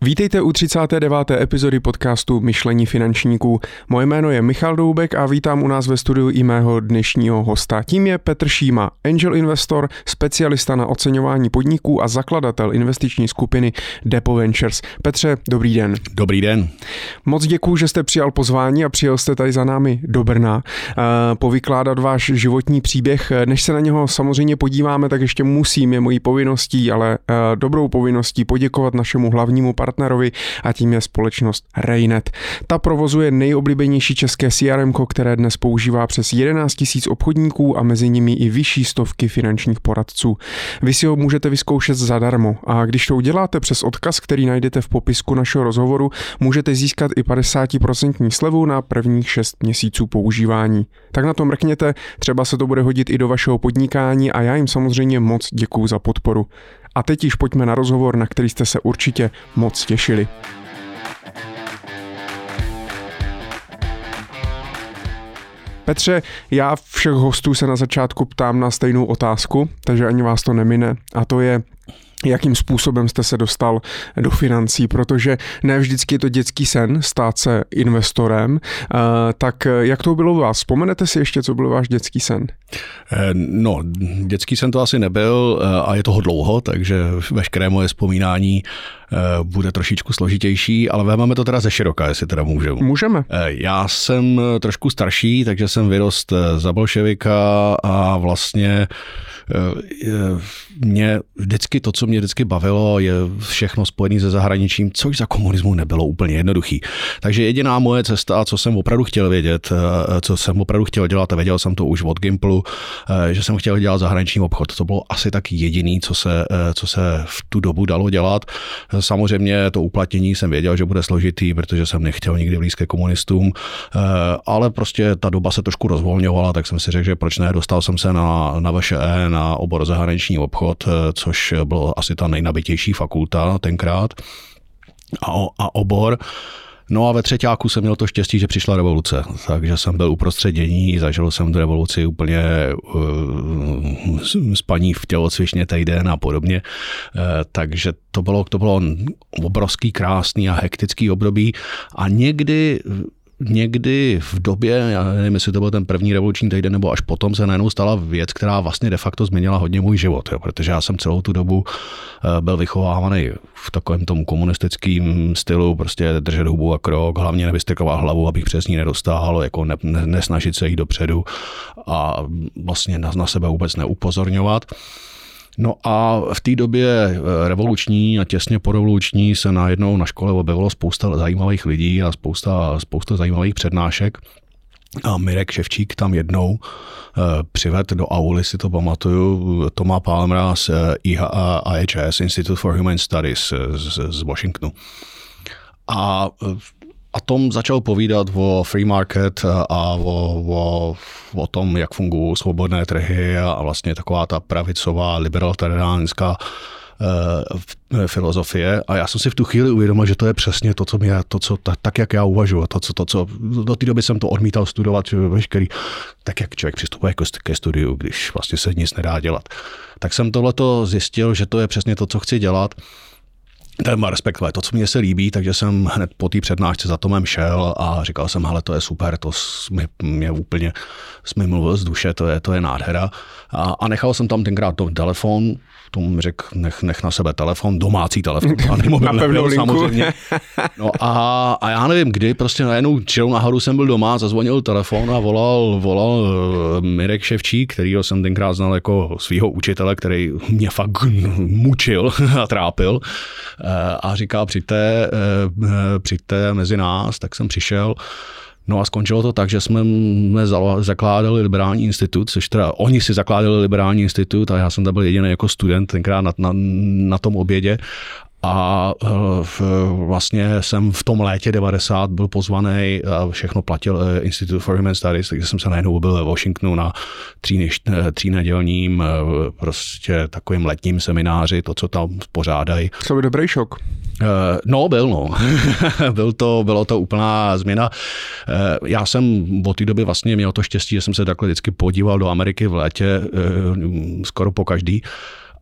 Vítejte u 39. epizody podcastu Myšlení finančníků. Moje jméno je Michal Doubek a vítám u nás ve studiu i mého dnešního hosta. Tím je Petr Šíma, angel investor, specialista na oceňování podniků a zakladatel investiční skupiny Depo Ventures. Petře, dobrý den. Dobrý den. Moc děkuju, že jste přijal pozvání a přijel jste tady za námi do Brna povykládat váš životní příběh. Než se na něho samozřejmě podíváme, tak ještě musím, je mojí povinností, ale dobrou povinností poděkovat našemu hlavnímu partnerovi a tím je společnost Raynet. Ta provozuje nejoblíbenější české CRM, které dnes používá přes 11 000 obchodníků a mezi nimi i vyšší stovky finančních poradců. Vy si ho můžete vyzkoušet zadarmo a když to uděláte přes odkaz, který najdete v popisku našeho rozhovoru, můžete získat i 50% slevu na prvních 6 měsíců používání. Tak na to mrkněte, třeba se to bude hodit i do vašeho podnikání a já jim samozřejmě moc děkuju za podporu. A teď již pojďme na rozhovor, na který jste se určitě moc těšili. Petře, já všech hostů se na začátku ptám na stejnou otázku, takže ani vás to nemine, a to je, jakým způsobem jste se dostal do financí, protože ne vždycky je to dětský sen stát se investorem, tak jak to bylo u vás? Vzpomenete si ještě, co byl váš dětský sen? No, dětský sen to asi nebyl a je toho dlouho, takže veškeré moje vzpomínání bude trošičku složitější, ale vezmeme to teda ze široka, jestli teda můžeme. Můžeme. Já jsem trošku starší, takže jsem vyrost za bolševika a vlastně mě vždycky to, co mě vždycky bavilo, je všechno spojené se zahraničím, což za komunismu nebylo úplně jednoduchý. Takže jediná moje cesta, co jsem opravdu chtěl vědět, co jsem opravdu chtěl dělat, a věděl jsem to už od Gimplu, že jsem chtěl dělat zahraniční obchod. To bylo asi tak jediný, co se v tu dobu dalo dělat. Samozřejmě to uplatnění jsem věděl, že bude složitý, protože jsem nechtěl nikdy blízké komunistům, ale prostě ta doba se trošku rozvolňovala, tak jsem si řekl, že proč ne, dostal jsem se na VŠE, na obor zahraniční obchod, což bylo asi ta nejnabitější fakulta tenkrát a obor. No a ve třeťáku jsem měl to štěstí, že přišla revoluce, takže jsem byl uprostřed dění, zažil jsem tu revoluci úplně spaní v tělocvičně týden a podobně, takže to bylo obrovský, krásný a hektický období a někdy v době, já nevím, jestli to byl ten první revoluční týden, nebo až potom se najednou stala věc, která vlastně de facto změnila hodně můj život, jo, protože já jsem celou tu dobu byl vychovávaný v takovém tom komunistickém stylu, prostě držet hubu a krok, hlavně nevystrkovat hlavu, abych přes ní nedostál, jako nesnažit se jít dopředu a vlastně na sebe vůbec neupozorňovat. No a v té době revoluční a těsně porevoluční se najednou na škole objevilo spousta zajímavých lidí a spousta zajímavých přednášek. A Mirek Ševčík tam jednou přivedl do auly, si to pamatuju, Toma Palmera z IHS, Institute for Human Studies z Washingtonu. A Tom začal povídat o free market a o tom, jak fungují svobodné trhy a vlastně taková ta pravicová, libertariánská filozofie. A já jsem si v tu chvíli uvědomil, že to je přesně to, co tak jak já uvažuji. To, co do té doby jsem to odmítal studovat, veškerý, tak jak člověk přistupuje ke studiu, když vlastně se nic nedá dělat. Tak jsem tohleto zjistil, že to je přesně to, co chci dělat. Respektive to, co mě se líbí, takže jsem hned po té přednášce za Tomem šel a říkal jsem, hele, to je super, to mě úplně jsme mluvil z duše, to je nádhera. A nechal jsem tam tenkrát telefon, tomu řekl, nech na sebe telefon, domácí telefon, na pevnou linku. Samozřejmě. No a já nevím kdy, prostě najednou čilou nahoru jsem byl doma, zazvonil telefon a volal Mirek Ševčík, kterýho jsem tenkrát znal jako svýho učitele, který mě fakt mučil a trápil. A říkal, přijďte mezi nás, tak jsem přišel. No a skončilo to tak, že jsme zakládali Liberální institut, což teda oni si zakládali Liberální institut a já jsem tam byl jediný jako student tenkrát na tom obědě. A vlastně jsem v tom létě 90 byl pozvaný a všechno platil Institute for Human Studies, takže jsem se najednou byl ve Washingtonu na třínedělním prostě takovým letním semináři, to, co tam pořádají. To byl dobrý šok. No. Bylo to úplná změna. Já jsem od té doby vlastně měl to štěstí, že jsem se takhle vždycky podíval do Ameriky v létě skoro po každý.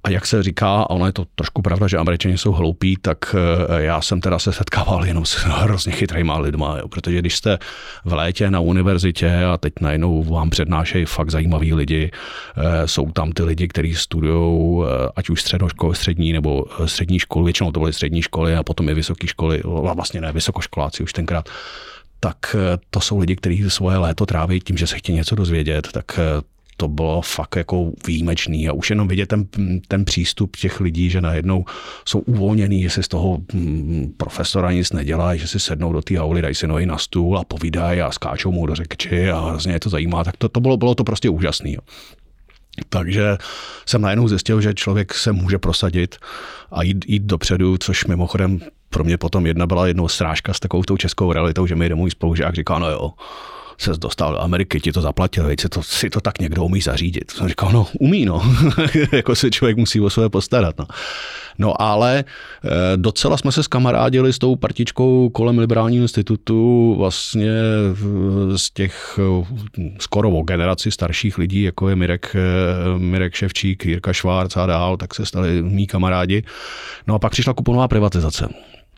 A jak se říká, a ono je to trošku pravda, že Američani jsou hloupí, tak já jsem teda se setkával jenom s hrozně chytrýma lidma, jo, protože když jste v létě na univerzitě a teď najednou vám přednášejí fakt zajímaví lidi, jsou tam ty lidi, kteří studují ať už střední nebo střední školu, většinou to byly střední školy a potom i vysoké školy, vlastně ne vysokoškoláci už tenkrát, tak to jsou lidi, kteří svoje léto tráví tím, že se chtějí něco dozvědět, tak to bylo fakt jako výjimečný a už jenom vidět ten přístup těch lidí, že najednou jsou uvolněný, že si z toho profesora nic nedělají, že si sednou do té auly, dají si nohy na stůl a povídají a skáčou mu do řekči a hrozně je to zajímá, tak to bylo to prostě úžasný. Jo. Takže jsem najednou zjistil, že člověk se může prosadit a jít dopředu, což mimochodem pro mě potom byla jednou srážka s takovou tou českou realitou, že mi jde můj spolužák říká, no jo, ses dostal do Ameriky, ti to zaplatil, veď si to tak někdo umí zařídit. Jsem říkal, no umí, no. Jako se člověk musí o sebe postarat, no. No ale docela jsme se skamarádili s tou partičkou kolem Liberálního institutu vlastně z těch skoro o generaci starších lidí, jako je Mirek Ševčík, Jirka Švárc a dál, tak se stali mý kamarádi. No a pak přišla kuponová privatizace.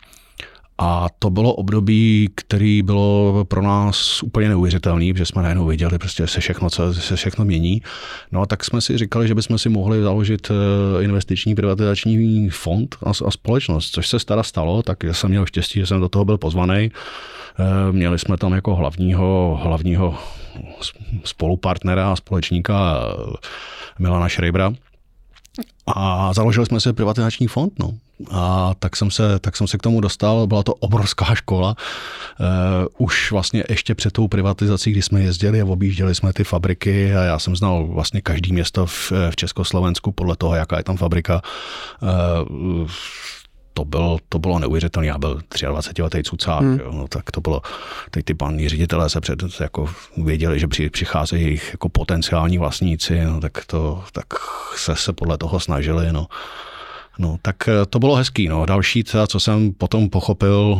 A to bylo období, který bylo pro nás úplně neuvěřitelný, protože jsme najednou viděli, prostě se všechno mění. No a tak jsme si říkali, že bychom si mohli založit investiční privatizační fond a společnost, což se teda stalo, tak jsem měl štěstí, že jsem do toho byl pozvaný. Měli jsme tam jako hlavního spolupartnera a společníka Milana Schreibera. A založili jsme si privatizační fond, no. A tak jsem se k tomu dostal, byla to obrovská škola. Už vlastně ještě před tou privatizací, kdy jsme jezdili a objížděli jsme ty fabriky a já jsem znal vlastně každý město v Československu podle toho, jaká je tam fabrika. To bylo neuvěřitelné, já byl 23letý cucák, no, tak to bylo, teď ty paní ředitelé se jako věděli, že přicházejí jejich jako potenciální vlastníci, no, tak se podle toho snažili, no. No, tak to bylo hezký, no. Další, co jsem potom pochopil,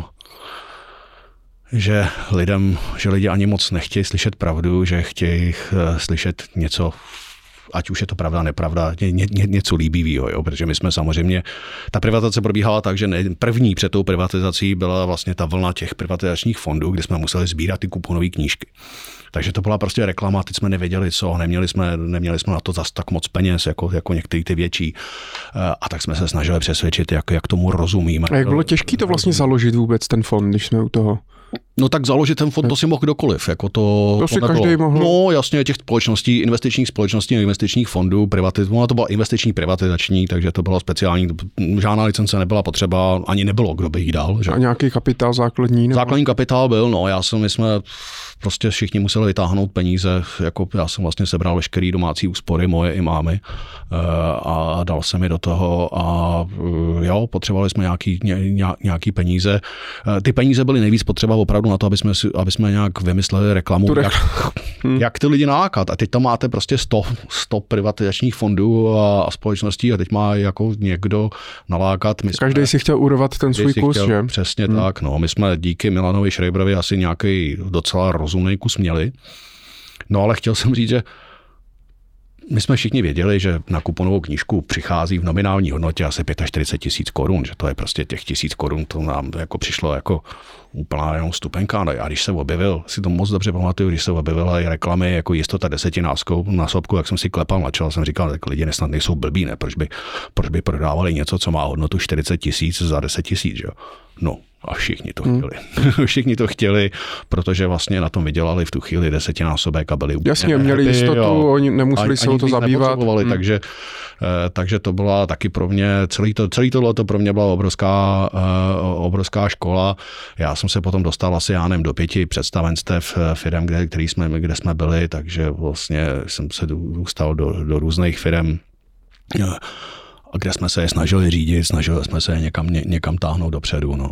že lidi ani moc nechtějí slyšet pravdu, že chtějí slyšet něco, ať už je to pravda, nepravda, něco líbivého, jo, protože my jsme samozřejmě, ta privatizace probíhala tak, že první před tou privatizací byla vlastně ta vlna těch privatizačních fondů, kde jsme museli sbírat ty kuponové knížky. Takže to byla prostě reklama, teď jsme nevěděli co, neměli jsme na to zas tak moc peněz, jako některý ty větší. A tak jsme se snažili přesvědčit, jak tomu rozumíme. A jak bylo těžké to vlastně založit vůbec ten fond, když jsme u toho? No tak založit ten fond, to si mohl kdokoliv. Jako to si každý mohl. No jasně, těch společností, investičních společností, investičních fondů, to byla investiční privatizační, takže to bylo speciální, žádná licence nebyla potřeba, ani nebylo, kdo by jí dal. Že? A nějaký kapitál základní? Nebo? Základní kapitál byl, no, my jsme prostě všichni museli vytáhnout peníze, jako já jsem vlastně sebral veškerý domácí úspory, moje i mámy, a dal jsem je do toho a jo, potřebovali jsme nějaký peníze. Ty peníze byly nejvíc potřeba opravdu na to, aby jsme nějak vymysleli reklamu, jak ty lidi nalákat. A teď tam máte prostě 100 privatizačních fondů a společností a teď má jako někdo nalákat. Každý si chtěl urvat ten svůj kus, že? Přesně tak, no. My jsme díky Milanovi Schreiberovi asi nějaký docela rozumný kus měli. No ale chtěl jsem říct, že my jsme všichni věděli, že na kuponovou knížku přichází v nominální hodnotě asi 45 000 korun, že to je prostě těch 1000 korun, to nám jako přišlo jako úplná jenom stupenka. No a když se objevil, si to moc dobře pamatuju, když se objevila i reklamy jako jistota 10násobku, jak jsem si klepal na čelo, jsem říkal, tak lidi snad nejsou blbí, ne? Proč by prodávali něco, co má hodnotu 40 000 za 10 000, jo? No. A všichni to chtěli. Všichni to chtěli, protože vlastně na tom vydělali v tu chvíli 10násobek a byli úplně jasně, měli jistotu, oni nemuseli se o to zabývat. Takže to byla taky pro mě, celý tohleto pro mě byla obrovská škola. Já jsem se potom dostal asi do 5 představenstev firem, kde jsme byli, takže vlastně jsem se dostal do různých firem, a kde jsme se je snažili řídit, snažili jsme se je někam táhnout dopředu. No.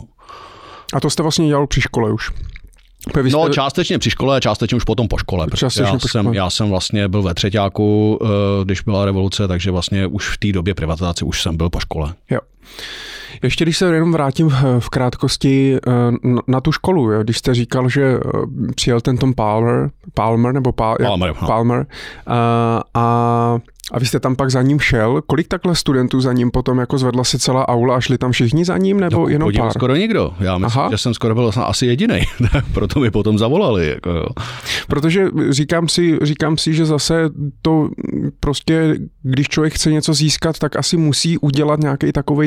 A to jste vlastně dělal při škole už? No částečně při škole a částečně už potom po škole. Já jsem vlastně byl ve třeťáku, když byla revoluce, takže vlastně už v té době privatizace už jsem byl po škole. Jo. Ještě když se jenom vrátím v krátkosti na tu školu, jo? Když jste říkal, že přijel ten Tom Palmer a A vy jste tam pak za ním šel? Kolik takhle studentů za ním potom jako zvedla se celá aula a šli tam všichni za ním, nebo jenom pár? Skoro nikdo. Já myslím, že jsem skoro byl asi jedinej. Proto mi potom zavolali. Jako jo. Protože říkám si, že zase to prostě, když člověk chce něco získat, tak asi musí udělat nějaký takovej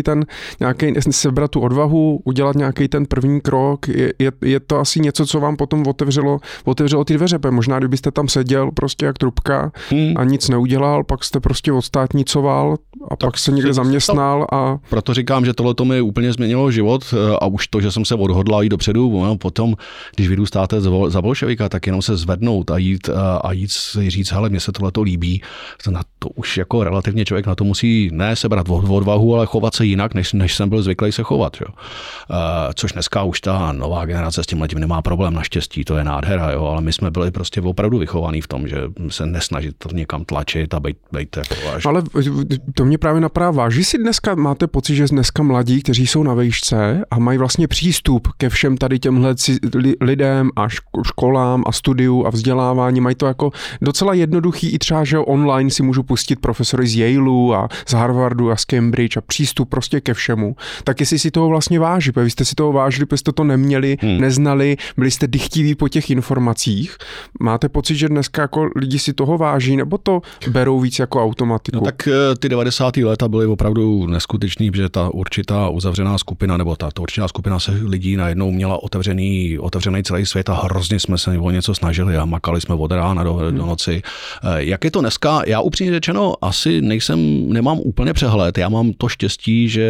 sebrat tu odvahu, udělat nějaký ten první krok. Je to asi něco, co vám potom otevřelo ty dveře. Možná, kdybyste tam seděl prostě jak trubka a nic neudělal, pak jste prostě odstátnicoval a pak se někde zaměstnal. A proto říkám, že tohle to mi úplně změnilo život a už to, že jsem se odhodlal jít dopředu, potom, když vyrůstáte za bolševika, tak jenom se zvednout a jít si říct, hele, mně se tohleto líbí, to už jako relativně člověk na to musí ne sebrat odvahu, ale chovat se jinak, než jsem byl zvyklý se chovat. Jo. Což dneska už ta nová generace s tímhletím nemá problém, naštěstí, to je nádhera, jo, ale my jsme byli prostě opravdu vychovaní v tom, že se nesnažit to někam tlačit a být jako až. Ale to mě právě napadá, že si dneska máte pocit, že dneska mladí, kteří jsou na vejšce a mají vlastně přístup ke všem tady těmhle lidem a školám a studiu a vzdělávání, mají to jako docela jednoduchý i třeba, že online si můžu pustit profesory z Yaleu a z Harvardu a z Cambridge a přístup prostě ke všemu. Tak jestli si toho vlastně váží, vy jste si toho vážili, protože jste to neměli, neznali, byli jste dychtiví po těch informacích. Máte pocit, že dneska jako lidi si toho váží, nebo to berou víc jako automatiku? No tak ty 90. léta byly opravdu neskutečný, protože ta určitá uzavřená skupina, nebo ta určitá skupina se lidí najednou měla otevřený celý svět a hrozně jsme se o něco snažili a makali jsme od rána do noci. Jak je to dneska? Já upřímně řečeno asi nemám úplně přehled. Já mám to štěstí, že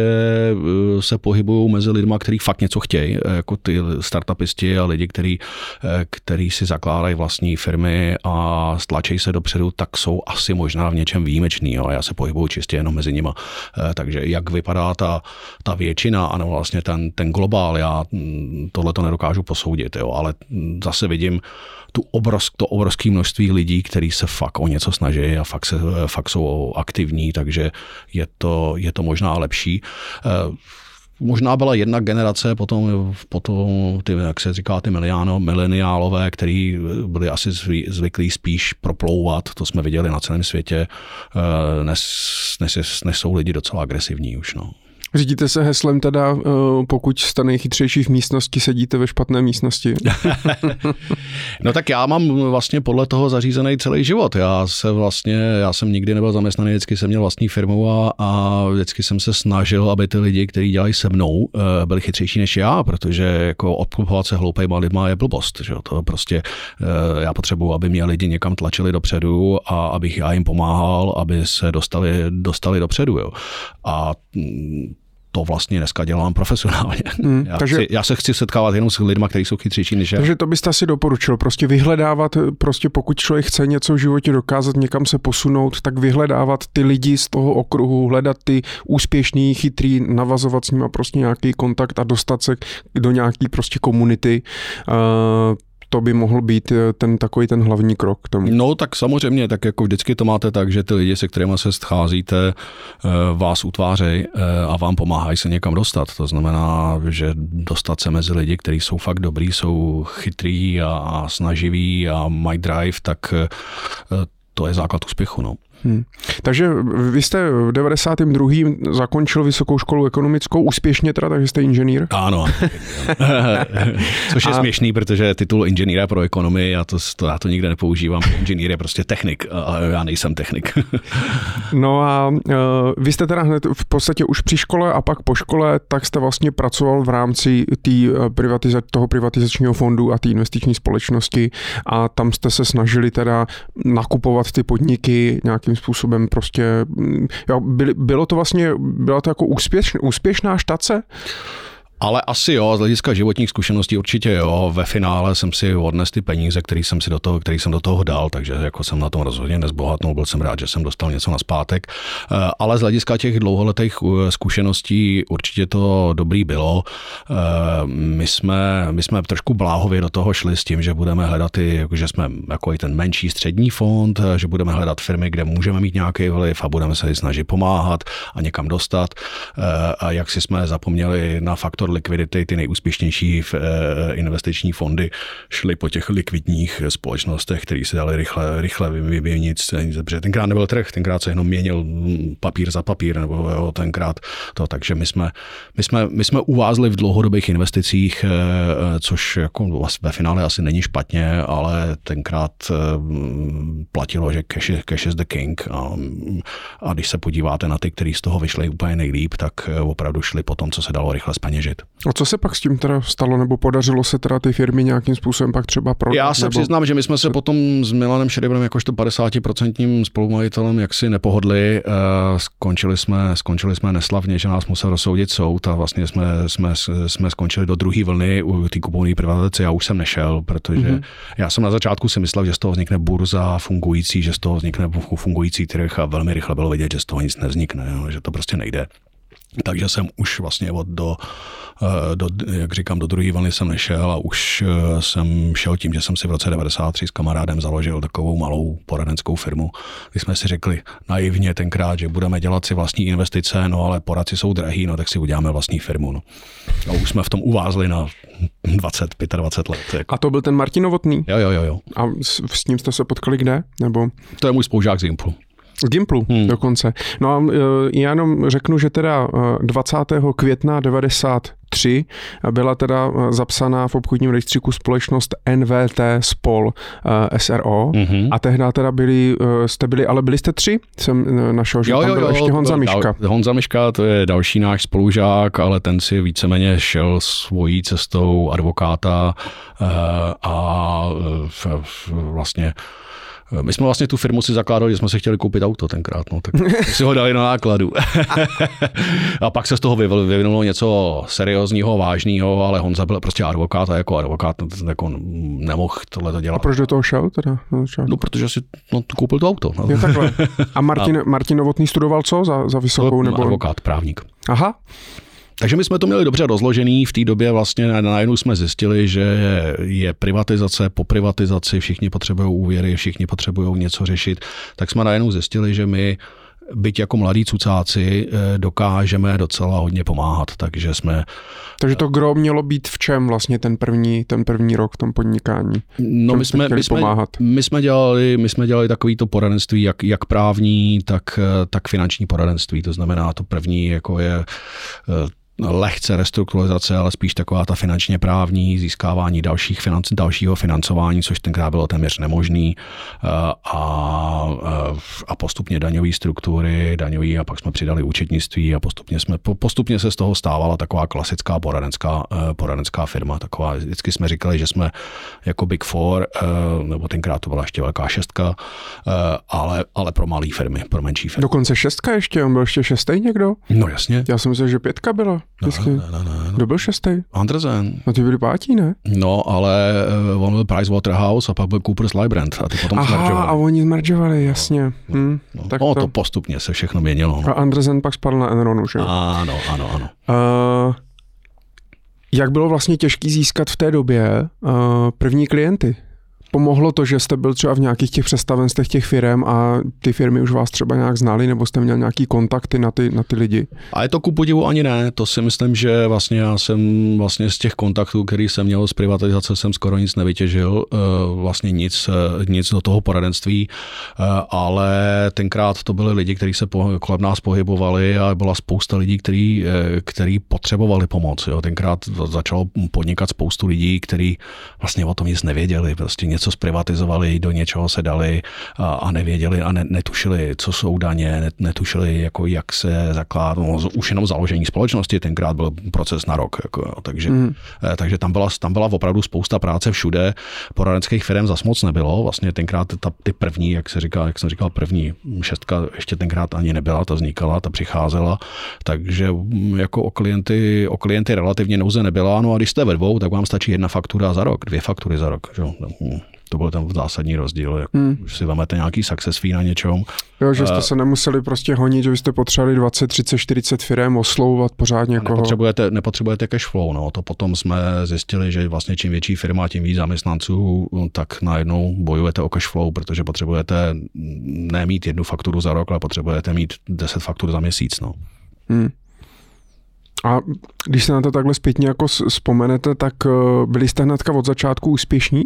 se pohybuju mezi lidma, kteří fakt něco chtějí, jako ty startupisti a lidi, kteří si zakládají vlastní firmy a stlačejí se dopředu, tak jsou asi možná v něčem výjimeční. Jo. Já se pohybuju čistě jenom mezi nima. Takže jak vypadá ta většina, ano vlastně ten globál, já tohle to nedokážu posoudit, jo, ale zase vidím to obrovské množství lidí, kteří se fakt o něco snaží a fakt jsou aktivní, takže je to možná lepší. Možná byla jedna generace, potom ty, jak se říká, ty mileniálové, kteří byli asi zvyklí spíš proplouvat, to jsme viděli na celém světě, dnes jsou lidi docela agresivní už, no. Řídíte se heslem teda, pokud jste nejchytřejší v místnosti, sedíte ve špatné místnosti? No tak já mám vlastně podle toho zařízený celý život. Já jsem nikdy nebyl zaměstnaný, vždycky jsem měl vlastní firmu a vždycky jsem se snažil, aby ty lidi, kteří dělají se mnou, byli chytřejší než já, protože jako obklopovat se hloupejma lidma je blbost. Že? To prostě já potřebuji, aby mě lidi někam tlačili dopředu a abych já jim pomáhal, aby se dostali dopředu. Jo? A to vlastně dneska dělám profesionálně. Já se chci setkávat jenom s lidmi, kteří jsou chytřejší než já. Takže to byste asi doporučil, prostě vyhledávat, prostě pokud člověk chce něco v životě dokázat, někam se posunout, tak vyhledávat ty lidi z toho okruhu, hledat ty úspěšný, chytrý, navazovat s nimi prostě nějaký kontakt a dostat se do nějaký prostě komunity. To by mohl být ten hlavní krok k tomu. No tak samozřejmě, tak jako vždycky to máte tak, že ty lidi, se kterými se scházíte, vás utvářejí a vám pomáhají se někam dostat. To znamená, že dostat se mezi lidi, kteří jsou fakt dobrý, jsou chytrý a snaživí a mají drive, tak to je základ úspěchu. No. Takže vy jste v 92. zakončil vysokou školu ekonomickou, úspěšně teda, takže jste inženýr? Ano. Což je směšný, protože titul inženýra pro ekonomii, já to nikde nepoužívám. Inženýr je prostě technik, ale já nejsem technik. No a vy jste teda hned v podstatě už při škole a pak po škole, tak jste vlastně pracoval v rámci toho privatizačního fondu a té investiční společnosti a tam jste se snažili teda nakupovat ty podniky nějakým způsobem prostě, byla to jako úspěšná štace? Ale asi jo, z hlediska životních zkušeností určitě jo. Ve finále jsem si odnesl ty peníze, který jsem do toho dal, takže jako jsem na tom rozhodně nezbohatnul, byl jsem rád, že jsem dostal něco nazpátek. Ale z hlediska těch dlouholetých zkušeností určitě to dobrý bylo. My jsme trošku bláhově do toho šli s tím, že budeme hledat že jsme jako i ten menší střední fond, že budeme hledat firmy, kde můžeme mít nějaký vliv a budeme se snažit pomáhat a někam dostat. A jak si jsme zapomněli na faktor faktor likvidity, ty nejúspěšnější investiční fondy šly po těch likvidních společnostech, které se dali rychle vyměnit, protože tenkrát nebyl trh, tenkrát se jenom měnil papír za papír, nebo jo, tenkrát to, takže my jsme uvázli v dlouhodobých investicích, což jako ve finále asi není špatně, ale tenkrát platilo, že cash is the king a když se podíváte na ty, kteří z toho vyšli úplně nejlíp, tak opravdu šli po tom, co se dalo rychle zpeněžit. A co se pak s tím teda stalo, nebo podařilo se teda ty firmy nějakým způsobem pak třeba prodat? Já se přiznám, že my jsme se potom s Milanem Šerebrem jakožto 50% spolumajitelem jaksi nepohodli. Skončili jsme neslavně, že nás musel rozsoudit soud a vlastně jsme skončili do druhé vlny u té kuponové privatizace. Já už jsem nešel, protože já jsem na začátku si myslel, že z toho vznikne burza fungující, že z toho vznikne fungující trh a velmi rychle bylo vidět, že z toho nic nevznikne, že to prostě nejde. Takže jsem už vlastně jak říkám, do druhé vlny jsem nešel a už jsem šel tím, že jsem si v roce 1993 s kamarádem založil takovou malou poradenskou firmu, kdy jsme si řekli naivně tenkrát, že budeme dělat si vlastní investice, no ale poradci jsou drahý, no tak si uděláme vlastní firmu. No. A už jsme v tom uvázli na 25 let. Jako. A to byl ten Martin Novotný? Jo. A s ním jste se potkali kde? Nebo? To je můj spolužák z Gimplu. Z Gimplu dokonce. No a já jenom řeknu, že teda 20. května 1993 byla teda zapsaná v obchodním rejstříku společnost NVT Spol SRO a tehdy teda byli jste 3? Jsem našel, že tam byl ještě Honza Miška. Honza Miška, to je další náš spolužák, ale ten si víceméně šel svojí cestou advokáta a vlastně my jsme vlastně tu firmu si zakládali, že jsme si chtěli koupit auto tenkrát, no, tak si ho dali na nákladu. A pak se z toho vyvinulo něco seriózního, vážného, ale Honza byl prostě advokát a jako advokát jako nemohl tohleto dělat. A proč do toho šel teda? No, protože si koupil to auto. No. Je takhle. A Martin Novotný studoval co za vysokou? Nebo? Advokát, právník. Aha. Takže my jsme to měli dobře rozložený, v té době vlastně najednou jsme zjistili, že je privatizace, po privatizaci, všichni potřebují úvěry, všichni potřebují něco řešit, tak jsme najednou zjistili, že my byť jako mladí cucáci dokážeme docela hodně pomáhat, takže to gro mělo být v čem vlastně ten první rok v tom podnikání? No my jsme dělali takovýto poradenství, jak právní, tak finanční poradenství, to znamená to první jako je lehce restrukturalizace, ale spíš taková ta finančně právní, získávání dalšího financování, což tenkrát bylo téměř nemožný a postupně daňové struktury, a pak jsme přidali účetnictví a postupně se z toho stávala taková klasická poradenská firma. Taková, vždycky jsme říkali, že jsme jako Big Four, nebo tenkrát to byla ještě velká 6, ale pro malé firmy, pro menší firmy. Dokonce 6 ještě, on byl ještě 6 někdo? No jasně. Já jsem myslel, že 5 byla. No. Kdo byl 6? Andersen. No ty byli 5, ne? No, ale on byl Pricewaterhouse a pak byl Coopers Lybrand a ty potom zmeržovali. A oni zmeržovali, jasně. Tak to postupně se všechno měnilo. A Andersen pak spadl na Enronu, že? Ano. Jak bylo vlastně těžký získat v té době první klienty? Pomohlo to, že jste byl třeba v nějakých těch představenstvech těch firem a ty firmy už vás třeba nějak znali, nebo jste měl nějaký kontakty na ty lidi? A je to ku podivu ani ne, to si myslím, že vlastně já jsem vlastně z těch kontaktů, který jsem měl z privatizace, jsem skoro nic nevytěžil, vlastně nic do toho poradenství, ale tenkrát to byli lidi, kteří se kolem nás pohybovali a byla spousta lidí, kteří potřebovali pomoc. Jo. Tenkrát začalo podnikat spoustu lidí, kteří vlastně o tom nic nevěděli, prostě něco zprivatizovali, do něčeho se dali a nevěděli a netušili, co jsou daně, netušili, jako jak se zakládá, už jenom založení společnosti, tenkrát byl proces na rok, jako, takže tam byla opravdu spousta práce všude, poradenských firm zas moc nebylo, vlastně tenkrát ty první, jak jsem říkal, první 6 ještě tenkrát ani nebyla, ta vznikala, ta přicházela, takže jako o klienty relativně nouze nebyla, no a když jste ve dvou, tak vám stačí 1 faktura za rok, 2 faktury za rok, že? To byl ten zásadní rozdíl, už si vemete nějaký success fee na něčem. Jo, že jste se nemuseli prostě honit, že byste potřebovali 20, 30, 40 firem oslovovat pořád někoho. Nepotřebujete cash flow, no. To potom jsme zjistili, že vlastně čím větší firma, tím víc zaměstnanců, tak najednou bojujete o cash flow, protože potřebujete nemít 1 fakturu za rok, ale potřebujete mít 10 faktur za měsíc, no. A když se na to takhle zpětně jako vzpomenete, tak byli jste hnedka od začátku úspěšní?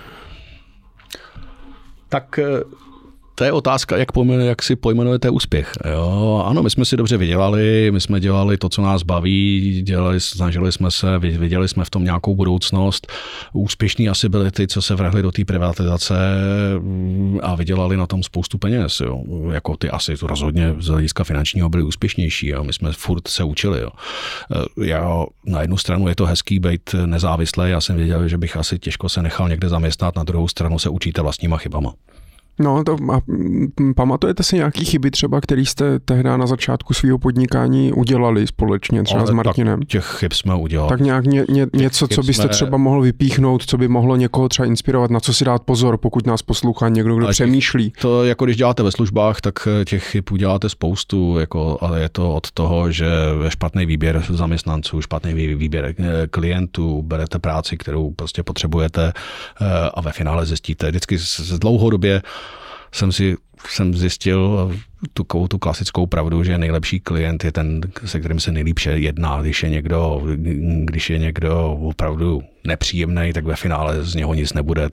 Tak to je otázka, jak si pojmenujete úspěch. Jo, ano, my jsme si dobře vydělali, my jsme dělali to, co nás baví, snažili jsme se, viděli jsme v tom nějakou budoucnost. Úspěšní asi byli ty, co se vrhli do té privatizace a vydělali na tom spoustu peněz. Jo. Jako ty asi rozhodně z hlediska finančního byli úspěšnější. Jo. My jsme furt se učili. Jo. Na jednu stranu je to hezký být nezávislý, já jsem věděl, že bych asi těžko se nechal někde zaměstnat, na druhou stranu se učíte vlastníma chybama. No, a pamatujete si nějaký chyby třeba, který jste tehdy na začátku svého podnikání udělali společně třeba s Martinem? Tak těch chyb jsme udělali. Tak nějak něco, co byste třeba mohl vypíchnout, co by mohlo někoho třeba inspirovat, na co si dát pozor, pokud nás poslouchá někdo, kdo přemýšlí. To jako když děláte ve službách, tak těch chyb uděláte spoustu, ale je to od toho, že špatný výběr zaměstnanců, špatný výběr klientů, berete práci, kterou prostě potřebujete a ve finále zjistíte. Vždycky z dlouhodobě jsem zjistil tu klasickou pravdu, že nejlepší klient je ten, se kterým se nejlíp jedná. Když je někdo opravdu nepříjemný, tak ve finále z něho nic nebude.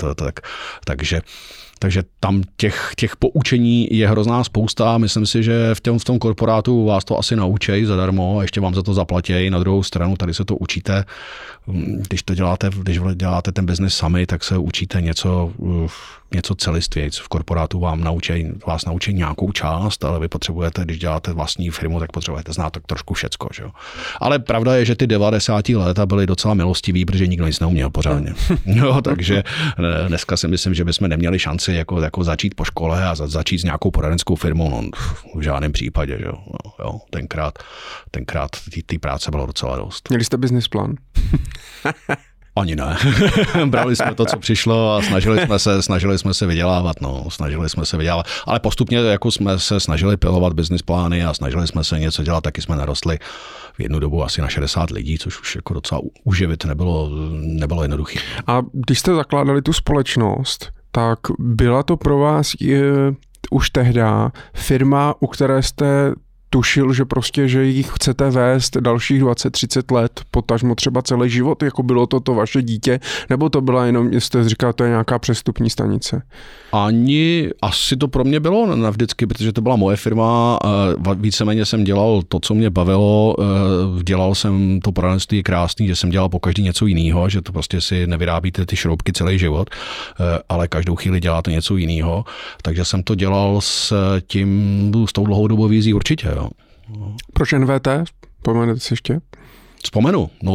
Takže tam těch poučení je hrozná spousta. Myslím si, že v tom korporátu vás to asi naučí zadarmo a ještě vám za to zaplatí. Na druhou stranu tady se to učíte. Když děláte ten biznis sami, tak se učíte něco celistvějc. V korporátu vás naučí nějakou část, ale vy potřebujete, když děláte vlastní firmu, tak potřebujete znát tak trošku všecko. Že jo? Ale pravda je, že ty 90. léta byly docela milostiví, protože nikdo nic neuměl pořádně. No, takže dneska si myslím, že bychom neměli šanci jako začít po škole a začít s nějakou poradenskou firmou. No, v žádném případě. Že jo? No, jo, tenkrát té práce bylo docela dost. Měli jste business plán? Ani ne. Brali jsme to, co přišlo a snažili jsme se vydělávat. Ale postupně jako jsme se snažili pilovat business plány a snažili jsme se něco dělat, taky jsme narostli v jednu dobu asi na 60 lidí, což už jako docela uživit nebylo jednoduché. A když jste zakládali tu společnost, tak byla to pro vás už tehda firma, u které jste tušil, že prostě, že jich chcete vést dalších 20-30 let, potažmo třeba celý život, jako bylo to vaše dítě, nebo to byla jenom, jste říkal, to je nějaká přestupní stanice? Asi to pro mě bylo navždycky, protože to byla moje firma, víceméně jsem dělal to, co mě bavilo, dělal jsem to poradenství krásný, že jsem dělal pokaždý něco jiného, že to prostě si nevyrábíte ty šroubky celý život, ale každou chvíli děláte něco jiného, takže jsem to dělal s tou dlouhodobou vizí určitě. Jo. Proč NVT? Vzpomenete si ještě? Vzpomenu. No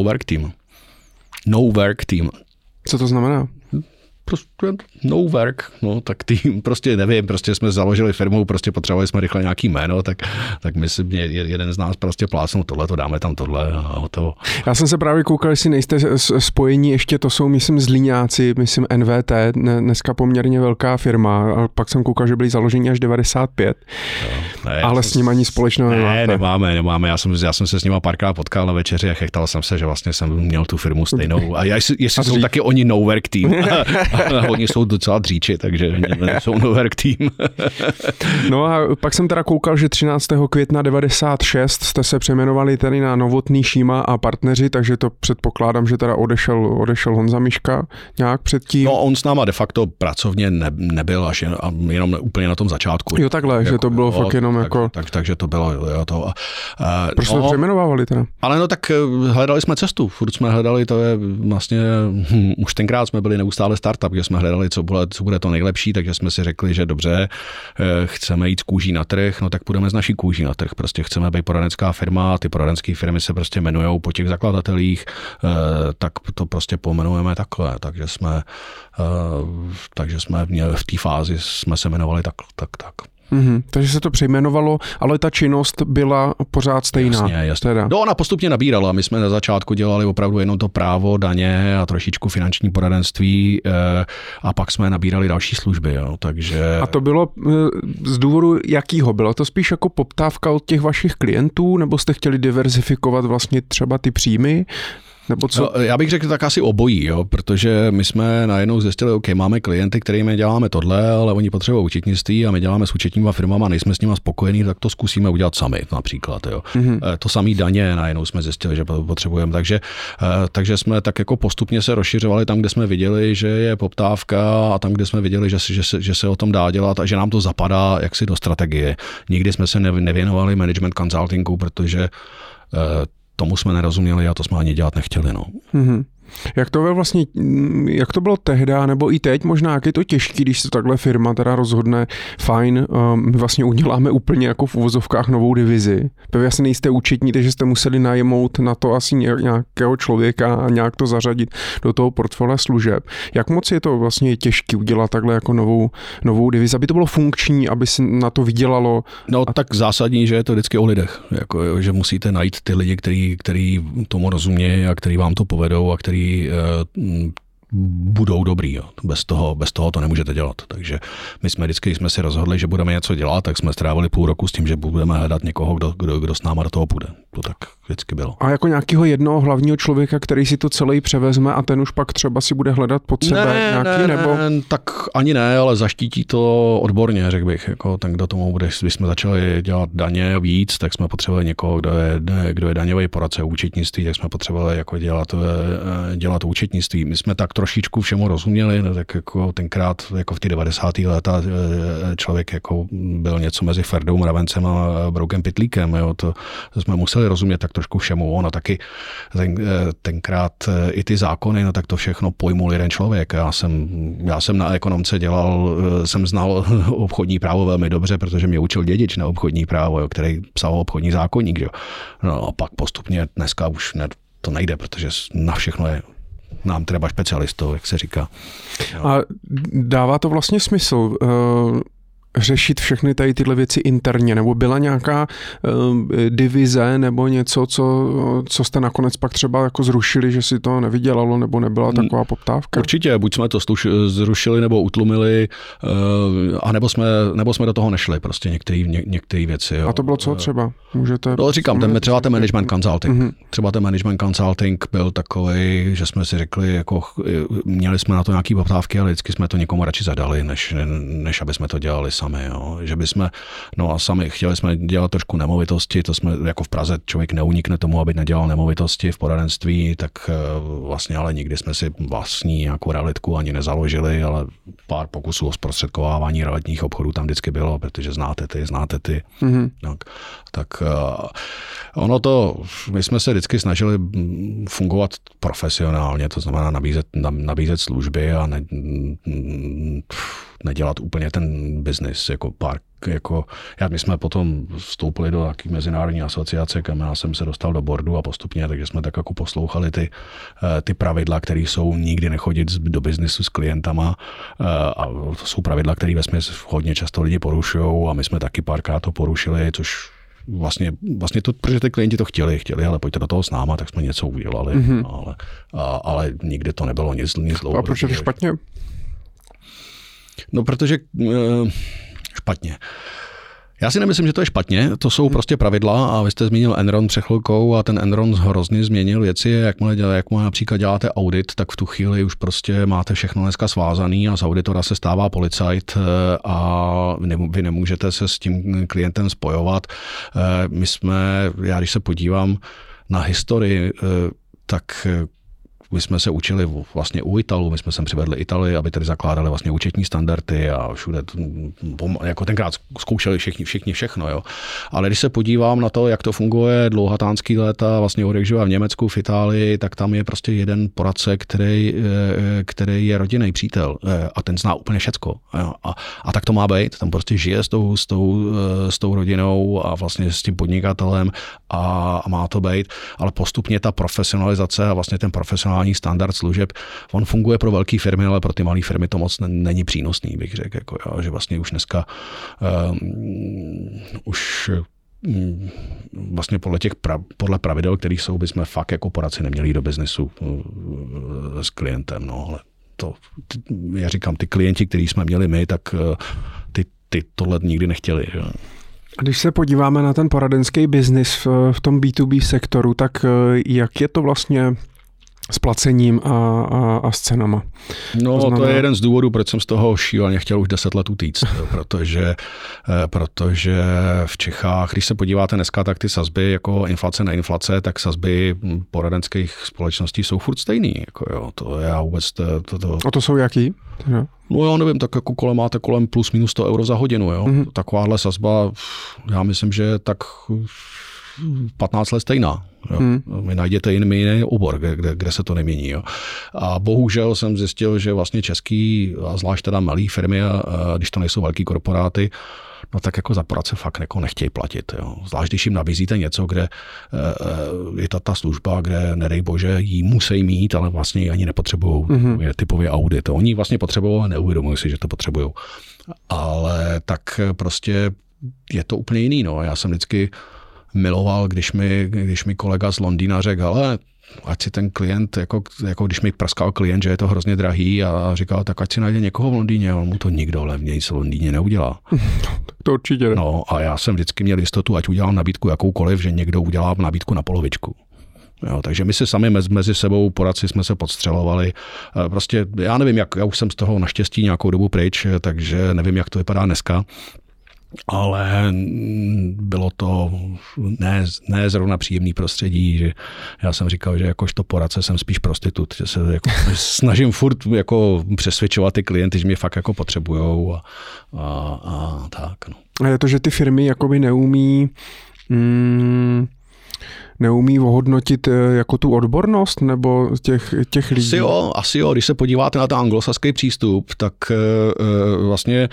work team. Co to znamená? Prostě no work, no tak tým, prostě nevím, prostě jsme založili firmu, prostě potřebovali jsme rychle nějaký jméno, tak myslím, jeden z nás prostě plácnul tohle, to dáme tam tohle a hotovo. Já jsem se právě koukal, jestli nejste spojení, ještě to jsou, myslím, Zlíňáci, myslím NVT, dneska poměrně velká firma, a pak jsem koukal, že byli založeni až 95, ne, ale s ním ani společného nemáte. Nemáme, já jsem se s nima párkrát potkal na večeři a chechtal jsem se, že vlastně jsem měl tu firmu stejnou a jestli jsou taky oni no work team. Oni jsou docela dříči, takže jsou no work team. No a pak jsem teda koukal, že 13. května 96 jste se přejmenovali tady na Novotný, Šíma a partneři, takže to předpokládám, že teda odešel Honza Miška nějak předtím. No on s náma de facto pracovně nebyl až jenom úplně na tom začátku. Jo takhle, že to bylo fakt jenom jako... Takže to bylo to. Proč jsme přejmenovávali teda? Ale no tak hledali jsme cestu, furt jsme hledali, to je vlastně, už tenkrát jsme byli neustále startup, že jsme hledali, co bude to nejlepší, takže jsme si řekli, že dobře, chceme jít s kůží na trh, no tak půjdeme s naší kůží na trh. Prostě chceme být poradenská firma a ty poradenské firmy se prostě jmenujou po těch zakladatelích, tak to prostě pojmenujeme takhle. Takže jsme v té fázi jsme se jmenovali tak. Takže se to přejmenovalo, ale ta činnost byla pořád stejná. Jasně. No, ona postupně nabírala. My jsme na začátku dělali opravdu jenom to právo, daně a trošičku finanční poradenství a pak jsme nabírali další služby. Jo. Takže... A to bylo z důvodu jakýho? Bylo to spíš jako poptávka od těch vašich klientů, nebo jste chtěli diverzifikovat vlastně třeba ty příjmy? Nebo co? No, já bych řekl tak asi obojí, jo, protože my jsme najednou zjistili, OK, máme klienty, kterými děláme tohle, ale oni potřebují účetnictví a my děláme s účetníma firmama, nejsme s nimi spokojení, tak to zkusíme udělat sami například. Jo. To samý daně najednou jsme zjistili, že potřebujeme, takže jsme tak jako postupně se rozšiřovali tam, kde jsme viděli, že je poptávka a tam, kde jsme viděli, že se o tom dá dělat a že nám to zapadá jaksi do strategie. Nikdy jsme se nevěnovali management consultingu, protože tomu jsme nerozuměli a to jsme ani dělat nechtěli. No. Jak to bylo tehda, nebo i teď možná, jak je to těžký, když se takhle firma teda rozhodne, fajn, my vlastně uděláme úplně jako v uvozovkách novou divizi. Vy asi nejste účetní, takže jste museli najmout na to asi nějakého člověka a nějak to zařadit do toho portfolia služeb. Jak moc je to vlastně těžký udělat takhle jako novou divizi, aby to bylo funkční, aby si na to vydělalo? No tak zásadní, že je to vždycky o lidech, jako, že musíte najít ty lidi, kteří tomu rozumějí a kteří vám to povedou a kteří budou dobrý. Jo. Bez toho to nemůžete dělat. Takže my jsme vždycky, když jsme si rozhodli, že budeme něco dělat, tak jsme strávili půl roku s tím, že budeme hledat někoho, kdo s náma do toho půjde. To tak vždycky bylo. A jako nějakého jednoho hlavního člověka, který si to celý převezme a ten už pak třeba si bude hledat pod sebe nějaký, nebo? Ne, tak ani ne, ale zaštítí to odborně, řekl bych. Jako ten, kdo tomu bude, když jsme začali dělat daně víc, tak jsme potřebovali někoho, kdo je daňový poradce účetnictví, tak jsme potřebovali jako dělat účetnictví. My jsme tak trošičku všemu rozuměli, no, tak jako tenkrát jako v těch 90. letech člověk jako byl něco mezi Ferdou Mravencem a Broukem Pytlíkem. Jo. To jsme museli rozumět tak trošku všemu. Ono taky tenkrát i ty zákony, no tak to všechno pojmul jeden člověk. Já jsem na ekonomce jsem znal obchodní právo velmi dobře, protože mě učil dědič na obchodní právo, jo, který psal obchodní zákoník. Jo. No a pak postupně dneska už to nejde, protože na všechno je nám třeba specialistů, jak se říká. Jo. A dává to vlastně smysl řešit všechny tady tyhle věci interně, nebo byla nějaká divize nebo něco, co jste nakonec pak třeba jako zrušili, že si to nevydělalo, nebo nebyla taková poptávka? Určitě, buď jsme to zrušili nebo utlumili, a nebo jsme do toho nešli, prostě některé věci. Jo. A to bylo co třeba? Můžete... No, říkám, třeba ten management consulting. Třeba ten management consulting byl takový, že jsme si řekli, jako měli jsme na to nějaký poptávky, ale vždycky jsme to někomu radši zadali, než aby jsme to dělali sami. Jo. Že bychom, no a sami chtěli jsme dělat trošku nemovitosti, to jsme jako v Praze člověk neunikne tomu, aby nedělal nemovitosti v poradenství, tak vlastně ale nikdy jsme si vlastní nějakou realitku ani nezaložili, ale pár pokusů o zprostředkovávání realitních obchodů tam vždycky bylo, protože znáte ty. Tak ono to, my jsme se vždycky snažili fungovat profesionálně, to znamená nabízet služby a nedělat úplně ten biznis, my jsme potom vstoupili do nějaké mezinárodní asociace, kam já jsem se dostal do boardu a postupně, takže jsme tak jako poslouchali ty pravidla, které jsou nikdy nechodit do biznisu s klientama, a to jsou pravidla, které vesměs hodně často lidi porušují a my jsme taky párkrát to porušili, což vlastně to, protože ty klienti to chtěli, ale pojďte do toho s náma, tak jsme něco udělali, ale nikdy to nebylo nic dlouho. A proč je to špatně? No, protože špatně. Já si nemyslím, že to je špatně, to jsou prostě pravidla a vy jste zmínil Enron před chvilkou a ten Enron hrozně změnil věci, jakmile například děláte audit, tak v tu chvíli už prostě máte všechno dneska svázaný a z auditora se stává policajt a vy nemůžete se s tím klientem spojovat. Já když se podívám na historii, tak my jsme se učili vlastně u Italů, my jsme sem přivedli Italy, aby tady zakládali vlastně účetní standardy a všude, jako tenkrát zkoušeli všichni všechno, jo. Ale když se podívám na to, jak to funguje dlouhatánský léta, vlastně odjakživa v Německu, v Itálii, tak tam je prostě jeden poradce, který je rodinný přítel a ten zná úplně všecko. A tak to má být, tam prostě žije s tou rodinou a vlastně s tím podnikatelem a má to být, ale postupně ta profesionalizace a vlastně ten profesionální standard služeb, on funguje pro velké firmy, ale pro ty malé firmy to moc není přínosný, bych řekl, že vlastně už dneska vlastně podle pravidel, které jsou, bychom fakt jako poradci neměli do biznesu s klientem, no, ale já říkám, ty klienti, který jsme měli my, tak ty tohle nikdy nechtěli, že? Když se podíváme na ten poradenský biznis v tom B2B sektoru, tak jak je to vlastně s placením a s cenama. No, to je jeden z důvodů, proč jsem z toho šíleně chtěl už 10 let utíct, protože v Čechách, když se podíváte dneska, tak ty sazby jako inflace na inflace, tak sazby poradenských společností jsou furt stejný. Jako jo, to já vůbec A to jsou jaký? No já nevím, tak jako máte kolem plus minus 100 euro za hodinu. Jo? Mm-hmm. Takováhle sazba, já myslím, že tak 15 let stejná. Jo. Vy najděte jiný obor, kde se to nemění. Jo. A bohužel jsem zjistil, že vlastně český, a zvlášť teda malý firmy, když to nejsou velký korporáty, no tak jako za poradce fakt jako nechtějí platit. Jo. Zvlášť, když jim nabízíte něco, kde je ta služba, kde nedej bože jí musí mít, ale vlastně ji ani nepotřebují. Je typově audit. Oni vlastně potřebují a neuvědomují si, že to potřebují. Ale tak prostě je to úplně jiný. No. Já jsem vždycky miloval, když mi kolega z Londýna řekl, ale ať si ten klient, jako když mi praskal klient, že je to hrozně drahý a říkal, tak ať si najde někoho v Londýně, on mu to nikdo levněji v Londýně neudělá. To určitě ne. No a já jsem vždycky měl jistotu, ať udělám nabídku jakoukoliv, že někdo udělá nabídku na polovičku. Jo, takže my si sami mezi sebou poradci jsme se podstřelovali. Prostě já nevím, já už jsem z toho naštěstí nějakou dobu pryč, takže nevím, jak to vypadá dneska. Ale bylo to ne zrovna příjemný prostředí, že já jsem říkal, že jakožto poradce jsem spíš prostitut, že se jako snažím furt jako přesvědčovat ty klienty, že mě fakt jako potřebujou a tak. No. A je to, že ty firmy jakoby neumí ohodnotit jako tu odbornost nebo těch lidí? Asi jo, když se podíváte na ten anglosaský přístup, tak vlastně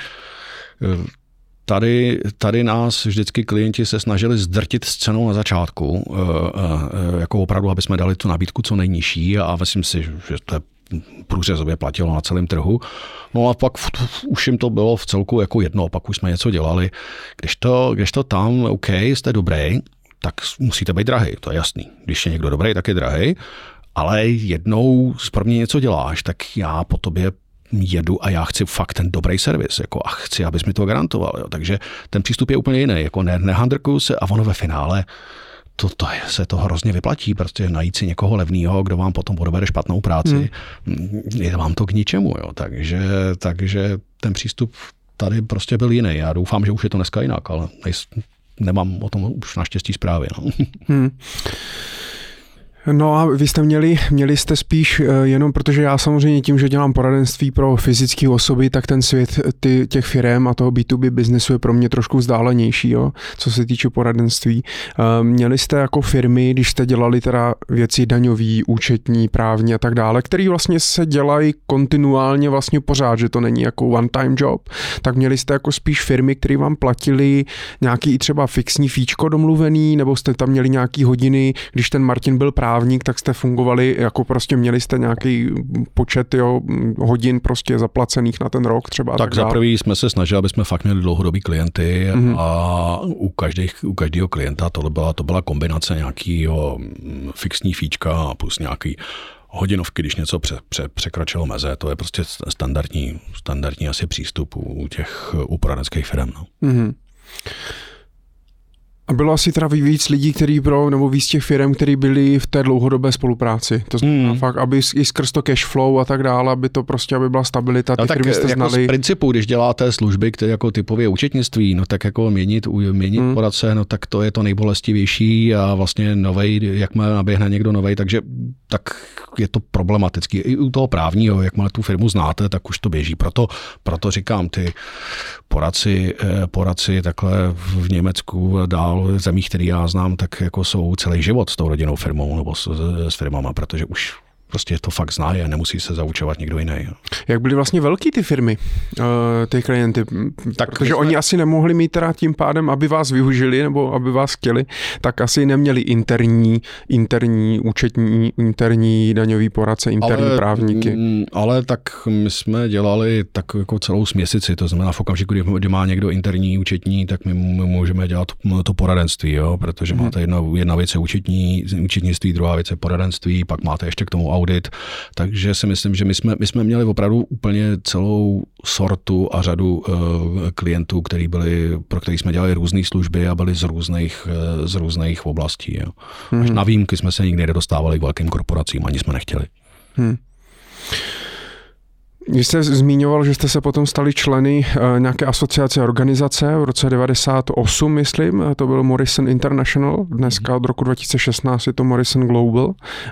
Tady nás vždycky klienti se snažili zdrtit s cenou na začátku, jako opravdu, aby jsme dali tu nabídku co nejnižší a myslím si, že to je průřezově platilo na celém trhu. No a pak už jim to bylo v celku jako jedno, pak už jsme něco dělali. Když to tam, OK, jste dobrý, tak musíte být drahý, to je jasný. Když je někdo dobrý, tak je drahý, ale jednou pro mě něco děláš, tak já po tobě jedu a já chci fakt ten dobrý servis jako a chci, abys mi to garantoval. Jo. Takže ten přístup je úplně jiný. Jako nehandrkuju se a ono ve finále se to hrozně vyplatí. Prostě najít si někoho levného, kdo vám potom odvede špatnou práci. Je vám to k ničemu. Jo. Takže ten přístup tady prostě byl jiný. Já doufám, že už je to dneska jinak, ale nemám o tom už naštěstí zprávy. No. No a vy jste měli jste spíš jenom, protože já samozřejmě tím, že dělám poradenství pro fyzické osoby, tak ten svět těch firem a toho B2B biznesu je pro mě trošku vzdálenější, jo, co se týče poradenství. Měli jste jako firmy, když jste dělali teda věci daňový, účetní, právní a tak dále, který vlastně se dělají kontinuálně vlastně pořád, že to není jako one time job, tak měli jste jako spíš firmy, které vám platili nějaký třeba fixní fíčko domluvený, nebo jste tam měli nějaký hodiny, když ten Martin byl právník, tak jste fungovali, jako prostě měli jste nějaký počet hodin prostě zaplacených na ten rok třeba. Tak za prvý jsme se snažili, aby jsme fakt měli dlouhodobý klienty a u každého klienta to byla kombinace nějakého fixní fíčka a plus nějaký hodinovky, když něco překročilo meze. To je prostě standardní asi přístup u poradenských firm. No. A bylo asi teda víc lidí, nebo víc těch firm, který byli v té dlouhodobé spolupráci. To znamená fakt, aby i skrz to cash flow a tak dále, aby byla stabilita, ty firmy jste znali. Z principu, když děláte služby, které jako typově účetnictví, no tak jako měnit poradce, no tak to je to nejbolestivější a vlastně novej, jakmile naběhne někdo novej, takže tak je to problematický. I u toho právního, jakmile tu firmu znáte, tak už to běží. Proto říkám, ty poradci takhle v Německu dál v zemích, který já znám, tak jako jsou celý život s tou rodinnou firmou nebo s firmama, protože už prostě to fakt zná a nemusí se zaučovat někdo jiný. Jak byly vlastně velký ty firmy, ty klienty? Protože oni asi nemohli mít teda tím pádem, aby vás využili nebo aby vás chtěli, tak asi neměli interní účetní, interní daňový poradce, interní právníky. Ale tak my jsme dělali tak jako celou směsici, to znamená v okamžiku, kdy má někdo interní účetní, tak my můžeme dělat to poradenství, jo? Protože máte jedna věc je účetnictví, druhá věc je poradenství, pak máte ještě k tomu audit, takže si myslím, že my jsme měli opravdu úplně celou sortu a řadu klientů, pro který jsme dělali různé služby a byli z různých oblastí. Jo. Až na výjimky jsme se nikdy nedostávali k velkým korporacím, ani jsme nechtěli. Vy jste zmiňoval, že jste se potom stali členy nějaké asociace a organizace v roce 98, myslím, to byl Morrison International, dneska od roku 2016 je to Morrison Global.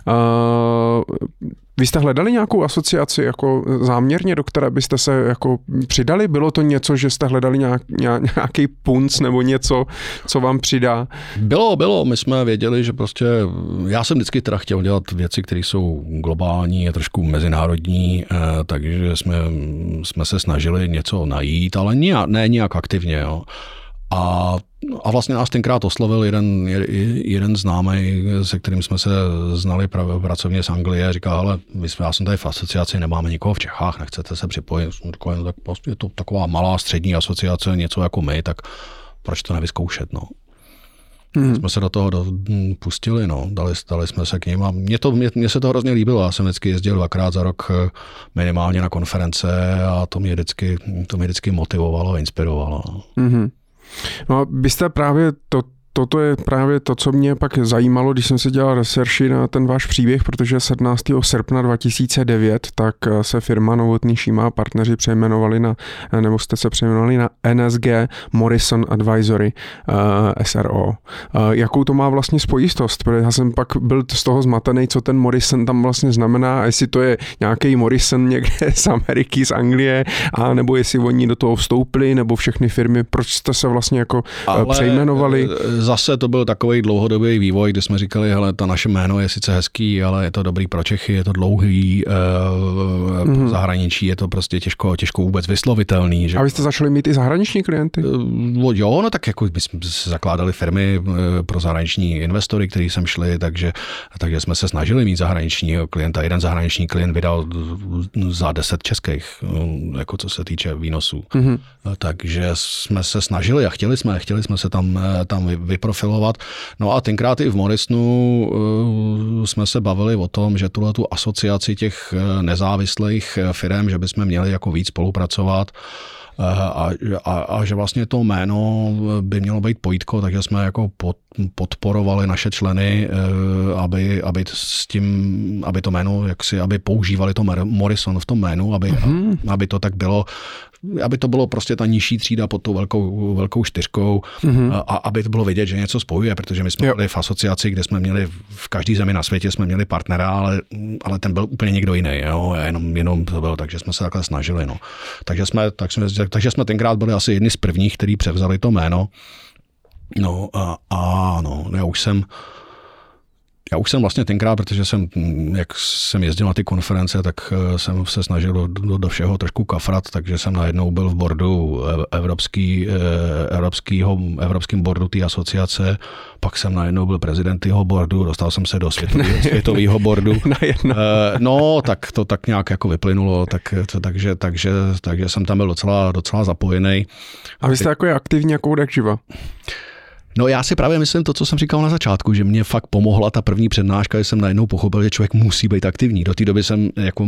Vy jste hledali nějakou asociaci jako záměrně, do které byste se jako přidali? Bylo to něco, že jste hledali nějaký punc nebo něco, co vám přidá? Bylo. My jsme věděli, že prostě já jsem vždycky teda chtěl dělat věci, které jsou globální a trošku mezinárodní, takže jsme se snažili něco najít, ale ne nějak aktivně. Jo. A vlastně nás tenkrát oslovil jeden známý, se kterým jsme se znali pracovně z Anglie, říkal, hele, já jsem tady v asociaci, nemáme nikoho v Čechách, nechcete se připojit, tak prostě je to taková malá střední asociace, něco jako my, tak proč to nevyzkoušet, no. Jsme se do toho pustili, no, dali jsme se k ním a mně se to hrozně líbilo, já jsem vždycky jezdil 2krát za rok minimálně na konference a to mě vždycky motivovalo, inspirovalo. Mm-hmm. No a byste právě toto je právě to, co mě pak zajímalo, když jsem si dělal researchi na ten váš příběh, protože 17. srpna 2009 tak se firma Novotný Šíma a partneři přejmenovali nebo jste se přejmenovali na NSG Morrison Advisory SRO. Jakou to má vlastně spojitost? Protože já jsem pak byl z toho zmatený, co ten Morrison tam vlastně znamená, jestli to je nějaký Morrison někde z Ameriky, z Anglie, a nebo jestli oni do toho vstoupili, nebo všechny firmy, proč jste se vlastně jako přejmenovali? Zase to byl takový dlouhodobý vývoj, kdy jsme říkali, hele, to naše jméno je sice hezký, ale je to dobrý pro Čechy, je to dlouhý, pro zahraničí je to prostě těžko vůbec vyslovitelný. Že? A vy jste začali mít i zahraniční klienty? Jo, no tak jako my jsme zakládali firmy pro zahraniční investory, kteří sem šli, takže jsme se snažili mít zahraničního klienta. Jeden zahraniční klient vydal za 10 českých, jako co se týče výnosů. Takže jsme se snažili a chtěli jsme se tam vyprofilovat. No a tenkrát i v Morrisonu jsme se bavili o tom, že tu asociaci těch nezávislých firm, že bychom měli jako víc spolupracovat a že vlastně to jméno by mělo být pojítko, takže jsme jako podporovali naše členy, aby to jméno, aby používali to Morrison v tom jménu, aby to tak bylo, aby to bylo prostě ta nižší třída pod tou velkou čtyřkou a aby to bylo vidět, že něco spojuje, protože my jsme byli v asociaci, kde jsme měli v každé zemi na světě jsme měli partnera, ale ten byl úplně někdo jiný, jo? Jenom to bylo, takže jsme se takhle snažili. No. Takže jsme tenkrát byli asi jedni z prvních, kteří převzali to jméno. No já už jsem vlastně tenkrát, protože jak jsem jezdil na ty konference, tak jsem se snažil do všeho trošku kafrat, takže jsem najednou byl v boardu evropským boardu té asociace, pak jsem najednou byl prezident jeho boardu, dostal jsem se do světového boardu. No, tak to tak nějak jako vyplynulo, takže jsem tam byl docela zapojený. A vy jste jako aktivní jako jak živa? No já si právě myslím to, co jsem říkal na začátku, že mě fakt pomohla ta první přednáška, že jsem najednou pochopil, že člověk musí být aktivní. Do té doby jsem jako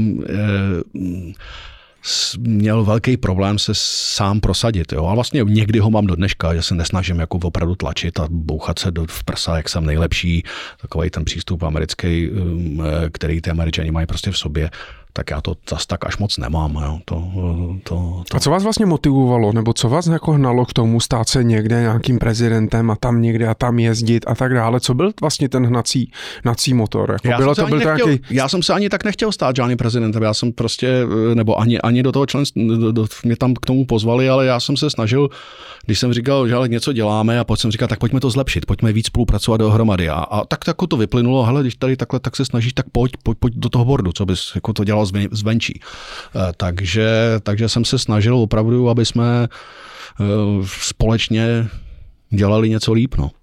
měl velký problém se sám prosadit. Jo? A vlastně někdy ho mám do dneška, že se nesnažím jako opravdu tlačit a bouchat se v prsa, jak jsem nejlepší. Takový ten přístup americký, který ty Američani mají prostě v sobě. Tak já to zas tak až moc nemám. Jo. A co vás vlastně motivovalo, nebo co vás jako hnalo k tomu stát se někde nějakým prezidentem a tam někde a tam jezdit a tak dále? Co byl vlastně ten hnací motor? Jako já jsem se ani tak nechtěl stát žádným prezidentem, já jsem prostě, nebo ani do toho členství, mě tam k tomu pozvali, ale já jsem se snažil, když jsem říkal, že něco děláme a potom jsem říkal, tak pojďme to zlepšit, pojďme víc spolupracovat dohromady. A tak jako to vyplynulo, hele, když tady takhle tak se snažíš, tak pojď do toho boardu, co bys jako to dělal zvenčí. Takže jsem se snažil opravdu, aby jsme společně dělali něco líp. No.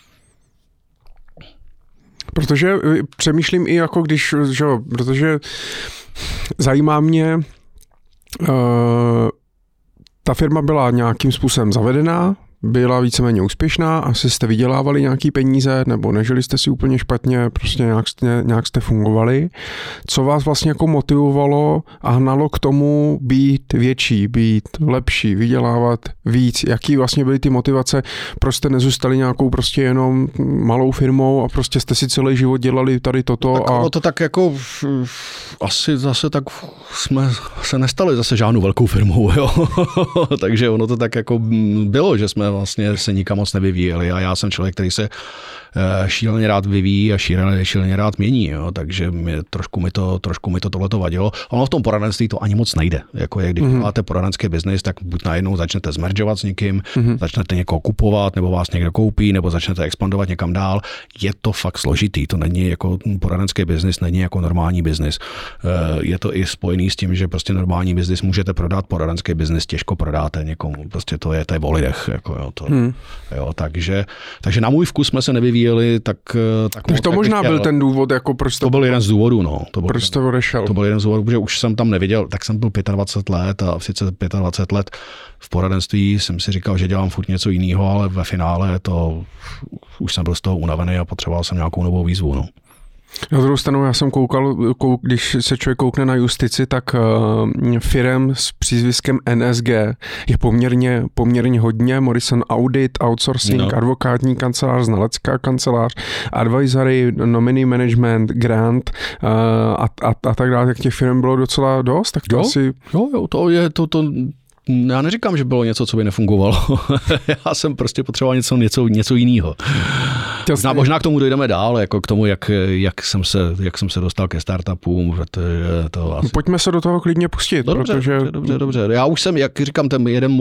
Protože přemýšlím i jako když, že, protože zajímá mě, ta firma byla nějakým způsobem zavedená, byla víceméně úspěšná, asi jste vydělávali nějaký peníze, nebo nežili jste si úplně špatně, prostě nějak jste fungovali. Co vás vlastně jako motivovalo a hnalo k tomu být větší, být lepší, vydělávat víc? Jaký vlastně byly ty motivace? Proč jste nezůstali nějakou prostě jenom malou firmou a prostě jste si celý život dělali tady toto? Tak ono to tak jako asi zase tak jsme se nestali zase žádnou velkou firmou, jo. Takže ono to tak jako bylo, že jsme vlastně se nikam moc nevyvíjeli a já jsem člověk, který se šíleně rád vyvíjí a šíleně rád mění, jo. Takže trošku mi to tohleto vadilo. Ono v tom poradenství to ani moc nejde. Jako když máte poradenský biznis, tak buď najednou začnete zmeržovat s někým, začnete někoho kupovat, nebo vás někdo koupí, nebo začnete expandovat někam dál. Je to fakt složitý. To není jako poradenský biznis, není jako normální biznis. Je to i spojený s tím, že prostě normální biznis můžete prodat, poradenský biznis těžko prodáte někomu. Prostě to je o lidech. Jako jo, takže na můj vkus jsme se nevyvíjeli, tak to možná byl ten důvod, jako proč to byl jeden z důvodů, no. Proč jste odešel? To byl jeden z důvodů, protože už jsem tam neviděl, tak jsem byl 25 let a sice 25 let v poradenství jsem si říkal, že dělám furt něco jiného, ale ve finále to už jsem byl z toho unavený a potřeboval jsem nějakou novou výzvu, no. Na druhou stranu já jsem koukal, když se člověk koukne na justici, tak firem s přízviskem NSG je poměrně hodně. Morrison Audit, Outsourcing, advokátní kancelář, znalecká kancelář, Advisory, Nominee Management, Grant a tak dále. Tak těch firm bylo docela dost. Tak to asi... Jo, to je to. Já neříkám, že bylo něco, co by nefungovalo. Já jsem prostě potřeboval něco jiného. Možná k tomu dojdeme dál, jako k tomu, jak jsem se dostal ke startupům. Pojďme se do toho klidně pustit. Dobře. Já už jsem, jak říkám, ten jeden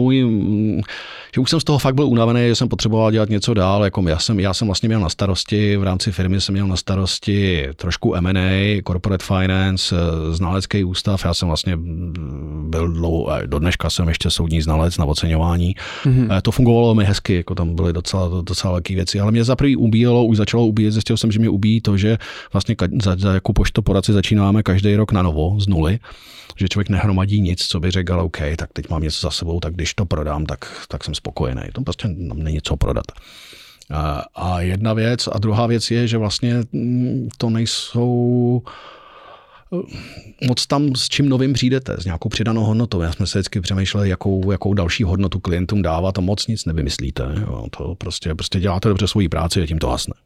že už jsem z toho fakt byl unavený, že jsem potřeboval dělat něco dál. Jako já jsem vlastně měl na starosti, v rámci firmy jsem měl na starosti trošku M&A, corporate finance, znalecký ústav. Já jsem vlastně byl do dneška jsem ještě soudní znalec na oceňování. To fungovalo mi hezky, jako tam byly docela velké věci, ale mě za prvý už začalo ubíjet, zjistil jsem, že mě ubíjí to, že vlastně za jako poštoporadci začínáme každý rok na novo, z nuly, že člověk nehromadí nic, co by řekl, OK, tak teď mám něco za sebou, tak když to prodám, tak jsem spokojený. To prostě není co prodat. A jedna věc. A druhá věc je, že vlastně to nejsou moc tam s čím novým přijdete, s nějakou přidanou hodnotou. Já jsme se vždycky přemýšleli, jakou další hodnotu klientům dávat a moc nic nevymyslíte. Jo. To prostě děláte dobře svoji práci a tím to hasne.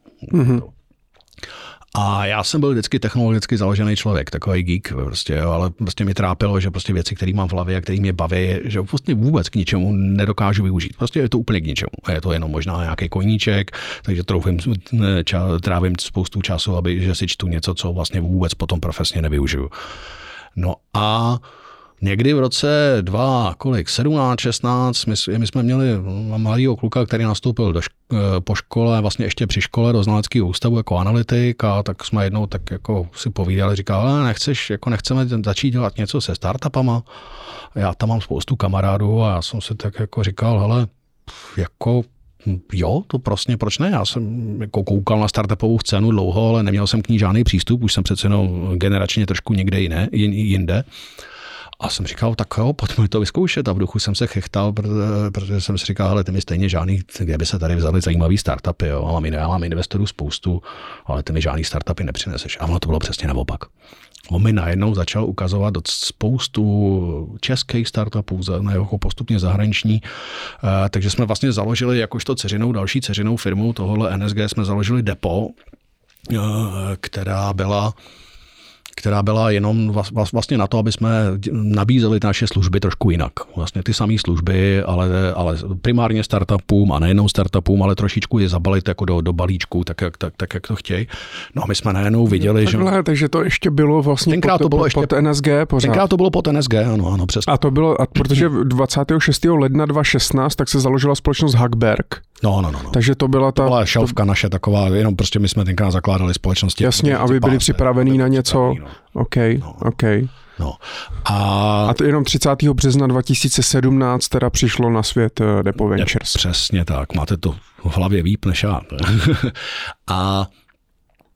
A já jsem byl vždycky technologicky založený člověk, takový geek, prostě, jo, ale prostě mi trápilo, že prostě věci, které mám v hlavě a které mě baví, že vlastně vůbec k ničemu nedokážu využít. Prostě je to úplně k ničemu. Je to jenom možná nějaký koníček, takže trávím spoustu času, že si čtu něco, co vlastně vůbec potom profesně nevyužiju. No a někdy v roce 17, 16, my jsme měli malýho kluka, který nastoupil po škole, vlastně ještě při škole do znaleckého ústavu jako analytik a tak jsme jednou tak jako si povídali, říkal, ale nechceme začít dělat něco se startupama. Já tam mám spoustu kamarádů a já jsem si tak jako říkal, hele, jako jo, to prostě proč ne? Já jsem jako koukal na startupovou scénu dlouho, ale neměl jsem k ní žádný přístup, už jsem přece jenom generačně trošku někde jinde. A jsem říkal, tak jo, pojďme to vyzkoušet. A v duchu jsem se chechtal, protože jsem si říkal, hele, ty mi stejně žádný, kde by se tady vzali zajímavý startupy, jo. Já mám investorů spoustu, ale ty mi žádný startupy nepřineseš. A ono to bylo přesně naopak. On mi najednou začal ukazovat spoustu českých startupů, jako postupně zahraniční. Takže jsme vlastně založili jakožto další dceřinou firmu tohohle NSG jsme založili Depo, která byla jenom vlastně na to, aby jsme nabízeli naše služby trošku jinak. Vlastně ty samé služby, ale primárně startupům a nejenom startupům, ale trošičku je zabalit jako do balíčku, tak jak to chtějí. No a my jsme najednou viděli, že... Takže to ještě bylo vlastně pod NSG pořád. Tenkrát to bylo pod NSG, ano, přesně. A to bylo, protože 26. ledna 2016 tak se založila společnost Hackberg. No. Takže to byla ta... To byla šelfka naše taková, jenom prostě my jsme tenkrát zakládali společnosti. Jasně, aby byli připravení na něco. OK. No. A to jenom 30. března 2017 teda přišlo na svět Depo Ventures. Přesně tak, máte to v hlavě líp než já. A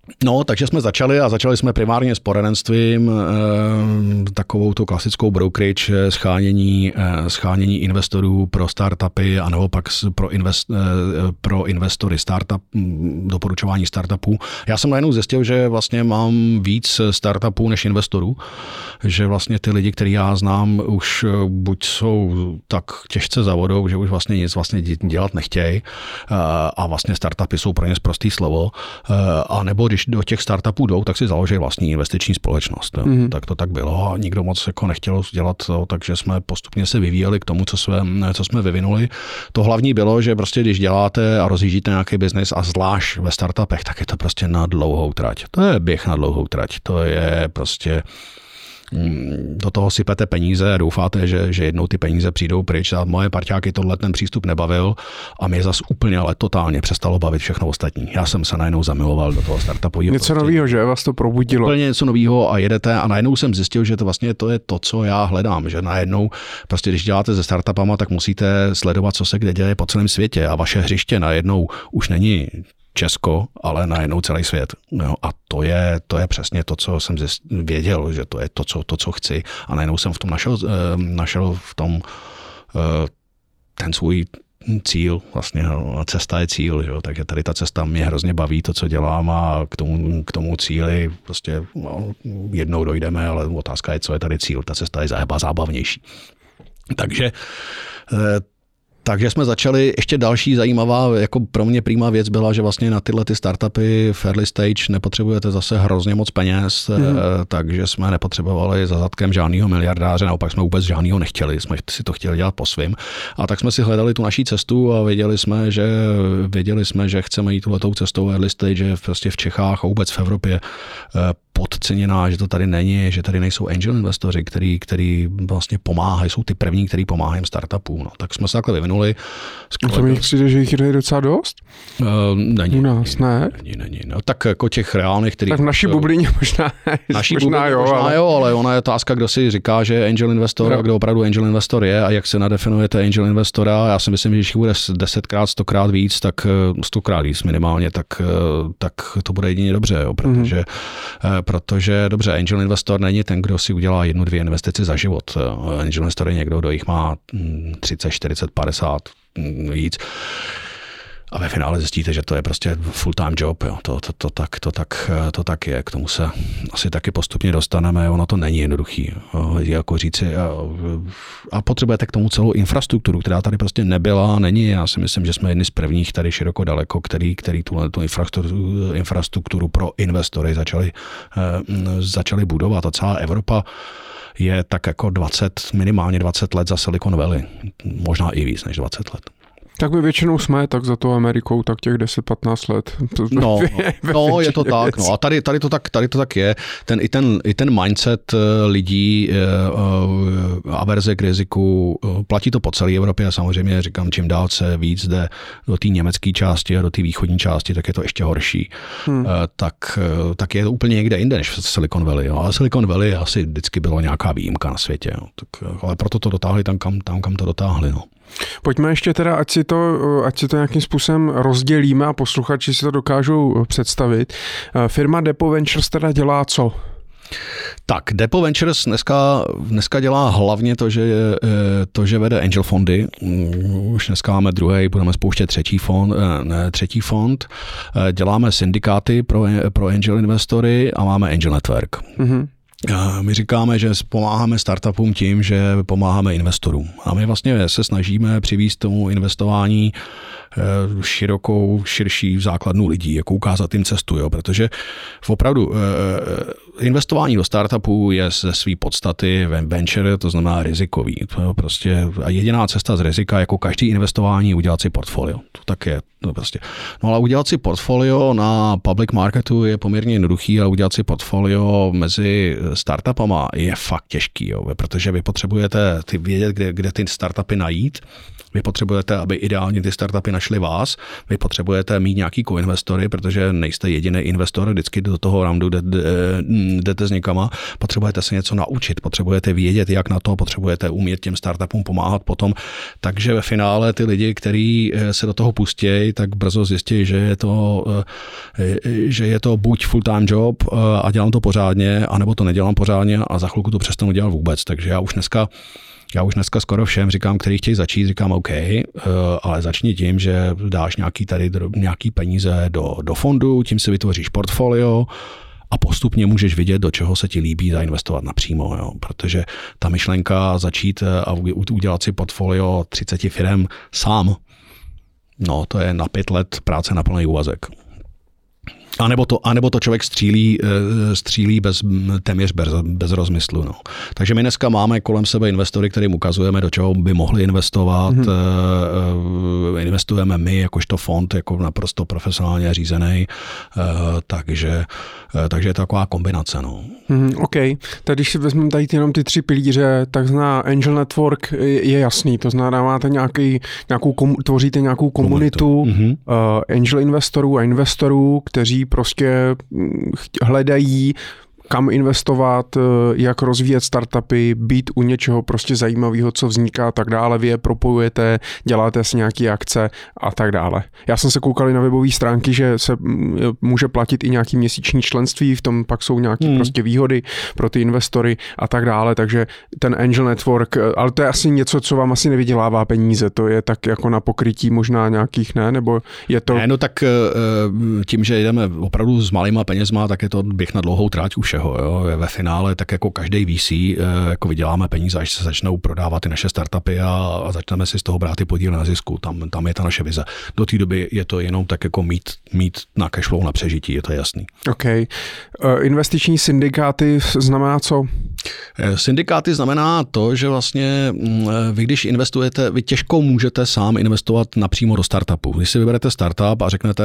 No, takže jsme začali jsme primárně s poradenstvím, takovou tu klasickou brokerage, schánění investorů pro startupy a nebo pak pro investory doporučování startupů. Já jsem najednou zjistil, že vlastně mám víc startupů než investorů, že vlastně ty lidi, který já znám, už buď jsou tak těžce za vodou, že už vlastně nic vlastně dělat nechtějí a vlastně startupy jsou pro ně sprostý slovo, a nebo když do těch startupů jdou, tak si založí vlastní investiční společnost. Tak to tak bylo a nikdo moc jako nechtěl dělat to, takže jsme postupně se vyvíjeli k tomu, co jsme vyvinuli. To hlavní bylo, že prostě když děláte a rozjíždíte nějaký biznis a zvlášť ve startupech, tak je to prostě na dlouhou trať. To je běh na dlouhou trať. To je prostě do toho sypete peníze a doufáte, že jednou ty peníze přijdou pryč a moje parťáky tohle ten přístup nebavil a mě zas úplně ale totálně přestalo bavit všechno ostatní. Já jsem se najednou zamiloval do toho startupového. Něco novýho, že vás to probudilo. Úplně něco novýho a jedete a najednou jsem zjistil, že to vlastně to je to, co já hledám, že najednou prostě když děláte se startupama, tak musíte sledovat, co se kde děje po celém světě a vaše hřiště najednou už není Česko, ale najednou celý svět. No, a to je přesně to, co jsem věděl, že to je to, co chci. A najednou jsem v tom našel v tom ten svůj cíl, vlastně cesta je cíl, že? Takže tady ta cesta mě hrozně baví, to, co dělám a k tomu cíli prostě jednou dojdeme, ale otázka je, co je tady cíl. Ta cesta je zábavnější. Takže jsme začali, ještě další zajímavá, jako pro mě prima věc byla, že vlastně na tyhle ty startupy v early stage nepotřebujete zase hrozně moc peněz, takže jsme nepotřebovali za zadkem žádného miliardáře, naopak jsme vůbec žádného nechtěli, jsme si to chtěli dělat po svým. A tak jsme si hledali tu naší cestu a věděli jsme, že chceme jít tuhletou cestou early stage prostě v Čechách a vůbec v Evropě podceněná, že to tady není, že tady nejsou angel investoři, který vlastně pomáhají, jsou ty první, který pomáhají startupům. No, tak jsme se takhle vyvinuli. A to mi přijde, že jich je docela dost? Není. U nás ne? Není. No, tak jako těch reálných, který... Tak v naší bublině možná jo, ale ona je otázka, kdo si říká, že je angel investor a kdo opravdu angel investor je a jak se nadefinujete angel investora. Já si myslím, že když bude 10krát, 100krát víc, tak 100krát víc minimálně, tak to bude jedině dobře, jo, protože dobře, angel investor není ten, kdo si udělá 1-2 investice za život. Angel investor je někdo, kdo jich má 30, 40, 50 víc. A ve finále zjistíte, že to je prostě full-time job. Jo. To tak je. K tomu se asi taky postupně dostaneme. Ono to není jednoduchý. Jako říci. A potřebujete k tomu celou infrastrukturu, která tady prostě nebyla, není. Já si myslím, že jsme jedni z prvních tady široko daleko, který tu infrastrukturu pro investory začali budovat. A celá Evropa je tak jako minimálně 20 let za Silicon Valley. Možná i víc než 20 let. Tak my většinou jsme tak za to Amerikou, tak těch 10-15 let. No, je to tak. No. A tady to tak je. I ten mindset lidí, averze k riziku, platí to po celé Evropě a samozřejmě říkám, čím dál se víc jde do té německé části a do té východní části, tak je to ještě horší. Tak je to úplně někde jinde než v Silicon Valley. Jo. Ale Silicon Valley asi vždycky bylo nějaká výjimka na světě. Jo. Ale proto to dotáhli tam, kam to dotáhli. No. Pojďme ještě teda, ať si to nějakým způsobem rozdělíme a posluchači si to dokážou představit. Firma Depo Ventures teda dělá co? Tak, Depo Ventures dneska dělá hlavně to, že vede angel fondy. Už dneska máme druhý, budeme spouštět třetí fond. Děláme syndikáty pro angel investory a máme angel network. Mm-hmm. My říkáme, že pomáháme startupům tím, že pomáháme investorům. A my vlastně se snažíme přivést tomu investování širší základnu lidí, jako ukázat jim cestu, jo? Protože opravdu investování do startupů je ze své podstaty venture, to znamená rizikový. To prostě, a jediná cesta z rizika, jako každý investování, udělat si portfolio. To tak je. No, prostě. No ale udělat si portfolio na public marketu je poměrně jednoduchý, ale udělat si portfolio mezi startupama je fakt těžký, jo? Protože vy potřebujete vědět, kde ty startupy najít. Vy potřebujete, aby ideálně ty startupy našli vás. Vy potřebujete mít nějaký koinvestory, protože nejste jediný investor, vždycky do toho roundu jdete s někama, potřebujete se něco naučit, potřebujete vědět, jak na to, potřebujete umět těm startupům pomáhat potom. Takže ve finále ty lidi, kteří se do toho pustí, tak brzo zjistí, že je to buď full-time job a dělám to pořádně, anebo to nedělám pořádně a za chvilku to přestanu dělat vůbec. Takže já už dneska skoro všem říkám, který chtějí začít, říkám OK, ale začni tím, že dáš nějaký peníze do fondu, tím si vytvoříš portfolio a postupně můžeš vidět, do čeho se ti líbí zainvestovat napřímo, jo? Protože ta myšlenka začít a udělat si portfolio 30 firem sám, no to je na 5 let práce na plný úvazek. A nebo to člověk střílí téměř bez rozmyslu. No. Takže my dneska máme kolem sebe investory, kterým ukazujeme, do čeho by mohli investovat. Investujeme my jakožto fond, jako naprosto profesionálně řízený. Takže je to taková kombinace. No. OK. Tak když si vezmeme tady jenom ty 3 pilíře, tak zná Angel Network je jasný. To znamená, máte tvoříte nějakou komunitu angel investorů a investorů, kteří prostě hledají, kam investovat, jak rozvíjet startupy, být u něčeho prostě zajímavého, co vzniká a tak dále. Vy je propojujete, děláte si nějaké akce a tak dále. Já jsem se koukal na webové stránky, že se může platit i nějaký měsíční členství, v tom pak jsou nějaké prostě výhody pro ty investory a tak dále, takže ten Angel Network, ale to je asi něco, co vám asi nevydělává peníze, to je tak jako na pokrytí možná nějakých, ne? Nebo je to... Ne, no tak tím, že jdeme opravdu s malýma penězma, tak je to běh na dlouhou tráť už. Jo, ve finále, tak jako každý VC, jako vyděláme peníze, až se začnou prodávat ty naše startupy a začneme si z toho brát ty podíl na zisku. Tam je ta naše vize. Do té doby je to jenom tak jako mít na cashflow na přežití, je to jasný. OK. Investiční syndikáty znamená co? Syndikáty znamená to, že vlastně vy, když investujete, vy těžko můžete sám investovat napřímo do startupu. Když si vyberete startup a řeknete,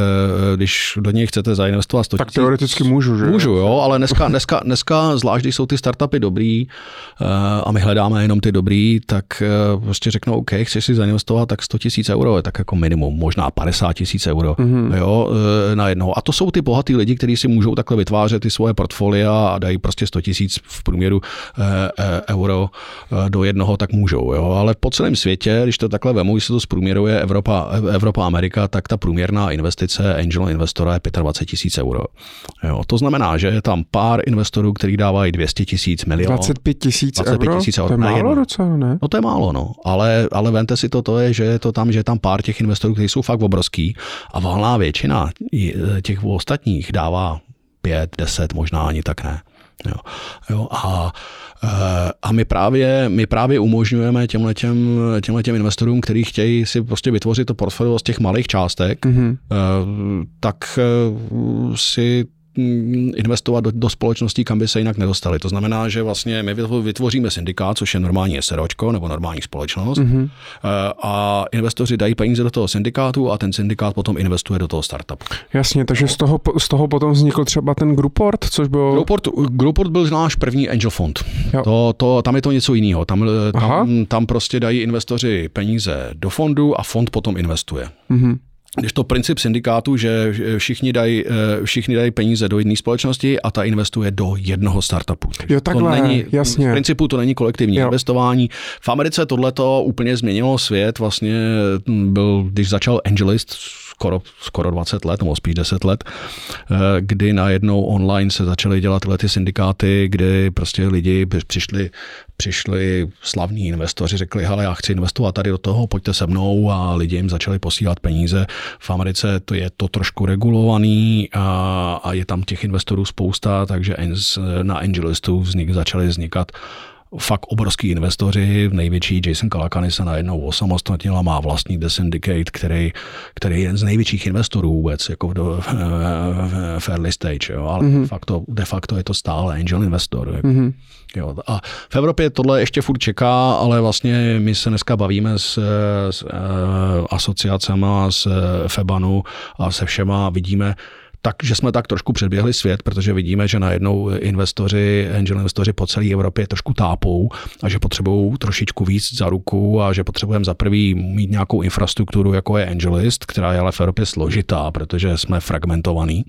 když do něj chcete zainvestovat 100 000... Tak teoreticky můžu, že? Můžu, jo, ale dneska zvlášť, když jsou ty startupy dobrý a my hledáme jenom ty dobrý, tak prostě řeknou, OK, chceš si zainvestovat, tak 100 000 euro je tak jako minimum, možná 50 000 euro, jo, na jednoho. A to jsou ty bohatý lidi, kteří si můžou takhle vytvářet ty svoje portfolia a dají prostě 100 000 v průměru euro do jednoho, tak můžou, jo. Ale po celém světě, když to takhle vemu, když se to zprůměruje Evropa, Amerika, tak ta průměrná investice angel investora je 25 000 euro. Jo, to znamená, že je tam pár investorů, kteří dávají 200 000 milionů. 25 000 euro? To je málo docela, ne? No to je málo, no. Ale vemte si to je, že je tam pár těch investorů, kteří jsou fakt obrovský a valná většina těch ostatních dává 5, 10, možná ani tak ne. Jo, a my právě umožňujeme těmhletěm investorům, kteří chtějí si prostě vytvořit to portfolio z těch malých částek, tak si investovat do společností, kam by se jinak nedostali. To znamená, že vlastně my vytvoříme syndikát, což je normální SROčko nebo normální společnost a investoři dají peníze do toho syndikátu a ten syndikát potom investuje do toho startupu. Jasně, takže z toho potom vznikl třeba ten Grouport, což byl... Grouport byl náš první angel fond. Tam je to něco jiného. Tam prostě dají investoři peníze do fondu a fond potom investuje. Když to princip syndikátu, že všichni dají peníze do jedné společnosti a ta investuje do jednoho startupu. Jo, takhle, jasně. V principu to není kolektivní investování. V Americe tohleto úplně změnilo svět. Vlastně když začal Angelist skoro 20 let, nebo spíš 10 let, kdy najednou online se začaly dělat tyhle ty syndikáty, kdy prostě lidi přišli slavní investoři, řekli, hele, já chci investovat tady do toho, pojďte se mnou a lidi jim začali posílat peníze. V Americe je to trošku regulovaný a je tam těch investorů spousta, takže na Angelistu začaly vznikat fakt obrovský investoři, největší Jason Calacanis se najednou osamostatnil a má vlastní The Syndicate, který je z největších investorů vůbec, jako v early stage, jo, ale de facto je to stále angel investor. Jo, a v Evropě tohle ještě furt čeká, ale vlastně my se dneska bavíme s asociacema, s FEBANu a se všema vidíme takže jsme tak trošku předběhli svět, protože vidíme, že najednou angel investoři po celé Evropě trošku tápou a že potřebují trošičku víc za ruku a že potřebujeme za prvý mít nějakou infrastrukturu, jako je AngelList, která je ale v Evropě složitá, protože jsme fragmentovaní.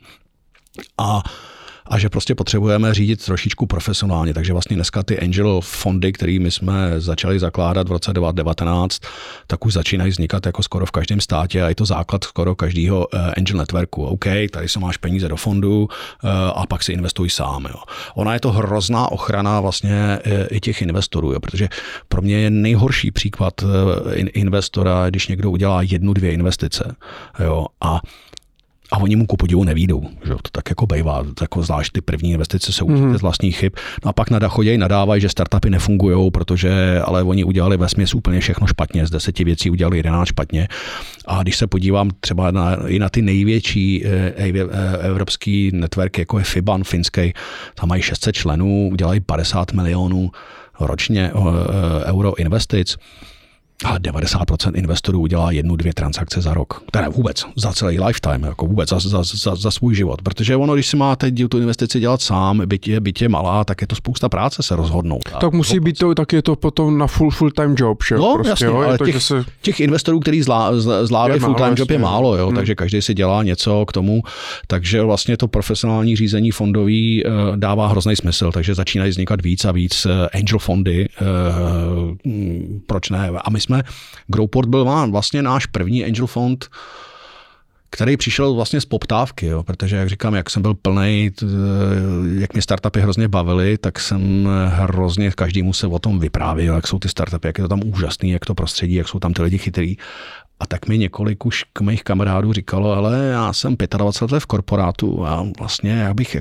A že prostě potřebujeme řídit trošičku profesionálně. Takže vlastně dneska ty angel fondy, které my jsme začali zakládat v roce 2019, tak už začínají vznikat jako skoro v každém státě a je to základ skoro každého angel networku. OK, tady se máš peníze do fondu a pak si investuj sám. Jo. Ona je to hrozná ochrana vlastně i těch investorů, jo, protože pro mě je nejhorší příklad investora, když někdo udělá 1-2 investice. Jo, a oni mu ku podivu nevídou, že to tak jako bejvá, jako zvlášť ty první investice se učíte z vlastních chyb. No a pak chodějí, nadávají, že startupy nefungujou, ale oni udělali vesměs úplně všechno špatně, z 10 věcí udělali 11 špatně. A když se podívám třeba i na ty největší evropský networky, jako je FIBAN finský, tam mají 600 členů, udělají 50 milionů ročně euro investic. A 90% investorů udělá 1-2 transakce za rok. Teda vůbec, za celý lifetime, jako vůbec za svůj život. Protože ono, když si máte tu investici dělat sám, byť je malá, tak je to spousta práce se rozhodnout. Tak musí být to, tak je to potom na full-time job, že? No prostě, jasně, jo, ale těch investorů, kteří zvládají full-time job je málo, jo, takže každý si dělá něco k tomu. Takže vlastně to profesionální řízení fondový dává hrozný smysl, takže začínají vznikat víc a víc angel fondy. Proč ne? A my jsme Growport byl vlastně náš první angel fond, který přišel vlastně z poptávky, jo, protože jak říkám, jak jsem byl plnej, jak mě startupy hrozně bavily, tak jsem hrozně každému se o tom vyprávěl, jak jsou ty startupy, jak je to tam úžasný, jak to prostředí, jak jsou tam ty lidi chytrý. A tak mi několik už mých kamarádů říkalo, ale já jsem 25 let v korporátu a vlastně já bych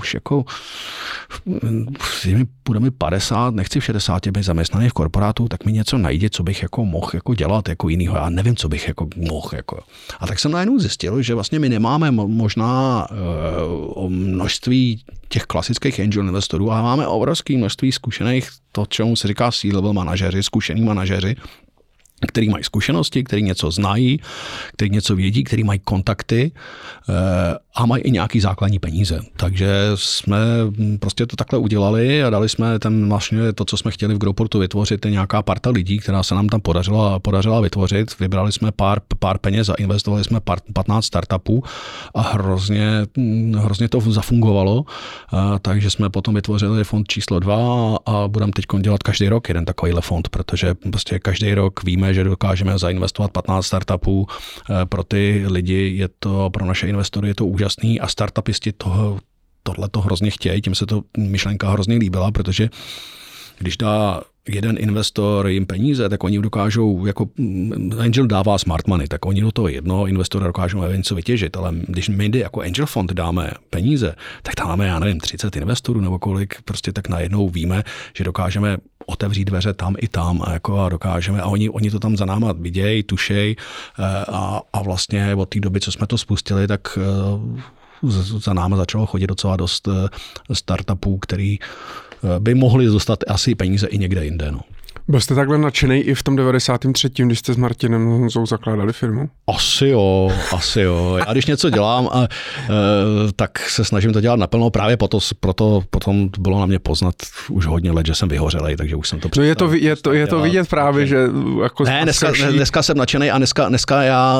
bude mi 50, nechci v 60 být zaměstnaný v korporátu, tak mi něco najde, co bych jako mohl jako dělat jako jinýho. Já nevím, co bych jako mohl. Jako. A tak jsem najednou zjistil, že vlastně my nemáme možná množství těch klasických angel investorů, ale máme obrovské množství zkušených, to, čemu se říká C-level manažeři, zkušený manažeři, který mají zkušenosti, který něco znají, který něco vědí, který mají kontakty a mají i nějaký základní peníze. Takže jsme prostě to takhle udělali a dali jsme vlastně to, co jsme chtěli v Growportu vytvořit, je nějaká parta lidí, která se nám tam podařila vytvořit. Vybrali jsme pár peněz a investovali jsme 15 startupů a hrozně to zafungovalo. Takže jsme potom vytvořili fond číslo 2 a budeme teď dělat každý rok jeden takovýhle fond, protože prostě každý rok víme, že dokážeme zainvestovat 15 startupů. Pro ty lidi pro naše investory je to úžasný a startupisti tohle to hrozně chtějí, tím se to myšlenka hrozně líbila, protože když dá jeden investor jim peníze, tak oni dokážou, jako angel dává smart money, tak oni do toho jednoho investora dokážou něco vytěžit, ale když my jako angel fond dáme peníze, tak tam máme, já nevím, 30 investorů nebo kolik, prostě tak najednou víme, že dokážeme otevřít dveře tam i tam a dokážeme, a oni to tam za náma vidějí, tušej a vlastně od té doby, co jsme to spustili, tak za náma začalo chodit docela dost startupů, který by mohli dostat asi peníze i někde jinde. No. Byl jste takhle nadšenej i v tom 93., když jste s Martinem Honzou zakládali firmu? Asi jo. Já když něco dělám, tak se snažím to dělat naplno. Právě proto potom bylo na mě poznat už hodně let, že jsem vyhořelej, takže už jsem to přestal. No je to vidět právě, že jako ne, dneska jsem nadšenej a dneska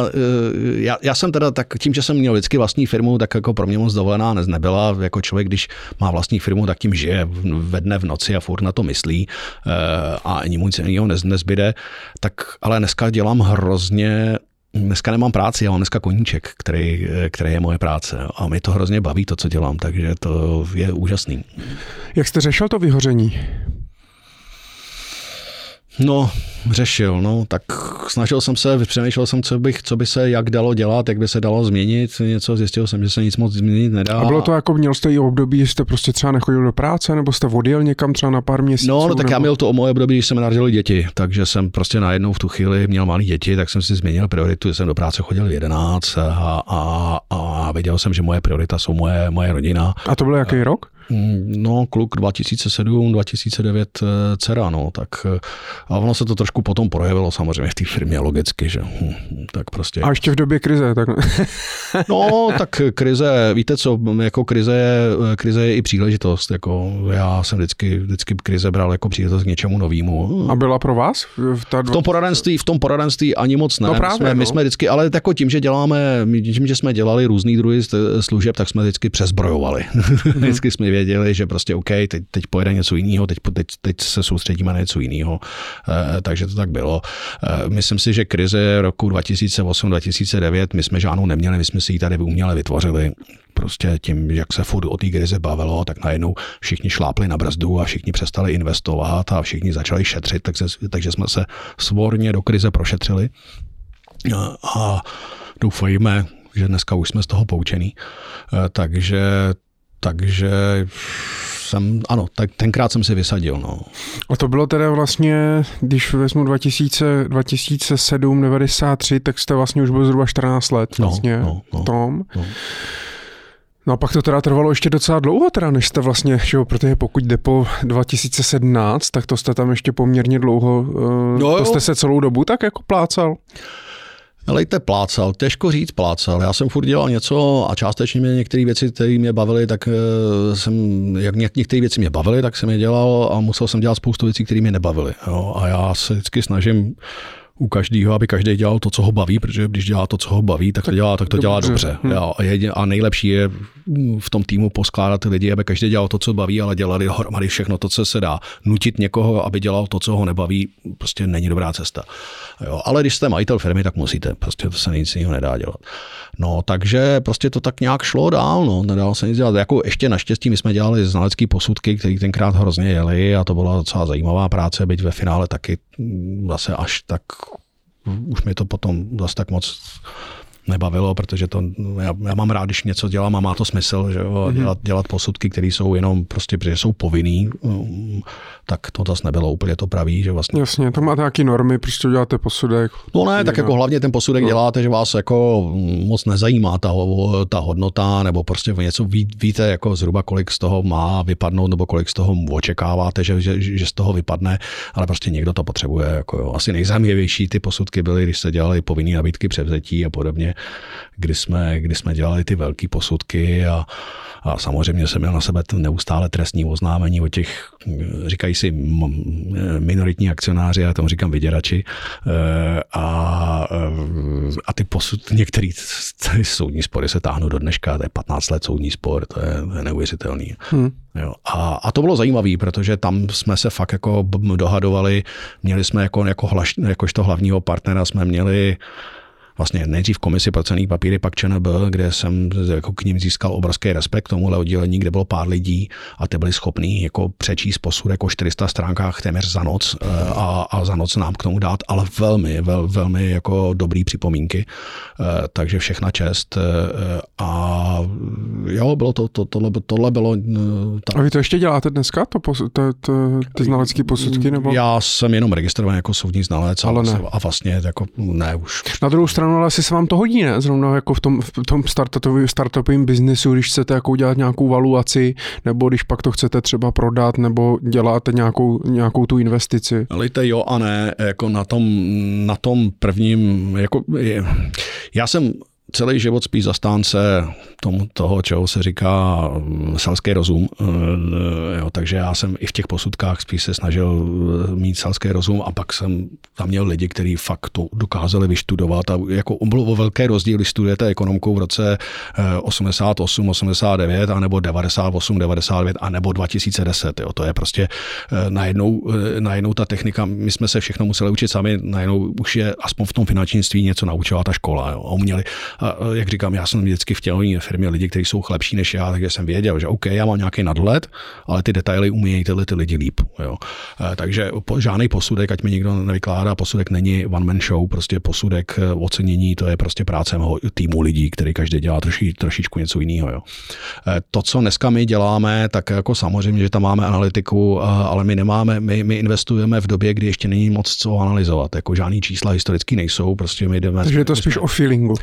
já jsem teda tak tím, že jsem měl vždycky vlastní firmu, tak jako pro mě moc dovolená nebyla. Jako člověk, když má vlastní firmu, tak tím žije ve dne v noci a furt na to myslí a ani mu nic jiného nezbyde, tak ale dneska dělám dneska nemám práci, já mám dneska koníček, který je moje práce a mě to hrozně baví to, co dělám, takže to je úžasný. Jak jste řešil to vyhoření? No, řešil, tak snažil jsem se, přemýšlel jsem, co by se jak dalo dělat, jak by se dalo změnit, něco zjistil jsem, že se nic moc změnit nedá. A bylo to jako, měl jste i období, že jste prostě třeba nechodil do práce, nebo jste odjel někam třeba na pár měsíců? No tak já měl to moje období, když se mi narodili děti, takže jsem prostě najednou v tu chvíli měl malé děti, tak jsem si změnil prioritu, že jsem do práce chodil v 11 a věděl jsem, že moje priorita jsou moje rodina. A to byl jaký rok? No, kluk 2007, 2009 dcera, no, tak a ono se to trošku potom projevilo samozřejmě v té firmě logicky, že tak prostě. A ještě v době krize, tak. No, tak krize, víte co, jako krize je i příležitost, jako já jsem vždycky krize bral jako příležitost k něčemu novému. A byla pro vás? V tom poradenství ani moc ne. No právě, my jsme vždycky, ale jako tím, že jsme dělali různý druhy služeb, tak jsme vždycky přezbrojovali. Vždycky jsme věděli, že prostě OK, teď pojede něco jiného, teď se soustředíme na něco jiného. Takže to tak bylo. Myslím si, že krize roku 2008-2009, my jsme žádnou neměli, my jsme si ji tady uměle vytvořili. Prostě tím, jak se furt o té krizi bavilo, tak najednou všichni šlápli na brzdu a všichni přestali investovat a všichni začali šetřit, takže jsme se svorně do krize prošetřili. A doufejme, že dneska už jsme z toho poučení. Takže ano, tak tenkrát jsem si vysadil. No. A to bylo teda vlastně, když vezmu 2007, 93, tak jste vlastně už byl zhruba 14 let vlastně v tom. No a pak to teda trvalo ještě docela dlouho teda, než jste vlastně, že jo, protože pokud jde po 2017, tak to jste tam ještě poměrně dlouho, to jste se celou dobu tak jako plácal? Helejte, plácal, těžko říct plácal. Já jsem furt dělal něco a částečně mě některé věci, které mě bavily, tak některé věci mě bavily, tak jsem je dělal a musel jsem dělat spoustu věcí, které mě nebavily. Jo? A já se vždycky snažím u každého, aby každý dělal to, co ho baví, protože když dělá to, co ho baví, tak to dělá dobře. A nejlepší je v tom týmu poskládat ty lidi, aby každý dělal to, co baví, ale dělali dohromady všechno to, co se dá. Nutit někoho, aby dělal to, co ho nebaví, prostě není dobrá cesta. Jo, ale když jste majitel firmy, tak musíte. Prostě to se nic jiného nedá dělat. No, takže prostě to tak nějak šlo dál, no, nedalo se nic dělat. Jako ještě naštěstí my jsme dělali znalecké posudky, které tenkrát hrozně jeli a to byla docela zajímavá práce, byť ve finále taky zase až tak už mi to potom zase tak moc nebavilo, protože já mám rád, když něco dělám a má to smysl, že jo, dělat posudky, které jsou jenom prostě, protože jsou povinný, tak to zase nebylo úplně to pravý, že vlastně. Jasně, to máte nějaký normy, prostě děláte posudek. No ne, tak jako hlavně ten posudek děláte, že vás jako moc nezajímá ta hodnota, nebo prostě něco víte jako zhruba, kolik z toho má vypadnout, nebo kolik z toho očekáváte, že z toho vypadne, ale prostě někdo to potřebuje. Jako jo. Asi nejzajímavější ty posudky byly, když se dělaly povinné nabídky převzetí a podobně, kdy jsme dělali ty velké posudky a samozřejmě jsem měl na sebe neustále trestní oznámení o těch, říkají si minoritní akcionáři, já tomu říkám vyděrači, a ty některé soudní spory se táhnou do dneška, to je 15 let soudní spor, to je neuvěřitelný. Jo. A to bylo zajímavé, protože tam jsme se fakt jako dohadovali, měli jsme jakožto hlavního partnera jsme měli vlastně nejdřív komisi pro cenný papíry, pak ČNB, kde jsem jako k ním získal obrovský respekt tomuhle oddělení, kde bylo pár lidí a ty byli schopní jako přečíst posudek o 400 stránkách téměř za noc a za noc nám k tomu dát, ale velmi jako dobrý připomínky. Takže všechna čest. A jo, bylo tohle bylo... A vy to ještě děláte dneska, ty znalecké posudky? Nebo? Já jsem jenom registrovaný jako soudní znalec a vlastně jako ne už. Na druhou stranu, ale asi se vám to hodí, ne? Zrovna jako v tom startupovém biznesu, když chcete jako udělat nějakou valuaci, nebo když pak to chcete třeba prodat, nebo děláte nějakou tu investici. Lejte jo a ne, jako na tom prvním, jako já jsem celý život spíš zastánce toho, čeho se říká selský rozum. Jo, takže já jsem i v těch posudkách spíš se snažil mít selský rozum a pak jsem tam měl lidi, kteří fakt to dokázali vyštudovat a jako bylo velký rozdíl, když studujete ekonomku v roce 88, 89 anebo 98, 99 anebo 2010. Jo. To je prostě najednou ta technika, my jsme se všechno museli učit sami, najednou už je aspoň v tom finančnictví něco naučila ta škola. Jo. A uměli, a jak říkám, já jsem vždycky v tělovní firmě lidi, kteří jsou lepší než já, takže jsem věděl, že OK, já mám nějaký nadhled, ale ty detaily umíjí ty lidi líp. Jo. Takže žádný posudek, ať mi nikdo nevykládá, posudek není one man show, prostě posudek ocenění, to je prostě práce týmu lidí, který každý dělá trošičku něco jiného. Jo. To, co dneska my děláme, tak jako samozřejmě, že tam máme analytiku, ale my investujeme v době, kdy ještě není moc co analyzovat, jako žádný čísla historicky nejsou, prostě my jdeme. Takže je to spíš o feelingu.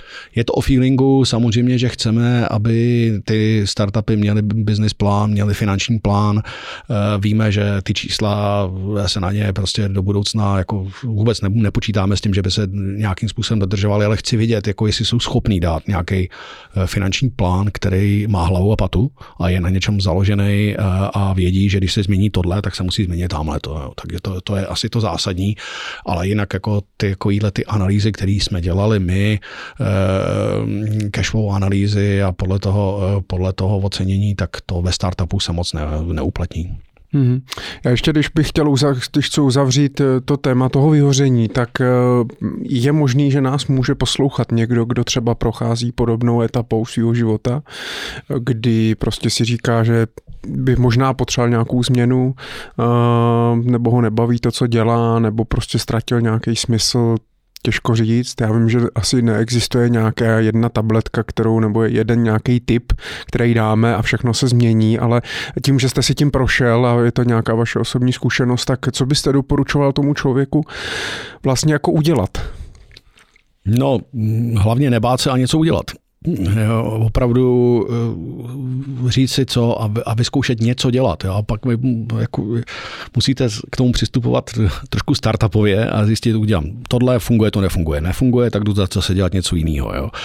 Je to o feelingu, samozřejmě, že chceme, aby ty startupy měly business plán, měly finanční plán. Víme, že ty čísla se na ně prostě do budoucna jako vůbec nepočítáme s tím, že by se nějakým způsobem dodržovaly, ale chci vidět, jako jestli jsou schopní dát nějaký finanční plán, který má hlavu a patu a je na něčem založený a vědí, že když se změní tohle, tak se musí změnit tamhle to. Takže to je asi to zásadní, ale jinak jako ty analýzy, které jsme dělali my, cashflow analýzy a podle toho ocenění, tak to ve startupu se moc neuplatní. Já ještě, když chci uzavřít to téma toho vyhoření, tak je možný, že nás může poslouchat někdo, kdo třeba prochází podobnou etapou svého života, kdy prostě si říká, že by možná potřeboval nějakou změnu, nebo ho nebaví to, co dělá, nebo prostě ztratil nějaký smysl. Těžko říct, já vím, že asi neexistuje nějaká jedna tabletka, nebo jeden nějaký tip, který dáme a všechno se změní, ale tím, že jste si tím prošel a je to nějaká vaše osobní zkušenost, tak co byste doporučoval tomu člověku vlastně jako udělat? No, hlavně nebát se a něco udělat. Opravdu říct si co a vyzkoušet něco dělat. Jo? A pak jako, musíte k tomu přistupovat trošku startupově a zjistit, udělám tohle, funguje, to nefunguje. Nefunguje, tak jdu zase dělat něco jiného. Jo?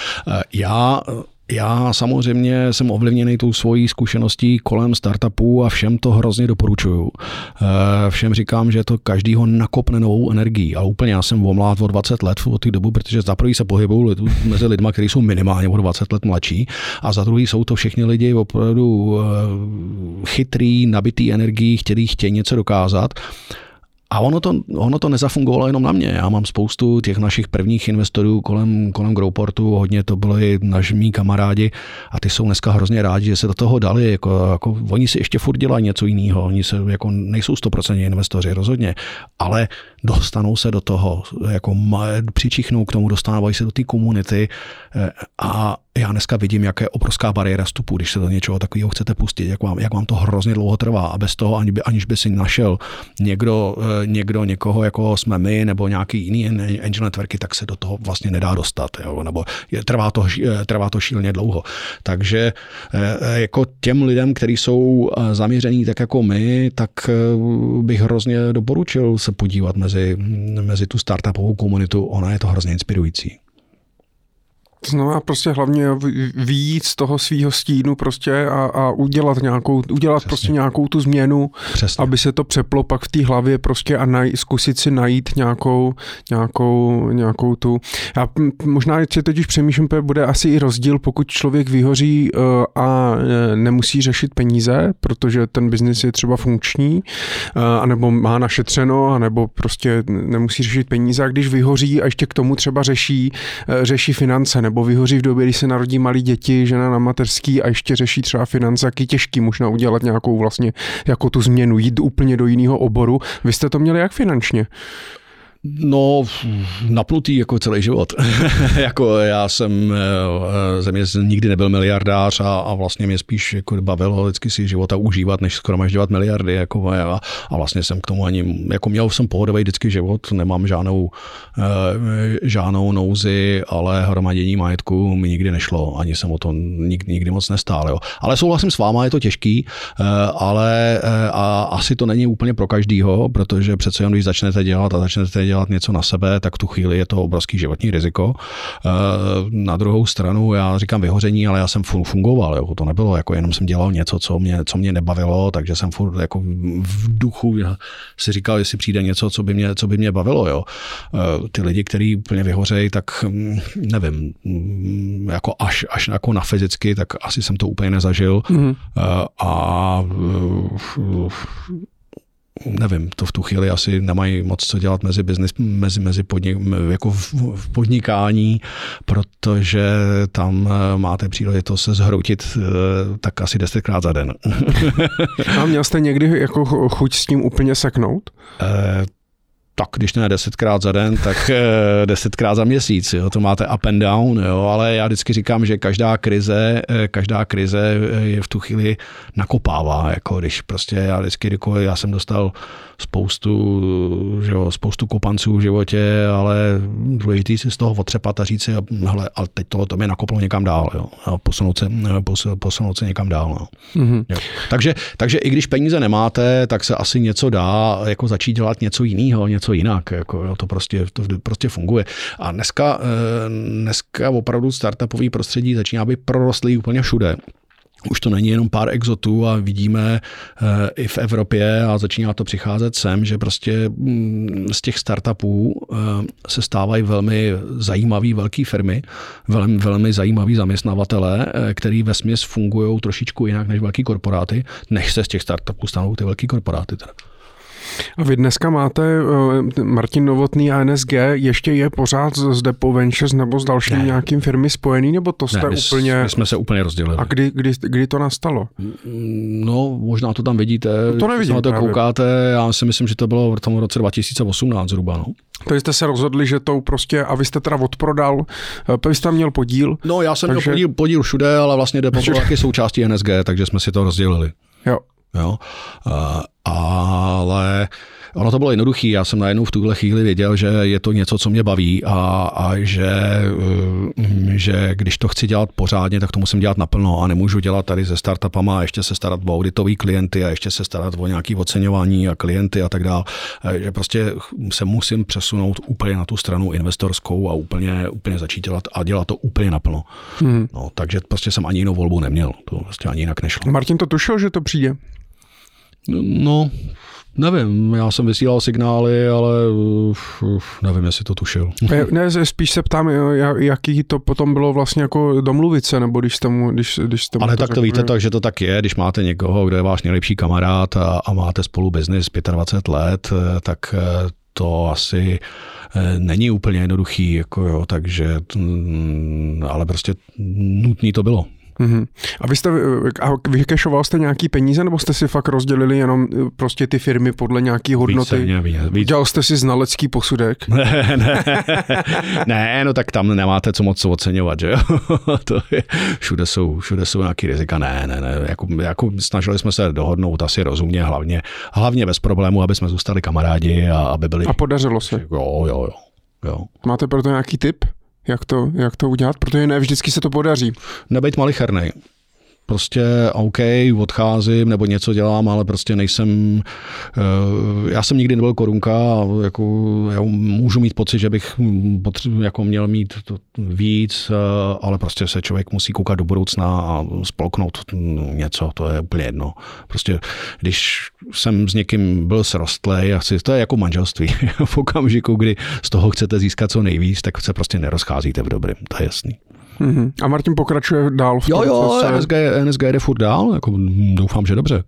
Já samozřejmě jsem ovlivněný tou svojí zkušeností kolem startupů a všem to hrozně doporučuju. Všem říkám, že to každýho nakopne novou energii. A úplně já jsem omlád o 20 let od té doby, protože za prvý se pohybuju mezi lidma, kteří jsou minimálně o 20 let mladší a za druhý jsou to všichni lidi opravdu chytrý, nabitý energií, chtějí něco dokázat. A ono to nezafungovalo jenom na mě. Já mám spoustu těch našich prvních investorů kolem Growportu, hodně to byli mý kamarádi a ty jsou dneska hrozně rádi, že se do toho dali. Jako oni si ještě furt dělají něco jiného, oni se jako nejsou 100% investoři rozhodně, ale dostanou se do toho, jako přičichnou k tomu, dostávají se do té komunity a já dneska vidím, jaká je obrovská bariéra vstupu, když se do něčeho takového chcete pustit, jak vám to hrozně dlouho trvá a bez toho, aniž by si našel někoho, jako jsme my, nebo nějaký jiný angel networky, tak se do toho vlastně nedá dostat, jo? Nebo trvá to šíleně dlouho. Takže jako těm lidem, kteří jsou zaměření tak jako my, tak bych hrozně doporučil se podívat mezi tu startupovou komunitu, ona je to hrozně inspirující. Znamená prostě hlavně vyjít z toho svýho stínu prostě a udělat prostě nějakou tu změnu, přesně, aby se to přeplo pak v té hlavě prostě a zkusit si najít nějakou tu. Já možná si totiž přemýšlím, že bude asi i rozdíl, pokud člověk vyhoří a nemusí řešit peníze, protože ten biznis je třeba funkční, anebo má našetřeno, anebo prostě nemusí řešit peníze, a když vyhoří a ještě k tomu třeba řeší finance, nebo vyhoří v době, kdy se narodí malí děti, žena na mateřský a ještě řeší třeba finance, jak je těžký možná udělat nějakou vlastně jako tu změnu, jít úplně do jiného oboru. Vy jste to měli jak finančně? No, napnutý jako celý život. Jako já jsem nikdy nebyl miliardář a vlastně mě spíš jako bavilo vždycky si života užívat, než shromažďovat miliardy. Jako a vlastně jsem k tomu jako měl jsem pohodový vždycky život, nemám žádnou nouzi, ale hromadění majetku mi nikdy nešlo, ani jsem o to nikdy moc nestál. Jo. Ale souhlasím s váma, je to těžký, ale asi to není úplně pro každýho, protože přece jen, když začnete dělat dělat něco na sebe, tak v tu chvíli je to obrovský životní riziko. Na druhou stranu, já říkám vyhoření, ale já jsem fungoval, jo. To nebylo, jako jenom jsem dělal něco, co mě nebavilo, takže jsem furt jako v duchu si říkal, jestli přijde něco, co by mě bavilo. Jo. Ty lidi, kteří úplně vyhořejí, tak nevím, jako až jako na fyzicky, tak asi jsem to úplně nezažil. Mm-hmm. Nevím, to v tu chvíli asi nemají moc co dělat mezi jako v podnikání, protože tam máte příležitost se zhroutit tak asi 10krát za den. A měl jste někdy jako chuť s tím úplně seknout? tak když ne 10krát za den, tak 10krát za měsíc, jo, to máte up and down, jo, ale já vždycky říkám, že každá krize je v tu chvíli nakopává, jako když prostě já vždycky říkám, já jsem dostal spoustu kopanců v životě, ale důležitý si z toho otřepat a říct si, hele, ale teď to mě nakoplo někam dál, jo, a posunout se někam dál, no. Mm-hmm. Takže i když peníze nemáte, tak se asi něco dá, jako začít dělat něco jiného, něco jinak, jako, jo, to prostě funguje. A dneska opravdu startupový prostředí začíná být prorostlý úplně všude. Už to není jenom pár exotů a vidíme i v Evropě a začíná to přicházet sem, že prostě z těch startupů se stávají velmi zajímavý velké firmy, velmi zajímaví zaměstnavatelé, který vesměs fungují trošičku jinak než velký korporáty, než se z těch startupů stanou ty velký korporáty. Teda. A vy dneska máte Martin Novotný a NSG, ještě je pořád s Depo Ventures nebo s dalšími nějakým firmy spojený, nebo to jste úplně... My jsme se úplně rozdělili. A kdy to nastalo? No, možná to tam vidíte, to nevidím, na to koukáte, já si myslím, že to bylo v tom roce 2018 zhruba, no. Takže jste se rozhodli, že to prostě, a vy jste teda odprodal, vy jste tam měl podíl. No, já jsem měl podíl všude, ale vlastně Depo bylo taky součástí NSG, takže jsme si to rozdělili. Jo. Ale ono to bylo jednoduché. Já jsem najednou v tuhle chvíli věděl, že je to něco, co mě baví a že když to chci dělat pořádně, tak to musím dělat naplno a nemůžu dělat tady se startupama a ještě se starat o auditový klienty a ještě se starat o nějaké oceňování a klienty a tak dále. Že prostě se musím přesunout úplně na tu stranu investorskou a úplně začít dělat to úplně naplno. No, takže prostě jsem ani jinou volbu neměl. To prostě ani jinak nešlo. Martin to tušil, že to přijde? No, nevím, já jsem vysílal signály, ale nevím, jestli to tušil. Ne, spíš se ptám, jaký to potom bylo vlastně jako domluvit se, nebo když jste mu ale tak to víte tak, že to tak je, když máte někoho, kdo je váš nejlepší kamarád a máte spolu biznis 25 let, tak to asi není úplně jednoduchý, jako jo, takže, ale prostě nutný to bylo. Mm-hmm. A vykešoval jste nějaký peníze, nebo jste si fakt rozdělili jenom prostě ty firmy podle nějaký hodnoty? Víc. Dělal jste si znalecký posudek? Ne, no tak tam nemáte co moc oceňovat, že jo? To je, všude jsou nějaký rizika. Ne, jako snažili jsme se dohodnout asi rozumně, hlavně bez problému, aby jsme zůstali kamarádi a aby byli... A podařilo se? Jo. Máte proto nějaký tip? Jak to udělat? Protože ne vždycky se to podaří. Nebejt malichernej. Prostě OK, odcházím nebo něco dělám, ale prostě nejsem, já jsem nikdy nebyl korunka, jako já můžu mít pocit, že bych jako měl mít to víc, ale prostě se člověk musí koukat do budoucna a spolknout něco, to je úplně jedno. Prostě když jsem s někým byl srostlej, to je jako manželství. V okamžiku, kdy z toho chcete získat co nejvíc, tak se prostě nerozcházíte v dobrém, to je jasný. Mm-hmm. A Martin pokračuje dál v tom, Jo, NSG jde furt dál, jako doufám, že dobře.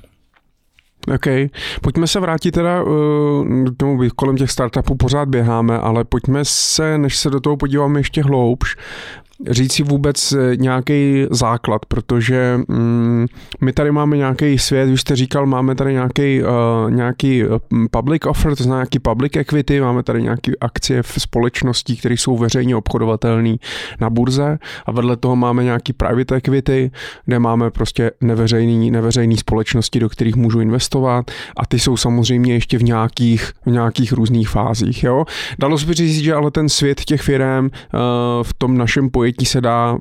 OK. Pojďme se vrátit teda, kolem těch startupů pořád běháme, ale pojďme se, než se do toho podíváme ještě hloubš, říct si vůbec nějaký základ, protože my tady máme nějaký svět, už jste říkal, máme tady nějaký public offer, to znamená nějaký public equity, máme tady nějaké akcie v společností, které jsou veřejně obchodovatelné na burze a vedle toho máme nějaký private equity, kde máme prostě neveřejné společnosti, do kterých můžu investovat a ty jsou samozřejmě ještě v nějakých různých fázích. Jo? Dalo se říct, že ale ten svět těch firem v tom našem pojetí se dá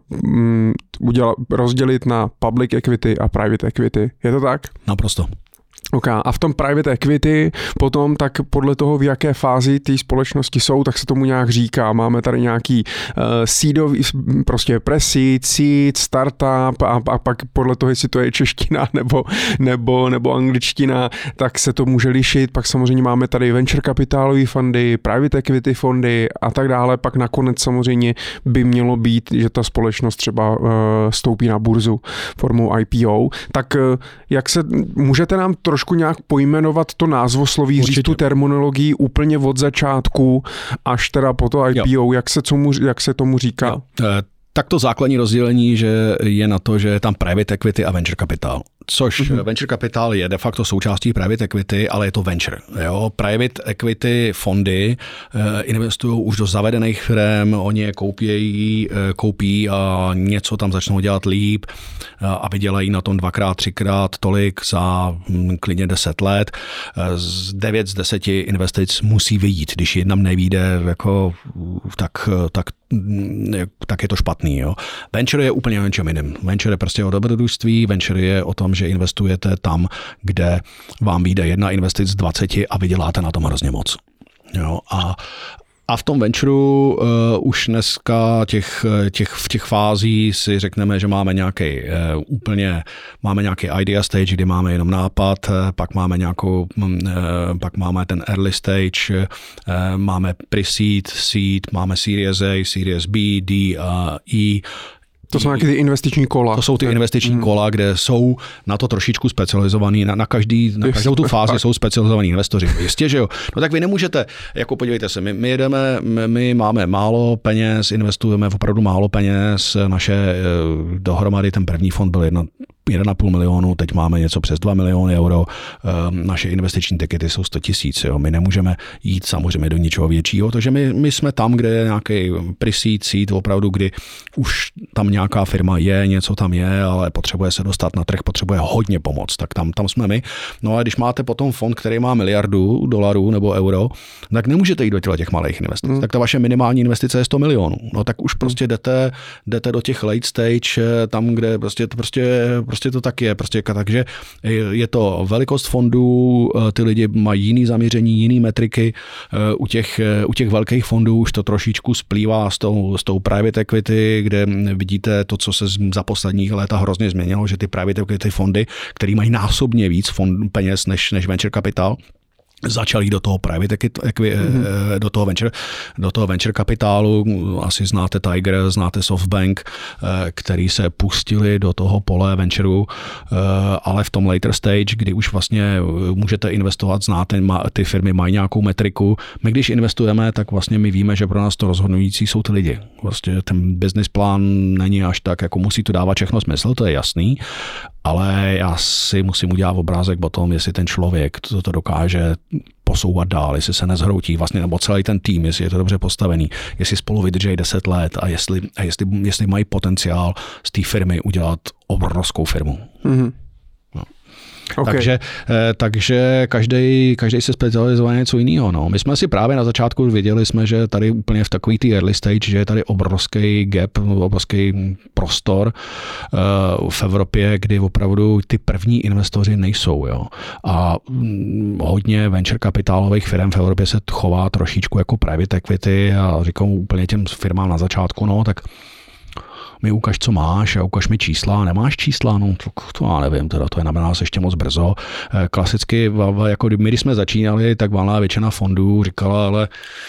rozdělit na public equity a private equity. Je to tak? Naprosto. OK. A v tom private equity potom tak podle toho, v jaké fázi ty společnosti jsou, tak se tomu nějak říká. Máme tady nějaký seedový, prostě pre-seed, seed, startup a pak podle toho, jestli to je čeština nebo angličtina, tak se to může lišit. Pak samozřejmě máme tady venture kapitálové fondy, private equity fondy a tak dále. Pak nakonec samozřejmě by mělo být, že ta společnost třeba stoupí na burzu formou IPO. Tak jak se můžete nám trošku nějak pojmenovat to názvosloví, říct tu terminologii úplně od začátku až teda po to IPO, jak se tomu říká? Tak to základní rozdělení, že je na to, že je tam private equity a venture capital. což venture capital je de facto součástí private equity, ale je to venture. Jo? Private equity fondy investují už do zavedených firm, oni je koupí a něco tam začnou dělat líp a vydělají na tom 2x, 3x tolik za klidně 10 let. 9 z 10 investic musí vyjít. Když jedna nevyjde, jako, tak je to špatný. Jo? Venture je úplně o něčem jiném. Venture je prostě o dobrodružství, venture je o tom, že investujete tam, kde vám vyjde jedna investic z 20 a vyděláte na tom hrozně moc. Jo? A v tom ventureu už dneska v těch fází si řekneme, že máme nějaký idea stage, kdy máme jenom nápad, pak máme ten early stage, máme pre-seed, seed, máme Series A, Series B, D a E. To jsou nějaké ty investiční kola. To jsou ty investiční kola, kde jsou na to trošičku specializovaný, na každou tu fázi jsou specializovaní investoři. Jistě, že jo. No tak vy nemůžete, jako podívejte se, my máme málo peněz, investujeme opravdu málo peněz, naše dohromady ten první fond byl 1,5 milionu, teď máme něco přes 2 miliony euro, naše investiční tikety jsou 100 000, jo. My nemůžeme jít samozřejmě do ničeho většího, takže my jsme tam, kde je nějaký pre-seed, seed, opravdu, kdy už tam nějaká firma je, něco tam je, ale potřebuje se dostat na trh, potřebuje hodně pomoc, tak tam jsme my. No a když máte potom fond, který má $1 miliardu nebo euro, tak nemůžete jít do těch malých investic. Tak ta vaše minimální investice je 100 milionů. No tak už prostě jdete do těch late stage, tam, kde prostě to tak je. Takže je to velikost fondů, ty lidi mají jiný zaměření, jiný metriky. U těch velkých fondů už to trošičku splývá s tou private equity, kde vidíte to, co se za posledních léta hrozně změnilo, že ty private equity fondy, který mají násobně víc peněz než venture capital, začali do toho private equity, do toho venture kapitálu. Asi znáte Tiger, znáte SoftBank, který se pustili do toho pole ventureu, ale v tom later stage, kdy už vlastně můžete investovat, znáte, ty firmy mají nějakou metriku. My když investujeme, tak vlastně my víme, že pro nás to rozhodující jsou ty lidi. Vlastně ten business plán není až tak, jako musí to dávat všechno smysl, to je jasný, ale já si musím udělat obrázek o tom, jestli ten člověk to dokáže posouvat dál, jestli se nezhroutí, vlastně, nebo celý ten tým, jestli je to dobře postavený, jestli spolu vydrží 10 let a jestli mají potenciál z té firmy udělat obrovskou firmu. Mm-hmm. No. Okay. Takže každý se specializuje něco jiného. No. My jsme si právě na začátku věděli, že tady úplně v takový té early stage, že je tady obrovský gap, obrovský prostor v Evropě, kdy opravdu ty první investoři nejsou. Jo. A hodně venture kapitálových firm v Evropě se chová trošičku jako private equity a říkám úplně těm firmám na začátku, no tak mi ukaž, co máš a ukaž mi čísla. Nemáš čísla? No to já nevím, teda to je na nás ještě moc brzo. Klasicky, jako my, když jsme začínali, tak valná většina fondů říkala, ale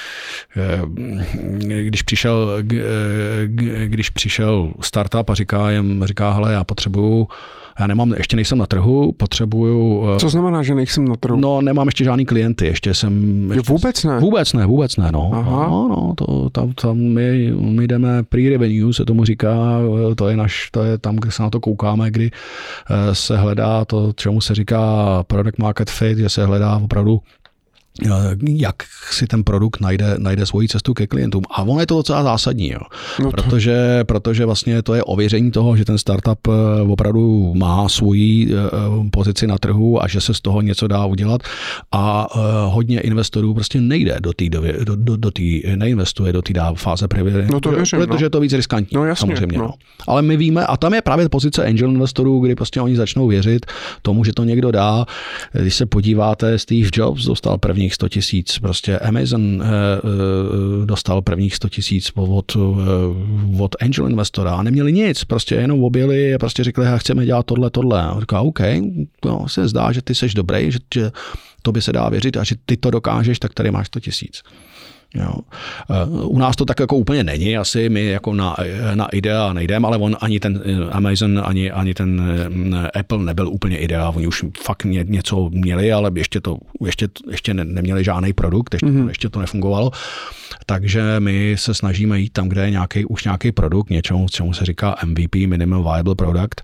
když přišel startup a říká, hele, ještě nejsem na trhu, potřebuju... Co znamená, že nejsem na trhu? No, nemám ještě žádný klienty, Vůbec ne? Vůbec ne, no. Aha. No, tam my jdeme pre-revenue, se tomu říká, to je tam, kde se na to koukáme, kdy se hledá to, čemu se říká product market fit, že se hledá opravdu jak si ten produkt najde svoji cestu ke klientům. A ono je to docela zásadní, jo. No to... protože vlastně to je ověření toho, že ten startup opravdu má svoji pozici na trhu a že se z toho něco dá udělat a hodně investorů prostě nejde neinvestuje do té fáze previze, protože je to víc riskantní, samozřejmě. No. Ale my víme, a tam je právě pozice angel investorů, kdy prostě oni začnou věřit tomu, že to někdo dá. Když se podíváte, Steve Jobs dostal prvních 100 000, prostě Amazon dostal prvních 100 000 od angel investora a neměli nic, prostě jenom objeli a prostě řekli, chceme dělat tohle. A říká, OK, no, se zdá, že ty seš dobrý, že tobě se dá věřit a že ty to dokážeš, tak tady máš 100 000. Jo. U nás to tak jako úplně není, asi my jako na IDEA nejdeme, ale on ani ten Amazon, ani ten Apple nebyl úplně IDEA, oni už fakt něco měli, ale ještě neměli žádný produkt, ještě to nefungovalo. Takže my se snažíme jít tam, kde je nějaký produkt, čemu se říká MVP, Minimal Viable Product,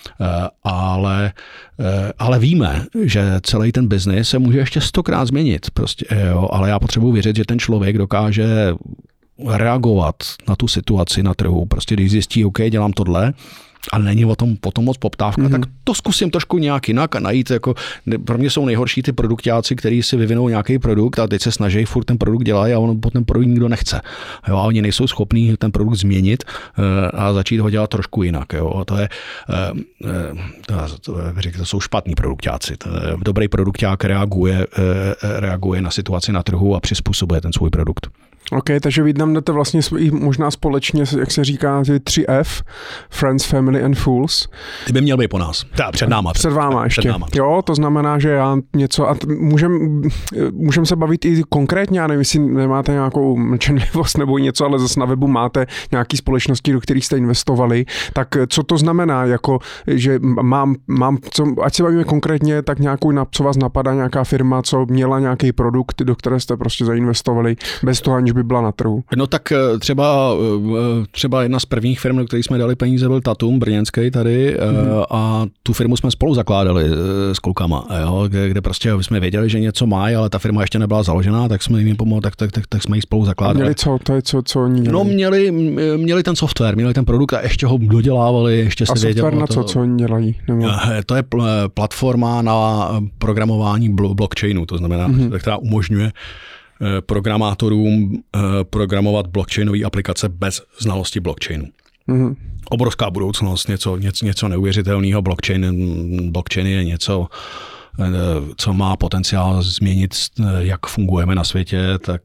ale víme, že celý ten biznis se může ještě 100krát změnit, prostě, jo, ale já potřebuji věřit, že ten člověk dokáže reagovat na tu situaci na trhu, prostě když zjistí, OK, dělám tohle, ale není o tom potom moc poptávka, tak to zkusím trošku nějak jinak a najít, jako pro mě jsou nejhorší ty produktáci, kteří si vyvinou nějaký produkt a teď se snaží furt ten produkt dělat a on ten produkt nikdo nechce. Jo, a oni nejsou schopní ten produkt změnit a začít ho dělat trošku jinak. Jo. To jsou špatní produktáci. Dobrý produkták reaguje na situaci na trhu a přizpůsobuje ten svůj produkt. OK, takže vy nám jdete vlastně možná společně, jak se říká, ty 3F, Friends, Family and Fools. Ty by měl být po nás. Před náma. Před váma ještě. Jo, to znamená, že já něco, a můžem se bavit i konkrétně, já nevím, jestli nemáte nějakou mlčenlivost nebo něco, ale zase na webu máte nějaký společnosti, do kterých jste investovali, tak co to znamená, jako, že mám ať se bavíme konkrétně, tak nějakou, co vás napadá, nějaká firma, co měla nějaký produkt, do které jste prostě zainvestovali, bez toho, aniž by byla na trhu. No tak třeba jedna z prvních firm, do kterých jsme dali peníze, byl Tatum, brněnský tady, a tu firmu jsme spolu zakládali s klukama, jo, kde prostě jsme věděli, že něco mají, ale ta firma ještě nebyla založená, tak jsme jim pomohli, tak jsme ji spolu zakládali. Měli co? To je co oni měli? No měli ten software, měli ten produkt a ještě ho dodělávali, ještě se věděli. A software na co oni dělají? To je platforma na programování blockchainu, to znamená, která umožňuje programátorům programovat blockchainové aplikace bez znalosti blockchainu. Obrovská budoucnost, něco neuvěřitelného. Blockchain je něco, co má potenciál změnit, jak fungujeme na světě, tak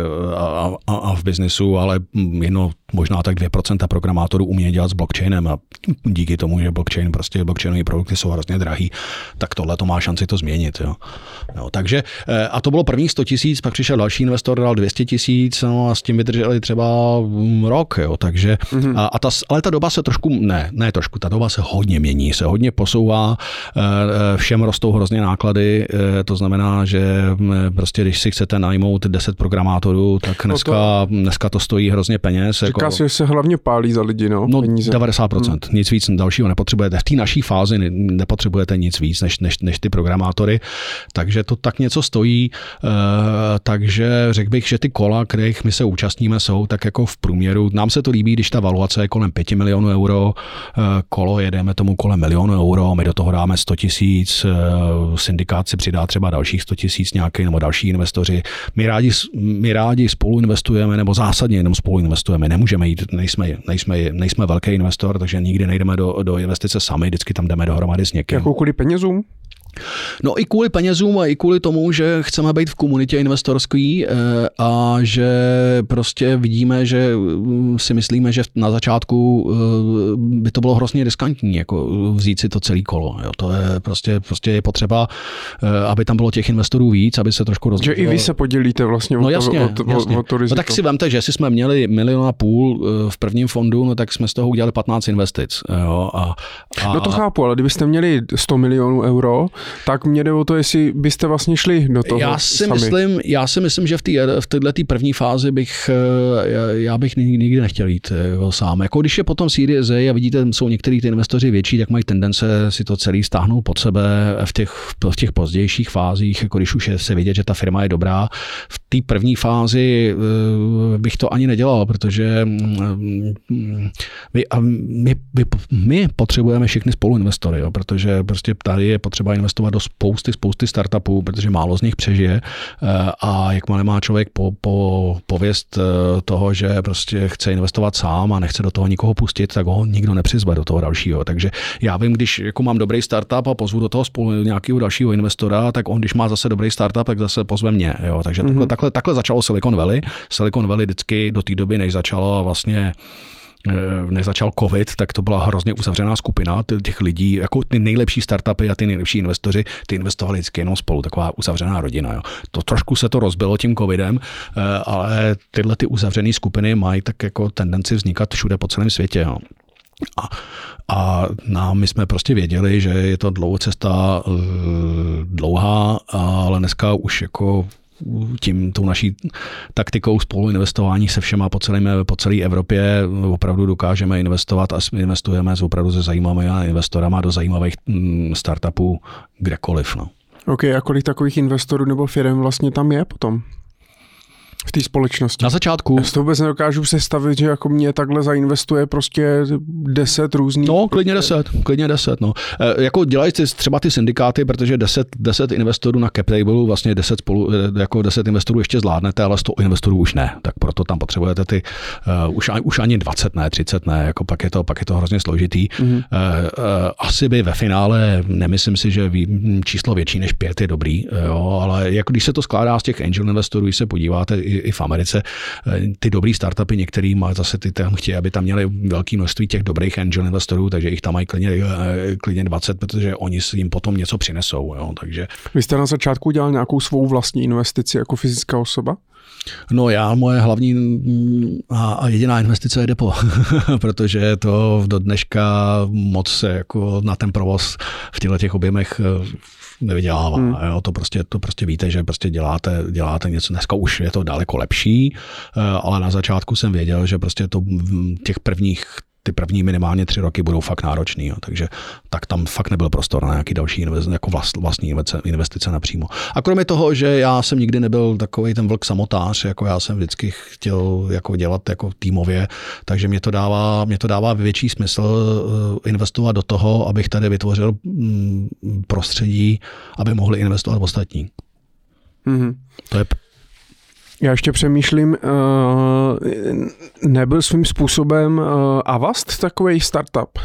a v biznesu, ale možná tak 2% programátorů umí dělat s blockchainem a díky tomu, že blockchainové produkty jsou hrozně drahý, tak tohle to má šanci to změnit. Jo. No, takže, a to bylo prvních 100 000, pak přišel další investor, dal 200 000, a s tím vydrželi třeba rok. Jo, takže, ale ta doba se ta doba se hodně mění, se hodně posouvá, všem rostou hrozně náklady, to znamená, že prostě když si chcete najmout 10 programátorů, tak dneska to stojí hrozně peněz. Říká se, že se hlavně pálí za lidi, peníze. 90%. Nic víc dalšího nepotřebujete. V té naší fázi nepotřebujete nic víc než ty programátory, takže to tak něco stojí, takže řekl bych, že ty kola, kterých my se účastníme, jsou tak jako v průměru. Nám se to líbí, když ta valuace je kolem 5 milionů euro, kolo jedeme tomu kolem 1 milionu euro, my do toho dáme 100 000, syndikát si přidá třeba dalších 100 000 nějaký, nebo další investoři. My rádi spolu investujeme, nebo zásadně jenom spolu investujeme. Nemůžeme jít, nejsme velký investor, takže nikdy nejdeme do investice sami, vždycky tam jdeme dohromady s někým. Jako kvůli penězům? No i kvůli penězům a i kvůli tomu, že chceme být v komunitě investorský a že prostě vidíme, že si myslíme, že na začátku by to bylo hrozně riskantní, jako vzít si to celé kolo. Jo. To je prostě je potřeba, aby tam bylo těch investorů víc, aby se trošku rozdělilo. Že i vy se podělíte vlastně o to riziko. No tak si vemte, že jestli jsme měli 1,5 milionu v prvním fondu, no tak jsme z toho udělali 15 investic. Jo. No to chápu, ale kdybyste měli 100 milionů euro, tak mě jde o to, jestli byste vlastně šli do toho Já si myslím, že v této první fázi bych nikdy nechtěl jít sám. Jako když je potom Series A a vidíte, jsou některý ty investoři větší, tak mají tendence si to celý stáhnout pod sebe v těch pozdějších fázích, jako když už se vidět, že ta firma je dobrá. V té první fázi bych to ani nedělal, protože my potřebujeme všichni spoluinvestory, jo, protože prostě tady je potřeba investovat do spousty startupů, protože málo z nich přežije a jakmile má člověk pověst toho, že prostě chce investovat sám a nechce do toho nikoho pustit, tak ho nikdo nepřizve do toho dalšího. Takže já vím, když jako mám dobrý startup a pozvu do toho spolu nějakého dalšího investora, tak on, když má zase dobrý startup, tak zase pozve mě. Jo. Takže takhle začalo Silicon Valley. Silicon Valley vždycky do té doby, než začalo vlastně nezačal covid, tak to byla hrozně uzavřená skupina těch lidí, jako ty nejlepší startupy a ty nejlepší investoři, ty investovali vždycky jenom spolu, taková uzavřená rodina. Jo. To trošku se to rozbilo tím covidem, ale tyhle ty uzavřené skupiny mají tak jako tendenci vznikat všude po celém světě. Jo. A my jsme prostě věděli, že je to cesta dlouhá, ale dneska už jako tou naší taktikou spoluinvestování se všema po celé Evropě opravdu dokážeme investovat a investujeme opravdu se zajímavými investorama do zajímavých startupů kdekoliv. No. OK, a kolik takových investorů nebo firm vlastně tam je potom? V té společnosti. Na začátku. Já si to vůbec nedokážu představit, že jako mě takhle zainvestuje prostě 10 různých. No, klidně 10. No. Jako dělají třeba ty syndikáty, protože 10 investorů na cap table, vlastně 10 investorů ještě zvládnete, ale 100 investorů už ne. Tak proto tam potřebujete ty, už ani 20 ne, 30 ne, jako pak je to hrozně složitý. Mm-hmm. Asi by ve finále, nemyslím si, že číslo větší než 5 je dobrý, jo, ale jako když se to skládá z těch angel investorů, když se podíváte, i v Americe ty dobrý startupy, některý má zase ty tam chtějí, aby tam měli velké množství těch dobrých angel investorů, takže jich tam mají klidně 20, protože oni si jim potom něco přinesou. Jo, takže. Vy jste na začátku dělal nějakou svou vlastní investici jako fyzická osoba? No moje hlavní a jediná investice je depo, protože to do dneška moc se jako na ten provoz v těch objemech nevydělává. Jo, to prostě víte, že prostě děláte něco. Dneska už je to daleko lepší, ale na začátku jsem věděl, že prostě to ty první minimálně 3 roky budou fakt náročný, jo, takže tak tam fakt nebyl prostor na nějaký další jako vlastní investice napřímo. A kromě toho, že já jsem nikdy nebyl takovej ten vlk samotář, jako já jsem vždycky chtěl jako dělat jako týmově, takže mě to dává větší smysl investovat do toho, abych tady vytvořil prostředí, aby mohli investovat ostatní. Mm-hmm. To je. Já ještě přemýšlím, nebyl svým způsobem Avast takový startup?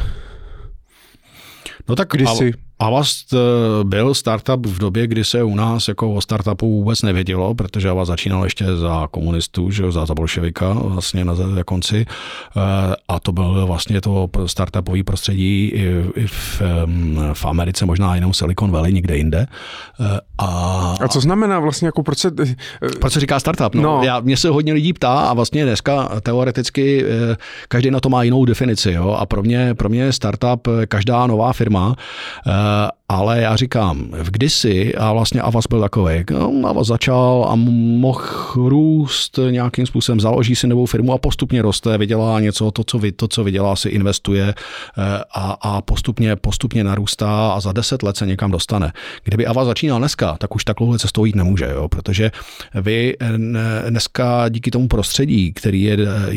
No tak kdysi. Avast byl startup v době, kdy se u nás jako o startupu vůbec nevědělo, protože Avast začínal ještě za komunistů, že za bolševika vlastně na konci, a to bylo vlastně to startupový prostředí i v Americe, možná jenom Silicon Valley, někde jinde. A co znamená vlastně jako proč se říká startup? No. Mě se hodně lidí ptá a vlastně dneska teoreticky každý na to má jinou definici, jo? A pro mě je startup každá nová firma, ale já říkám, kdysi, a vlastně Avast byl takový, Avast začal a mohl růst nějakým způsobem, založí si novou firmu a postupně roste, vydělá něco, to, co vydělá, si investuje a postupně narůstá a za 10 let se někam dostane. Kdyby Avast začínal dneska, tak už takovouhle cestou jít nemůže, jo? Protože vy dneska díky tomu prostředí, který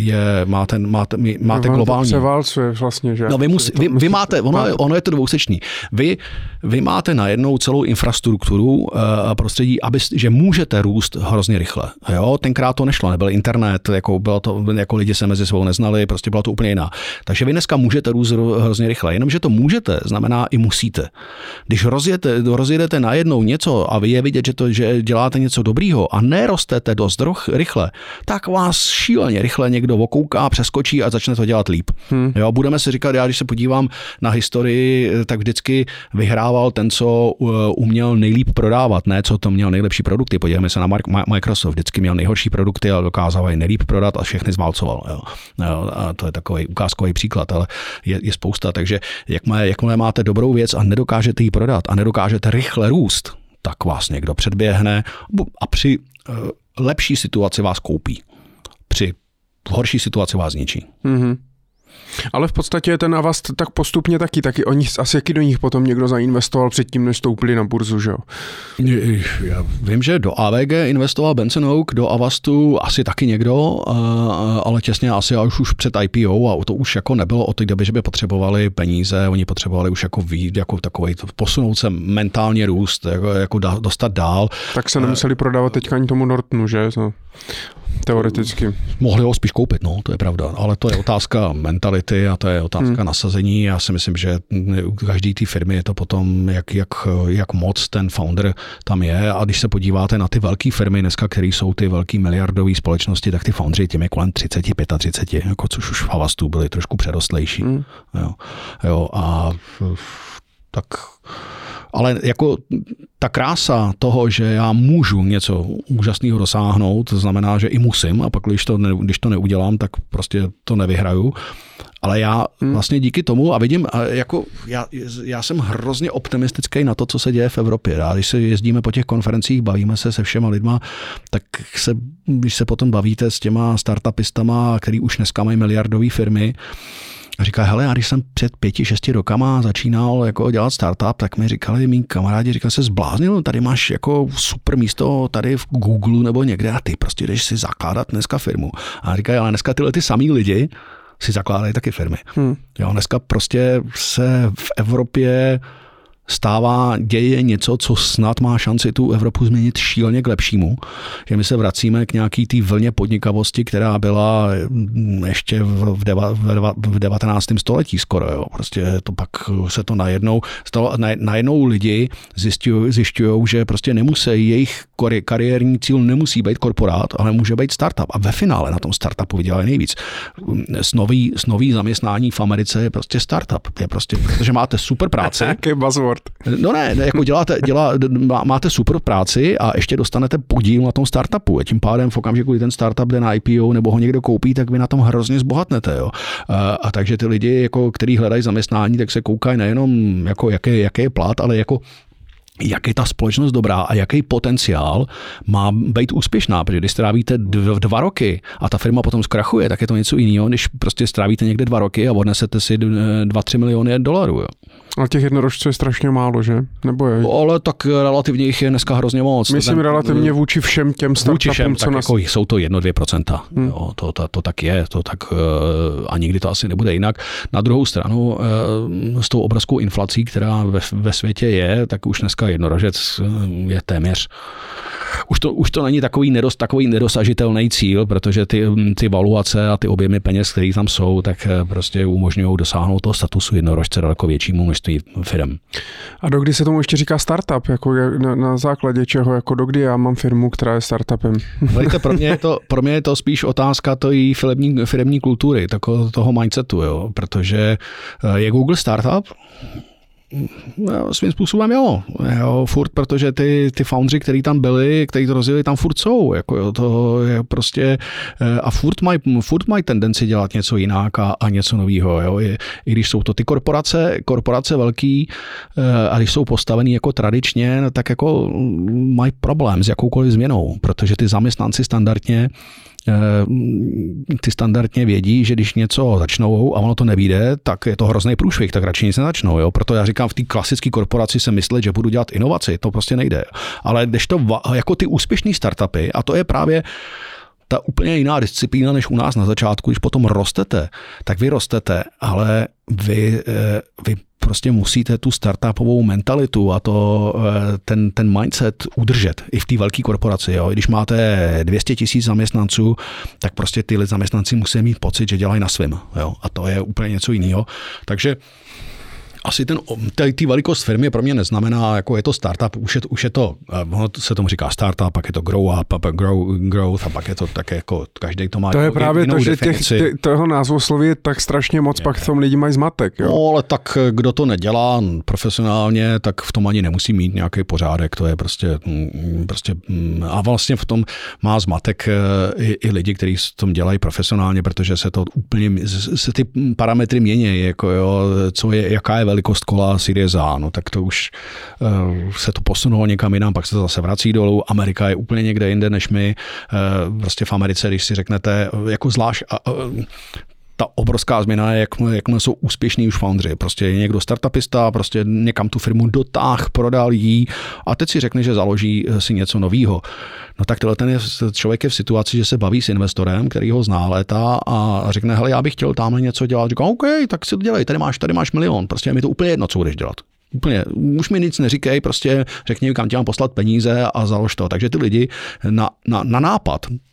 máte globální. Se válcuje vlastně, že? No vy máte, ono je to dvousečný. Vy máte najednou celou infrastrukturu prostředí, že můžete růst hrozně rychle. Jo? Tenkrát to nešlo, nebyl internet, jako lidi se mezi sebou neznali, prostě byla to úplně jiná. Takže vy dneska můžete růst hrozně rychle, jenomže to můžete, znamená i musíte. Když rozjedete najednou něco a vy je vidět, že děláte něco dobrýho a nerostete dost rychle, tak vás šíleně rychle někdo okouká, přeskočí a začne to dělat líp. Jo? Budeme si říkat, já když se podívám na historii, tak vždycky vyhrával ten, co uměl nejlíp prodávat, ne co to měl nejlepší produkty. Podívejme se na Microsoft, vždycky měl nejhorší produkty, ale dokázal je nejlíp prodat a všechny zválcoval. Jo. A to je takový ukázkový příklad, ale je spousta. Takže jakmile máte dobrou věc a nedokážete ji prodat a nedokážete rychle růst, tak vás někdo předběhne a při lepší situaci vás koupí. Při horší situaci vás zničí. Mm-hmm. Ale v podstatě ten Avast tak postupně taky oni, asi jaký do nich potom někdo zainvestoval předtím, než stoupili na burzu, že jo? Já vím, že do AVG investoval Benson Oak, do Avastu asi taky někdo, ale těsně asi už před IPO a to už jako nebylo o té době, že by potřebovali peníze, oni potřebovali už jako výjít, jako takovej, posunout se mentálně růst, jako dostat dál. Tak se nemuseli prodávat teďka ani tomu Nortonu, že? teoreticky. Mohli ho spíš koupit, no, to je pravda, ale to je otázka mentality a to je otázka nasazení. Já si myslím, že u každé té firmy je to potom, jak moc ten founder tam je, a když se podíváte na ty velké firmy dneska, které jsou ty velké miliardové společnosti, tak ty foundři těm je kolem 30, 35, jako což už v Havastu byli trošku přerostlejší. Jo, a tak... Ale jako ta krása toho, že já můžu něco úžasného dosáhnout, to znamená, že i musím, a pak když to neudělám, tak prostě to nevyhraju. Ale já vlastně díky tomu, a vidím, jako já jsem hrozně optimistický na to, co se děje v Evropě. A když se jezdíme po těch konferencích, bavíme se všema lidma, tak když se potom bavíte s těma startupistama, který už dneska mají miliardové firmy, a říká, hele, já když jsem před 5-6 rokama začínal jako dělat startup, tak mi říkali mý kamarádi, se zbláznil, tady máš jako super místo tady v Google nebo někde a ty prostě jdeš si zakládat dneska firmu. A říkají, ale dneska tyhle ty samý lidi si zakládají taky firmy. Jo, dneska prostě se v Evropě děje něco, co snad má šanci tu Evropu změnit šíleně k lepšímu. Že my se vracíme k nějaký té vlně podnikavosti, která byla ještě v 19. století skoro. Jo. Prostě to pak se to najednou lidi zjišťují, že prostě nemusí, jejich kariérní cíl nemusí být korporát, ale může být startup. A ve finále na tom startupu vydělají nejvíc. Nový zaměstnání v Americe je prostě startup. Je prostě, protože máte super práci. Jaký buzzword. No ne, jako máte super práci a ještě dostanete podíl na tom startupu. A tím pádem v okamžiku, kdy ten startup jde na IPO nebo ho někdo koupí, tak vy na tom hrozně zbohatnete. Jo. A takže ty lidi, jako, kteří hledají zaměstnání, tak se koukají nejenom, jako, jaký je plat, ale jako jak je ta společnost dobrá a jaký potenciál má být úspěšná, protože když strávíte 2 roky a ta firma potom zkrachuje, tak je to něco jiného, když prostě strávíte někde 2 roky a odnesete si 2-3 miliony dolarů. Jo. Ale těch jednorožců je strašně málo, že? Nebo je? Ale tak relativně jich je dneska hrozně moc. Myslím relativně vůči všem těm startupům, co tak jako jsou to 1-2%. Jo, to tak je, a nikdy to asi nebude jinak. Na druhou stranu s tou obrovskou inflací, která ve světě je, tak už dneska jednorožec je téměř. Už to není takový nedosažitelný cíl, protože ty valuace a ty objemy peněz, které tam jsou, tak prostě umožňují dosáhnout toho statusu jednorožce daleko většímu množství firm. A dokdy se tomu ještě říká startup? Jako na základě čeho? Jako dokdy já mám firmu, která je startupem? Víte, pro mě je to spíš otázka firemní kultury, toho mindsetu, jo, protože je Google startup? No, svým způsobem jo, furt, protože ty foundři, kteří tam byli, kteří to rozjeli, tam furt jsou, jako jo, to je prostě, a furt mají tendenci dělat něco jinak a něco nového, jo, i když jsou to ty korporace velký, a když jsou postavený jako tradičně, no, tak jako mají problém s jakoukoliv změnou, protože ty zaměstnanci standardně vědí, že když něco začnou a ono to nevyjde, tak je to hrozný průšvih, tak radši nic nezačnou. Jo? Proto já říkám, v té klasické korporaci se myslet, že budu dělat inovaci, to prostě nejde. Ale když to jako ty úspěšný startupy, a to je právě ta úplně jiná disciplína než u nás na začátku, když potom rostete, tak vy rostete, ale vy prostě musíte tu startupovou mentalitu a ten mindset udržet i v té velké korporaci. Jo. Když máte 200 000 zaměstnanců, tak prostě ty zaměstnanci musí mít pocit, že dělají na svém. Jo. A to je úplně něco jiného. Takže asi ty velikost firmy pro mě neznamená, jako je to startup, už je to, se tomu říká startup, pak je to grow up, pak growth a pak je to také jako každý to má. To je právě to, že toho názvosloví je tak strašně moc, pak v tom lidi mají zmatek. Jo? No, ale tak kdo to nedělá profesionálně, tak v tom ani nemusí mít nějaký pořádek, to je prostě a vlastně v tom má zmatek i lidi, kteří v tom dělají profesionálně, protože se to úplně, se ty parametry mění, jako jo, jaká je velikost kola Series A, no tak to už se to posunulo někam jinam, pak se to zase vrací dolů. Amerika je úplně někde jinde než my. Prostě v Americe, když si řeknete, jako zvlášť ta obrovská změna je, jakmile jsou úspěšní už foundři. Prostě je někdo startupista, prostě někam tu firmu dotáhl, prodal jí a teď si řekne, že založí si něco novýho. No tak ten člověk je v situaci, že se baví s investorem, který ho zná léta a řekne, hele, já bych chtěl tamhle něco dělat. Říká, OK, tak si to dělej, tady máš milion, prostě je mi to úplně jedno, co budeš dělat. Úplně, už mi nic neříkej, prostě řekni, kam ti mám poslat peníze a založ to. Takže ty lidi na nápad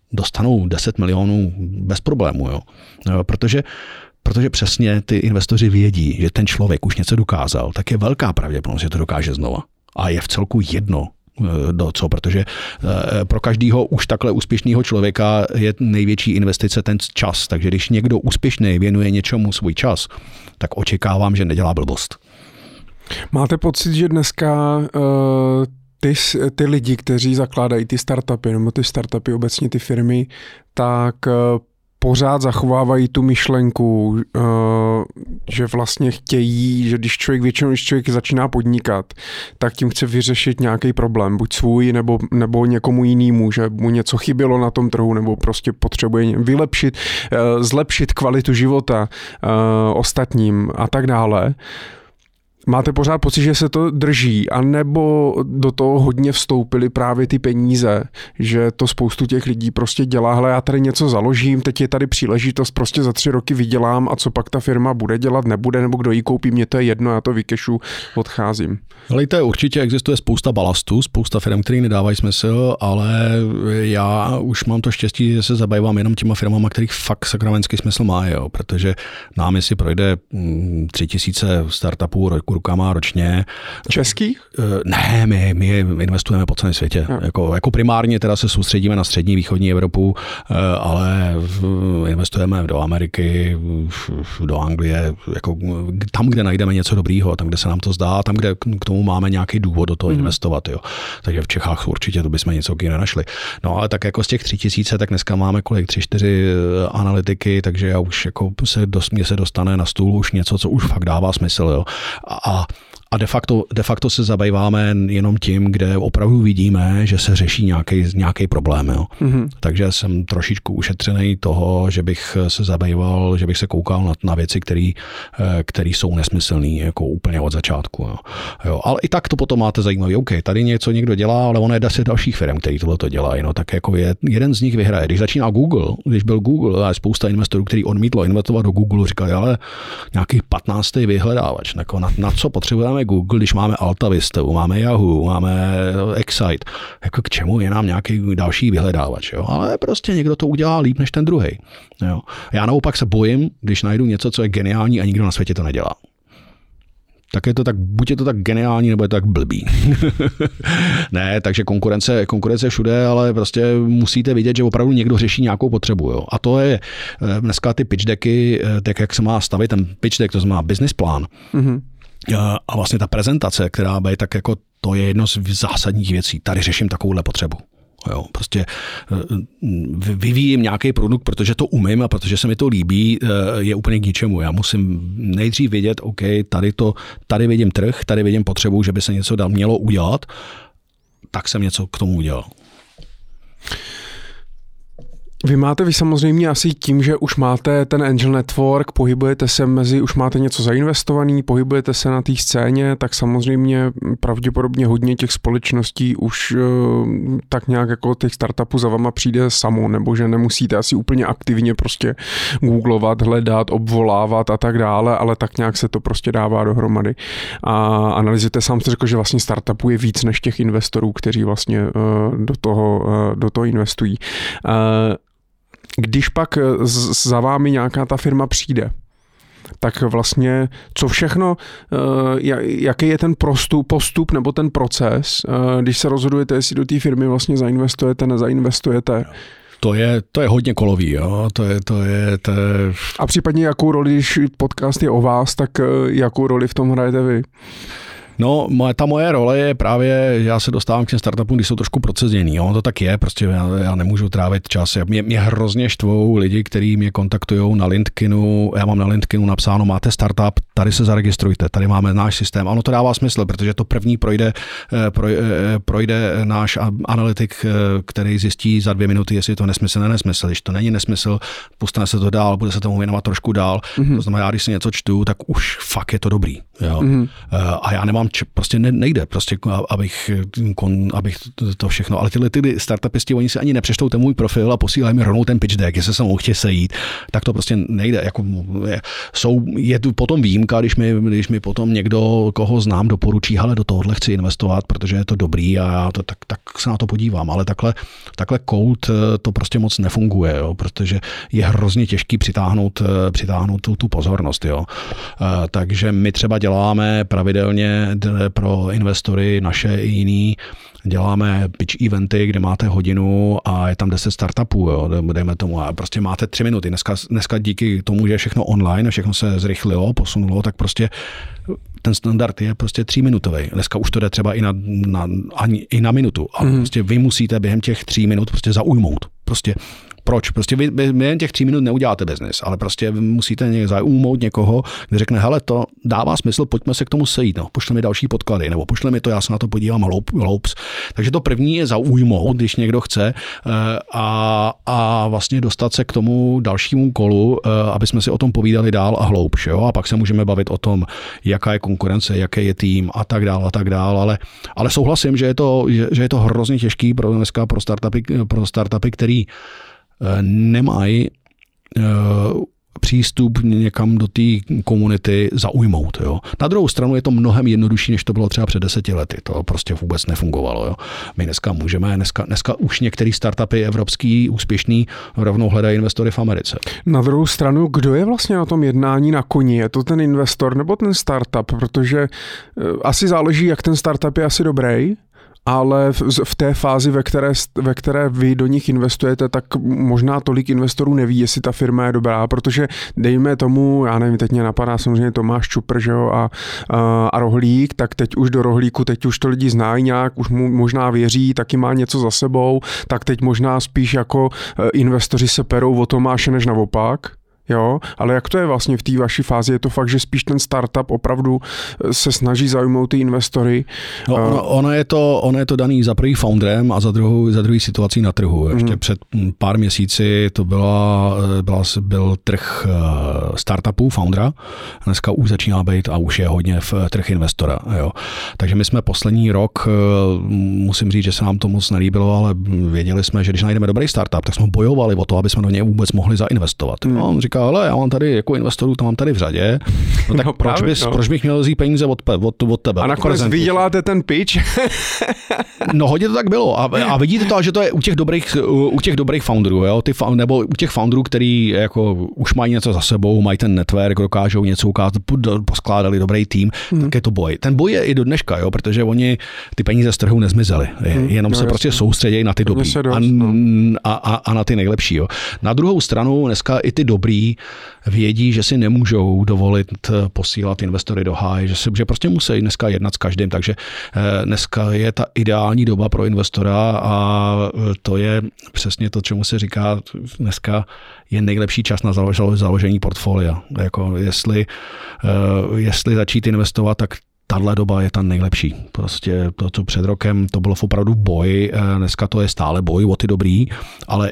dostanou 10 milionů bez problému, jo. Protože přesně ty investoři vědí, že ten člověk už něco dokázal, tak je velká pravděpodobnost, že to dokáže znova. A je v celku jedno, protože pro každého už takhle úspěšného člověka je největší investice ten čas. Takže když někdo úspěšný věnuje něčemu svůj čas, tak očekávám, že nedělá blbost. Máte pocit, že dneska ty lidi, kteří zakládají ty startupy, nebo ty startupy obecně ty firmy, tak pořád zachovávají tu myšlenku, že vlastně chtějí, že když člověk začíná podnikat, tak tím chce vyřešit nějaký problém, buď svůj, nebo někomu jinému, že mu něco chybělo na tom trhu, nebo prostě potřebuje zlepšit kvalitu života ostatním a tak dále. Máte pořád pocit, že se to drží, anebo do toho hodně vstoupily právě ty peníze, že to spoustu těch lidí prostě dělá, hele, já tady něco založím, teď je tady příležitost, prostě za 3 roky vydělám a co pak ta firma bude dělat, nebude, nebo kdo ji koupí, mě to je jedno, já to vykešu, odcházím. Helejte, určitě existuje spousta balastů, spousta firm, které nedávají smysl, ale já už mám to štěstí, že se zabývám jenom těma firmama, kterých fakt sakramentský smysl má, jo, protože námi si projde 3000 startupů rukama ročně. Českých? Ne, my investujeme po celém světě. Jako primárně teda se soustředíme na střední východní Evropu, ale investujeme do Ameriky, do Anglie, jako tam, kde najdeme něco dobrýho, tam, kde se nám to zdá, tam, kde k tomu máme nějaký důvod do toho investovat. Jo. Takže v Čechách určitě to bychom něco nenašli. No ale tak jako z těch 3000, tak dneska máme kolik 3-4 analytiky, takže já už jako mě se dostane na stůl už něco, co už fakt dává smysl. Jo. A de facto se zabýváme jenom tím, kde opravdu vidíme, že se řeší nějaký problém. Jo. Mm-hmm. Takže jsem trošičku ušetřený toho, že bych se zabýval, že bych se koukal na věci, které jsou nesmyslné, jako úplně od začátku. Jo. Ale i tak to potom máte zajímavý. OK, tady něco někdo dělá, ale ono je 10 dalších firm, který tohle dělají. No, tak jako jeden z nich vyhraje. Když začíná Google, když byl Google, a spousta investorů, který odmítlo investovat do Google, říkali, ale nějaký 15. vyhledávač. Na co potřebujeme Google, když máme AltaVista, máme Yahoo, máme Excite, jako k čemu je nám nějaký další vyhledávač, jo? Ale prostě někdo to udělá líp než ten druhej. Jo? Já naopak se bojím, když najdu něco, co je geniální a nikdo na světě to nedělá. Tak je to tak, buď je to tak geniální, nebo je to tak blbý. Ne, takže konkurence všude, ale prostě musíte vidět, že opravdu někdo řeší nějakou potřebu. Jo? A to je dneska ty pitch decky, tak jak se má stavit ten pitch deck, to znamená business plán. Mm-hmm. A vlastně ta prezentace, která bude, tak jako to je jedno z zásadních věcí. Tady řeším takovouhle potřebu. Jo, prostě vyvíjím nějaký produkt, protože to umím a protože se mi to líbí, je úplně k ničemu. Já musím nejdřív vědět, OK, tady vidím trh, tady vidím potřebu, že by se něco mělo udělat, tak jsem něco k tomu udělal. Vy samozřejmě asi tím, že už máte ten Angel Network, pohybujete se už máte něco zainvestovaný, pohybujete se na té scéně, tak samozřejmě pravděpodobně hodně těch společností už tak nějak jako těch startupů za vama přijde samo, nebo že nemusíte asi úplně aktivně prostě googlovat, hledat, obvolávat a tak dále, ale tak nějak se to prostě dává dohromady. A analyzujete, sám jste řekl, že vlastně startupů je víc než těch investorů, kteří vlastně do toho investují. Když pak za vámi nějaká ta firma přijde, tak vlastně co všechno, jaký je ten postup nebo ten proces, když se rozhodujete, jestli do té firmy vlastně zainvestujete, nezainvestujete? To je hodně kolový, jo. To je. A případně jakou roli, když podcast je o vás, tak jakou roli v tom hrajete vy? No, ta moje role je právě, že já se dostávám k těm startupům, když jsou trošku procesněný. To tak je, prostě já nemůžu trávit čas. Mě hrozně štvou lidi, kteří mě kontaktují na LinkedInu. Já mám na LinkedInu napsáno, máte startup, tady se zaregistrujte, tady máme náš systém. Ono to dává smysl, protože to první projde náš analytik, který zjistí za 2 minuty, jestli je to nesmysl, nesmysl. Když to není nesmysl, pustane se to dál, bude se tomu věnovat trošku dál. Mm-hmm. To znamená, když si něco čtu, tak už fakt je to dobrý. Jo? Mm-hmm. A já nemám prostě nejde, prostě, abych to všechno, ale ty startupisti, oni si ani nepřečtou ten můj profil a posílají mi rovnou ten pitch deck, jestli se mnou chtějí sejít, tak to prostě nejde. Jako je tu potom výjimka, když mi potom někdo, koho znám, doporučí, hele, do tohohle chci investovat, protože je to dobrý a já to, tak se na to podívám, ale takhle cold to prostě moc nefunguje, jo, protože je hrozně těžký přitáhnout tu pozornost. Jo. Takže my třeba děláme pravidelně pro investory naše i jiný, děláme pitch eventy, kde máte hodinu a je tam 10 startupů, jo, dejme tomu, a prostě máte 3 minuty. Dneska díky tomu, že je všechno online, všechno se zrychlilo, posunulo, tak prostě ten standard je prostě 3minutový. Dneska už to jde třeba i na minutu, ale prostě vy musíte během těch 3 minut prostě zaujmout. Prostě proč? Prostě vy během těch 3 minut neuděláte biznis, ale prostě vy musíte zaujmout někoho, kdo řekne, hele, to dává smysl, pojďme se k tomu sejít, no, pošle mi další podklady, nebo pošle mi to, já se na to podívám hloubs. Takže to první je zaujmout, když někdo chce a vlastně dostat se k tomu dalšímu kolu, aby jsme si o tom povídali dál a hloubš, jo? A pak se můžeme bavit o tom, jaká je konkurence, jaký je tým a tak dál, ale souhlasím, že je to hrozně těžký dneska pro startupy, který nemají přístup někam do té komunity zaujmout. Jo. Na druhou stranu je to mnohem jednodušší, než to bylo třeba před 10 lety. To prostě vůbec nefungovalo. Jo. My dneska můžeme, dneska už některý startupy evropský úspěšný rovnou hledají investory v Americe. Na druhou stranu, kdo je vlastně na tom jednání na koni? Je to ten investor nebo ten startup? Protože asi záleží, jak ten startup je asi dobrý, ale v té fázi, ve které vy do nich investujete, tak možná tolik investorů neví, jestli ta firma je dobrá, protože dejme tomu, já nevím, teď mě napadá samozřejmě Tomáš Čupr, že jo, a Rohlík, tak teď už do Rohlíku, teď už to lidi znají nějak, už mu možná věří, taky má něco za sebou, tak teď možná spíš jako investoři se perou o Tomáše než naopak. Jo, ale jak to je vlastně v té vaší fázi? Je to fakt, že spíš ten startup opravdu se snaží zaujmout ty investory? No, ono je to daný za první founderem a za druhý situací na trhu. Ještě před pár měsíci to byl trh startupů, foundera. Dneska už začíná být a už je hodně v trh investora. Jo. Takže my jsme poslední rok, musím říct, že se nám to moc nelíbilo, ale věděli jsme, že když najdeme dobrý startup, tak jsme bojovali o to, aby jsme do něj vůbec mohli zainvestovat. On říká, ale já mám tady jako investorů, to mám tady v řadě. No tak proč bych měl vzít peníze od tebe? A nakonec vy děláte ten pitch? No hodně to tak bylo. A vidíte to, že to je u těch dobrých founderů, jo? Nebo u těch founderů, který jako už mají něco za sebou, mají ten network, dokážou něco ukázat, poskládali dobrý tým, tak je to boj. Ten boj je i do dneška, jo? Protože oni ty peníze z trhu nezmizely. Jenom se prostě soustředějí na ty dobrý a na ty nejlepší. Jo? Na druhou stranu dneska i ty dobrý vědí, že si nemůžou dovolit posílat investory do háje, že prostě musí dneska jednat s každým, takže dneska je ta ideální doba pro investora a to je přesně to, čemu se říká, dneska je nejlepší čas na založení portfolia. Jako jestli začít investovat, tak tahle doba je ta nejlepší. Prostě to, co před rokem, to bylo opravdu boj, dneska to je stále boj o ty dobrý, ale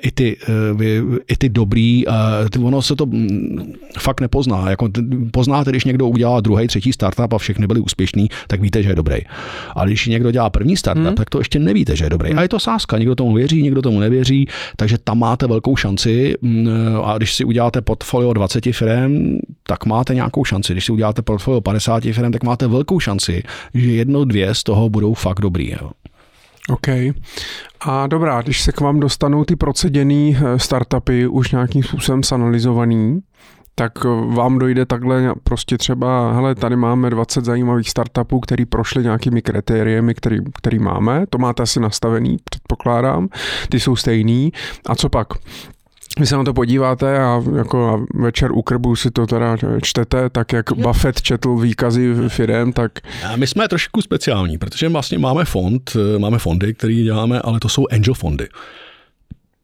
i ty dobrý, ono se to fakt nepozná. Jako, poznáte, když někdo udělá druhý, třetí startup a všechny byli úspěšní, tak víte, že je dobrý. Ale když někdo dělá první startup, tak to ještě nevíte, že je dobrý. A je to sázka, někdo tomu věří, někdo tomu nevěří, takže tam máte velkou šanci a když si uděláte portfolio 20 firem, tak máte nějakou šanci. Když si uděláte portfolio 50 firem, tak máte velkou šanci, že 1-2 z toho budou fakt dobrý. Jo. OK. A dobrá, když se k vám dostanou ty proceděný startupy, už nějakým způsobem zanalyzovaný, tak vám dojde takhle prostě třeba, hele, tady máme 20 zajímavých startupů, který prošly nějakými kritériemi, který máme, to máte asi nastavený, předpokládám, ty jsou stejný. A co pak? Vy se na to podíváte a jako večer u krbu si to teda čtete, tak jak Buffett četl výkazy firem, tak... A my jsme trošku speciální, protože vlastně máme fondy, který děláme, ale to jsou angel fondy.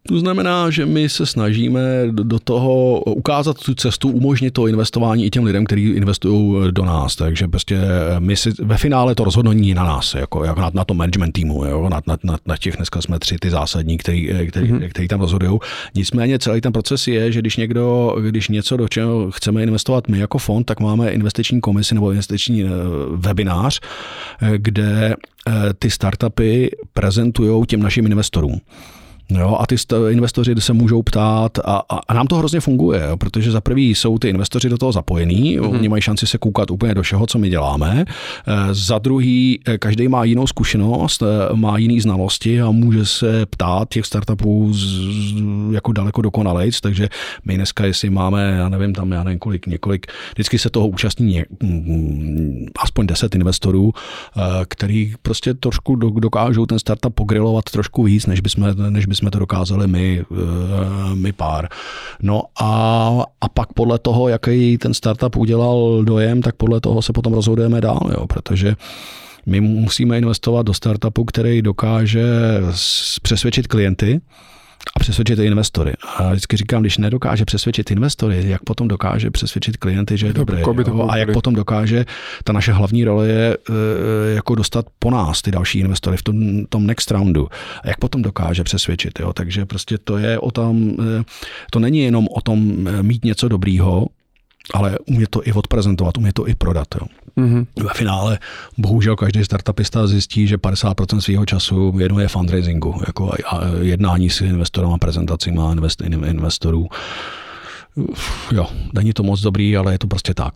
To znamená, že my se snažíme do toho ukázat tu cestu, umožnit to investování i těm lidem, kteří investují do nás. Takže prostě my si ve finále to rozhodnutí na nás, jako na tom management týmu, jo? Na těch dneska jsme 3 ty zásadní, který tam rozhodují. Nicméně celý ten proces je, že když něco, do čeho chceme investovat my jako fond, tak máme investiční komisi nebo investiční webinář, kde ty startupy prezentujou těm našim investorům. Jo, a ty investoři se můžou ptát a nám to hrozně funguje, jo, protože za prvý jsou ty investoři do toho zapojení, oni mají šanci se koukat úplně do všeho, co my děláme. Za druhý, každý má jinou zkušenost, má jiný znalosti a může se ptát těch startupů jako daleko dokonalejc, takže my dneska, jestli máme, já nevím, několik, vždycky se toho účastní aspoň 10 investorů, který prostě trošku dokážou ten startup pogrilovat trošku víc, než bychom to dokázali my pár. No a pak podle toho, jaký ten startup udělal dojem, tak podle toho se potom rozhodujeme dál, jo, protože my musíme investovat do startupu, který dokáže přesvědčit klienty a přesvědčit investory. A vždycky říkám, když nedokáže přesvědčit investory, jak potom dokáže přesvědčit klienty, že je dobrý. A jak potom dokáže, ta naše hlavní role je jako dostat po nás ty další investory v tom next roundu. A jak potom dokáže přesvědčit. Jo? Takže prostě to je o tom, to není jenom o tom mít něco dobrýho, ale umět to i odprezentovat, umět to i prodat. Jo. Mm-hmm. Ve finále bohužel každý startupista zjistí, že 50% svého času věnuje fundraisingu, jako jednání s investorem a prezentacíma investorů. Jo, není to moc dobrý, ale je to prostě tak.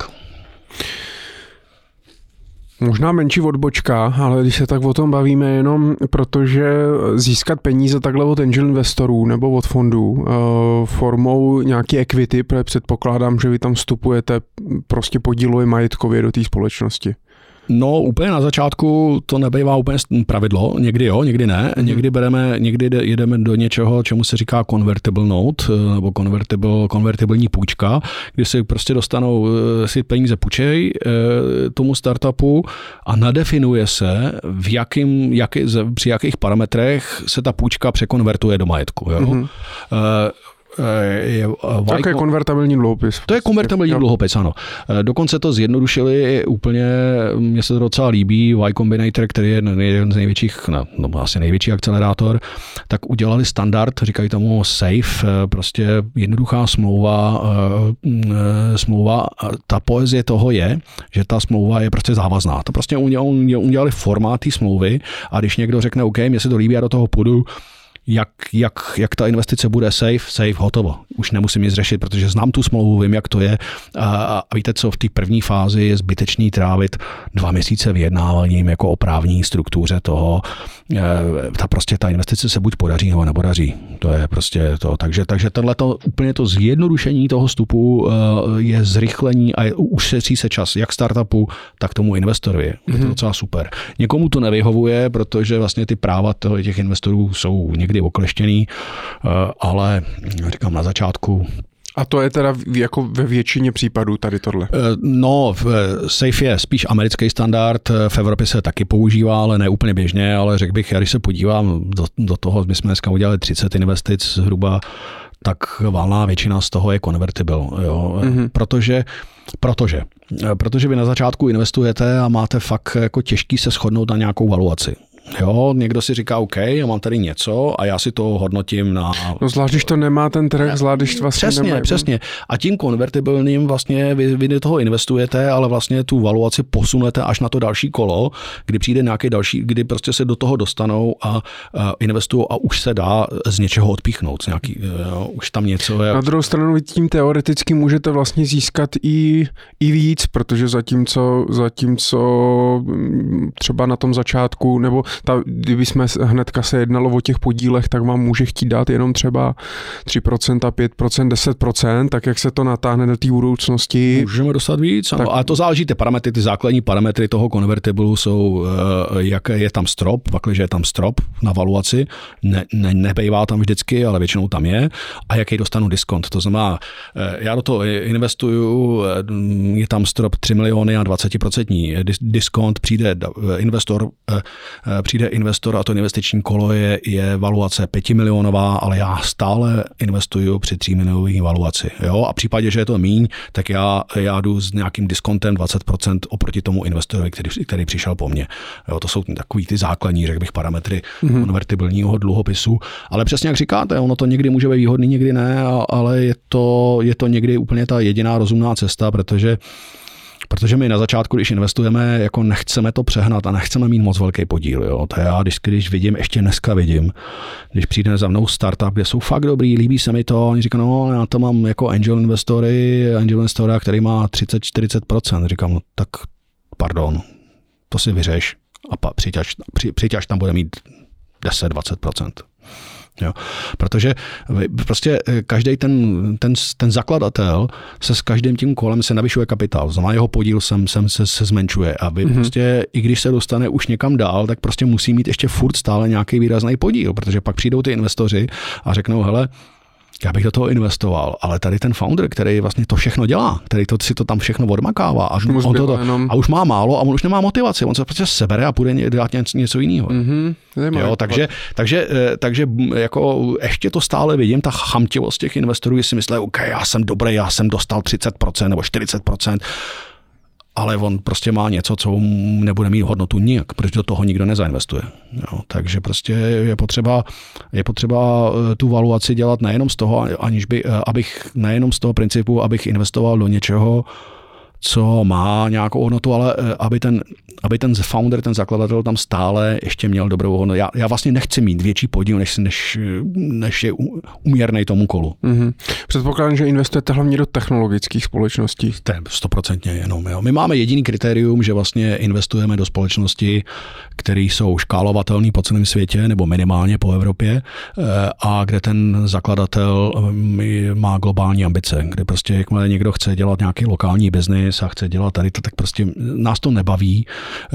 Možná menší odbočka, ale když se tak o tom bavíme jenom protože získat peníze takhle od angel investorů nebo od fondů formou nějaký equity, protože předpokládám, že vy tam vstupujete prostě podílově majetkově do té společnosti. No úplně na začátku to nebývá úplně pravidlo, někdy jo, někdy ne. Někdy jedeme do něčeho, čemu se říká convertible note, nebo konvertibilní půjčka, kdy si prostě dostanou si peníze půjčej tomu startupu a nadefinuje se, při jakých parametrech se ta půjčka překonvertuje do majetku. Jo? Mm-hmm. To je konvertibilní dluhopis. To je konvertibilní dluhopis, ano. Dokonce to zjednodušili úplně, mně se to docela líbí, Y Combinator, který je jeden z největších, asi největší akcelerátor, tak udělali standard, říkají tomu SAFE, prostě jednoduchá smlouva. Ta poezie toho je, že ta smlouva je prostě závazná. To prostě udělali formát té smlouvy a když někdo řekne, OK, mně se to líbí, já do toho půjdu, jak ta investice bude safe, hotovo. Už nemusím nic řešit, protože znám tu smlouvu, vím, jak to je. A víte co, v té první fázi je zbytečný trávit 2 měsíce vyjednáváním jako o právní struktuře toho. Ta investice se buď podaří, nebo nepodaří. To je prostě to. Takže tohleto úplně to zjednodušení toho vstupu je zrychlení a ušetří se čas jak startupu, tak tomu investorovi. Je to docela super. Někomu to nevyhovuje, protože vlastně ty práva těch investorů jsou někdy okleštěný, ale říkám na začátku. A to je teda jako ve většině případů tady tohle? No, SAFE je spíš americký standard, v Evropě se taky používá, ale ne úplně běžně, ale řekl bych, když se podívám do toho, my jsme dneska udělali 30 investic zhruba, tak valná většina z toho je convertible, jo? Mm-hmm. Protože vy na začátku investujete a máte fakt jako těžký se shodnout na nějakou valuaci. Jo, někdo si říká, OK, já mám tady něco a já si to hodnotím na... No zvlášť, když to nemá ten trh, zvlášť, když vlastně Přesně. A tím konvertibilním vlastně vy do toho investujete, ale vlastně tu valuaci posunete až na to další kolo, kdy přijde nějaký další, kdy prostě se do toho dostanou a investují a už se dá z něčeho odpíchnout. Už tam něco je... Na druhou stranu vy tím teoreticky můžete vlastně získat i víc, protože zatímco třeba na tom začátku, nebo kdyby jsme hnedka se jednalo o těch podílech, tak vám může chtít dát jenom třeba 3%, 5%, 10%, tak jak se to natáhne do té budoucnosti. Můžeme dostat víc, tak... ale to záleží, ty základní parametry toho konvertiblu jsou, jak je tam strop, pakliže je tam strop na valuaci, nebejvá tam vždycky, ale většinou tam je, a jaký dostanu diskont. To znamená, já do toho investuju, je tam strop 3 miliony a 20% diskont, přijde investor, přijde investor a to investiční kolo je valuace 5 milionová, ale já stále investuju při 3 milionové valuaci. Jo? A v případě, že je to míň, tak já jdu s nějakým diskontem 20% oproti tomu investorovi, který přišel po mně. Jo? To jsou takový ty základní, řekl bych, parametry konvertibilního dluhopisu. Ale přesně jak říkáte, ono to někdy může být výhodný, někdy ne, ale je to někdy úplně ta jediná rozumná cesta, protože my na začátku, když investujeme, jako nechceme to přehnat a nechceme mít moc velký podíl. Jo. To já, když vidím, ještě dneska vidím, když přijde za mnou startup, kde jsou fakt dobrý, líbí se mi to, oni říkají, no já to mám jako angel investora, který má 30-40%. Říkám, no tak pardon, to si vyřeš a přijď, tam bude mít 10-20%. Jo. Protože prostě každý ten zakladatel se s každým tím kolem se navyšuje kapitál. Znamená, jeho podíl se zmenšuje. A prostě, i když se dostane už někam dál, tak prostě musí mít ještě furt stále nějaký výrazný podíl, protože pak přijdou ty investoři a řeknou, hele, já bych do toho investoval, ale tady ten founder, který vlastně to všechno dělá, který si to tam všechno odmakává a už má málo a on už nemá motivaci, on se prostě sebere a půjde dělat něco jiného. Jo, takže jako ještě to stále vidím, ta chamtivost těch investorů, si myslí, OK, já jsem dobrý, já jsem dostal 30% nebo 40%, ale on prostě má něco, co nebude mít hodnotu nijak, protože do toho nikdo nezainvestuje. Jo, takže prostě je potřeba tu valuaci dělat nejenom z toho, nejenom z toho principu, abych investoval do něčeho, co má nějakou hodnotu, ale aby ten founder, ten zakladatel tam stále ještě měl dobrou hodnotu. Já vlastně nechci mít větší podíl, než je uměrnej tomu kolu. Předpokládám, že investujete hlavně do technologických společností. To je 100% jenom. Jo. My máme jediný kritérium, že vlastně investujeme do společnosti, které jsou škálovatelné po celém světě nebo minimálně po Evropě a kde ten zakladatel má globální ambice, kde prostě jakmile někdo chce dělat nějaký lokální biznis a chce dělat tady to, tak prostě nás to nebaví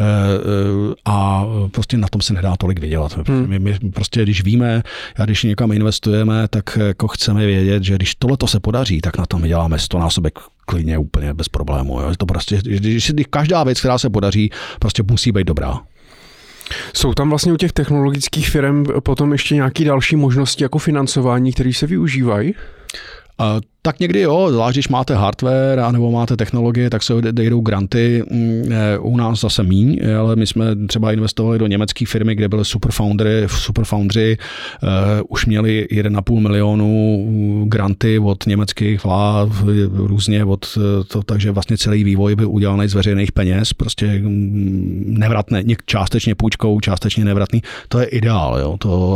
a prostě na tom se nedá tolik vydělat. My prostě, když víme, když někam investujeme, tak jako chceme vědět, že když tohleto se podaří, tak na tom vyděláme 100násobek klidně úplně bez problému. Jo. To prostě, když každá věc, která se podaří, prostě musí být dobrá. Jsou tam vlastně u těch technologických firm potom ještě nějaké další možnosti jako financování, které se využívají? Tak někdy jo, zvlášť když máte hardware anebo máte technologie, tak se dejdou granty. U nás zase míň, ale my jsme třeba investovali do německé firmy, kde byly superfoundry, už měli 1,5 milionu granty od německých vlád, různě takže vlastně celý vývoj byl udělaný z veřejných peněz, prostě nevratné, částečně půjčkou, částečně nevratný. To je ideál, jo,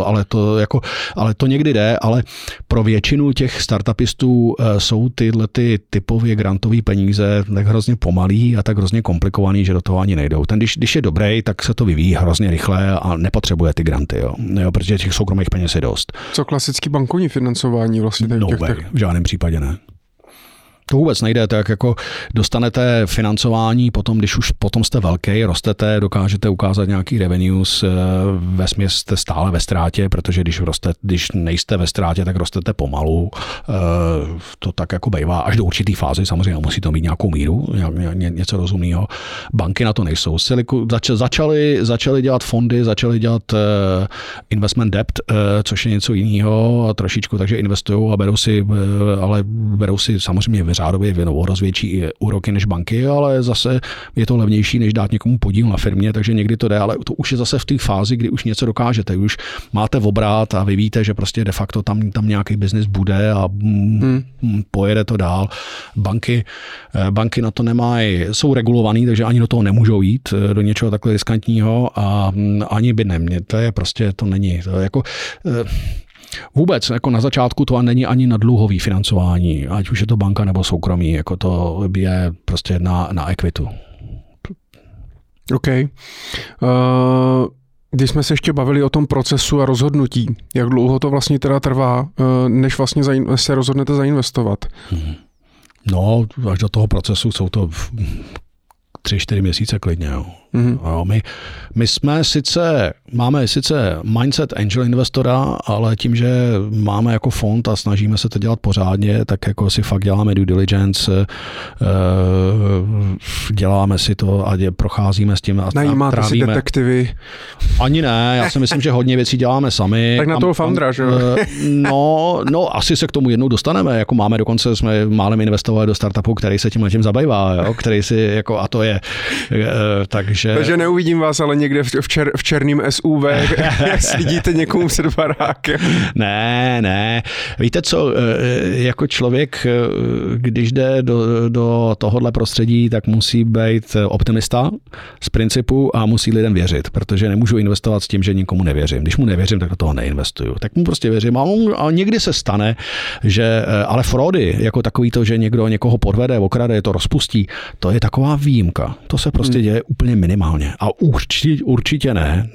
ale to někdy jde, ale pro většinu těch startupistů jsou tyhle typově grantové peníze tak hrozně pomalý a tak hrozně komplikovaný, že do toho ani nejdou. Ten, když je dobrý, tak se to vyvíjí hrozně rychle a nepotřebuje ty granty, jo, protože těch soukromých peněz je dost. Co klasický bankovní financování vlastně? V žádném případě ne. To vůbec nejde, tak jako dostanete financování, když už potom jste velký, rostete, dokážete ukázat nějaký revenues, vesměs jste stále ve ztrátě, protože když nejste ve ztrátě, tak rostete pomalu. To tak jako bývá až do určitý fázy, samozřejmě musí to mít nějakou míru, něco rozumného. Banky na to nejsou. Začaly dělat fondy, začaly dělat investment debt, což je něco jiného trošičku, takže investují a berou si samozřejmě řádově rozvětší úroky než banky, ale zase je to levnější, než dát někomu podíl na firmě, takže někdy to jde, ale to už je zase v té fázi, kdy už něco dokážete, už máte obrat a vy víte, že prostě de facto tam nějaký biznis bude a pojede to dál. Banky na to nemají, jsou regulovaný, takže ani do toho nemůžou jít, do něčeho takhle riskantního a ani by neměli. To je prostě, to není. To je jako, vůbec, jako na začátku to není ani na dluhový financování, ať už je to banka nebo soukromí, jako to je prostě na equitu. OK. Když jsme se ještě bavili o tom procesu a rozhodnutí, jak dlouho to vlastně teda trvá, než vlastně se rozhodnete zainvestovat? No, až do toho procesu jsou to 3-4 měsíce klidně. Jo. Jo, my máme sice mindset angel investora, ale tím, že máme jako fond a snažíme se to dělat pořádně, tak jako si fakt děláme due diligence, děláme si to a procházíme s tím a najímáte si detektivy? Ani ne, já si myslím, že hodně věcí děláme sami. Tak na toho foundera, že jo? No, asi se k tomu jednou dostaneme, jako máme dokonce, jsme málem investovali do startupu, který se tím zabývá, jo? Který si jako, a to je, takže neuvidím vás, ale někde v černým SUV, jak sedíte někomu před barákem. Ne. Víte co, jako člověk, když jde do tohohle prostředí, tak musí být optimista z principu a musí lidem věřit, protože nemůžu investovat s tím, že nikomu nevěřím. Když mu nevěřím, tak do toho neinvestuju. Tak mu prostě věřím. A někdy se stane, že, ale fraudy, jako takový to, že někdo někoho podvede, okrade, to rozpustí, to je taková výjimka. To se prostě děje úplně minimálně. A určitě ne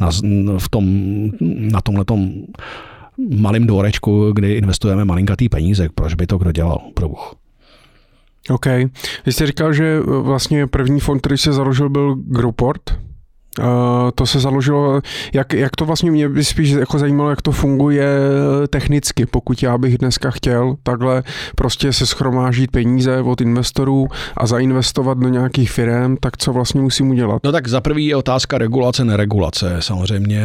na tomhletom malým dvorečku, kdy investujeme malinkatý peníze. Proč by to kdo dělal? Probůh. OK. Vy jste říkal, že vlastně první fond, který se založil, byl Growport. To se založilo, jak to vlastně mě by spíš jako zajímalo, jak to funguje technicky, pokud já bych dneska chtěl takhle prostě se shromáždit peníze od investorů a zainvestovat do nějakých firem, tak co vlastně musím udělat? No tak za prvý je otázka regulace, neregulace. Samozřejmě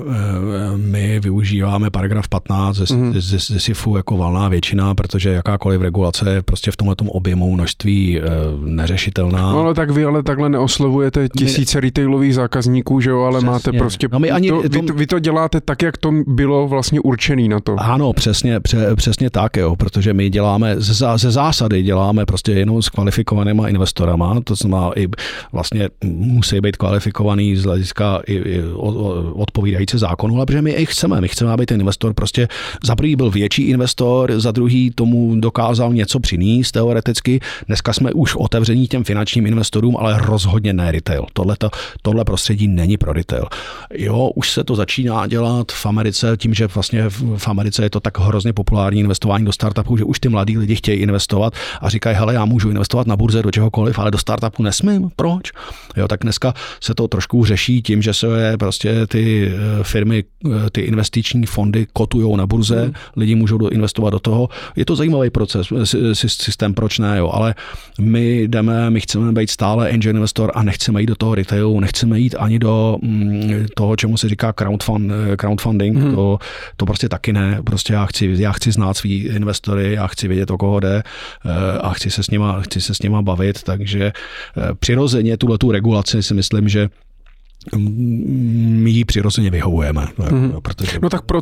my využíváme paragraf 15 ze SIFu jako valná většina, protože jakákoliv regulace je prostě v tomhletom objemu množství neřešitelná. No ale tak vy takhle neoslovujete tisíce retailových zákazníků, že jo, ale přesně. Máte prostě, no vy to děláte tak, jak to bylo vlastně určený na to. Ano, přesně tak, jo, protože my děláme, ze zásady děláme prostě jenom s kvalifikovanýma investorama, to znamená i vlastně musí být kvalifikovaný z hlediska i odpovídající zákonu, ale protože my i chceme, aby ten investor prostě za prvý byl větší investor, za druhý tomu dokázal něco přinést teoreticky. Dneska jsme už otevření těm finančním investorům, ale rozhodně ne retail. Tohle prostředí není pro retail. Jo, už se to začíná dělat v Americe, tím, že vlastně v Americe je to tak hrozně populární investování do startupů, že už ty mladí lidi chtějí investovat a říkají, hele, já můžu investovat na burze do čehokoliv, ale do startupu nesmím. Proč? Jo, tak dneska se to trošku řeší tím, že se prostě ty firmy, ty investiční fondy kotujou na burze, lidi můžou investovat do toho. Je to zajímavý proces, systém, proč ne, jo, ale my chceme být stále angel investor a nechceme jít do toho retailu, nechceme jít ani do toho, čemu se říká crowdfunding, to prostě taky ne. Prostě já chci znát svý investory, já chci vědět, o koho jde a chci se s nima bavit, takže přirozeně tuhletu regulaci si myslím, že my ji přirozeně vyhovujeme. Protože... No tak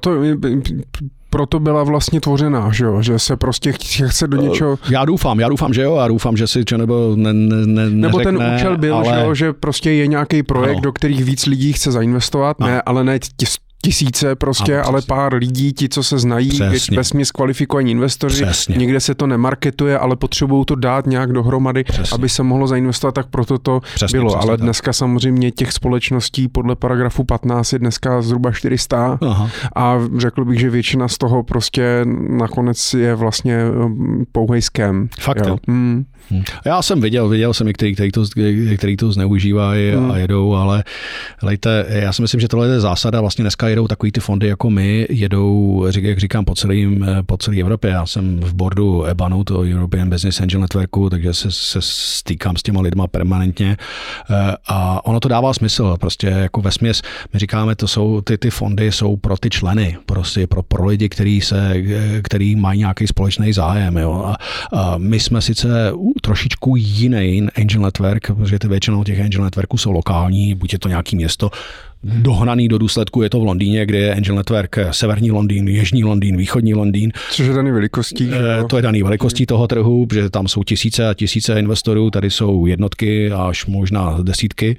proto byla vlastně tvořená, že se prostě chce do něčeho... Já doufám, že jo, já doufám, že si nebo neřekne, nebo ten účel byl, ale... že prostě je nějaký projekt, do kterých víc lidí chce zainvestovat, ale ne tisíce prostě, ale pár lidí, ti, co se znají, vesměs kvalifikovaní investoři, někde se to nemarketuje, ale potřebují to dát nějak dohromady, aby se mohlo zainvestovat, tak proto to bylo. Ale dneska samozřejmě těch společností podle paragrafu 15 je dneska zhruba 400 a řekl bych, že většina z toho prostě nakonec je vlastně pouhej scam. Fakt. Já jsem viděl jsem který to zneužívají a jedou, ale lejte, já si myslím, že tohle je zásada, vlastně dneska jedou takový ty fondy jako my, jedou, jak říkám, po celé Evropě. Já jsem v boardu EBANu, to European Business Angel Networku, takže se stýkám s těma lidma permanentně a ono to dává smysl, prostě jako vesměs, my říkáme, to jsou, ty fondy jsou pro ty členy, prostě pro lidi, který mají nějaký společný zájem, jo. A my jsme sice trošičku jiný angel network, protože ty většinou těch angel networků jsou lokální, buď je to nějaký město, dohnaný do důsledku je to v Londýně, kde je Angel Network severní Londýn, jižní Londýn, východní Londýn. Což je daný velikostí. To je daný velikostí toho trhu, protože tam jsou tisíce a tisíce investorů, tady jsou jednotky až možná desítky.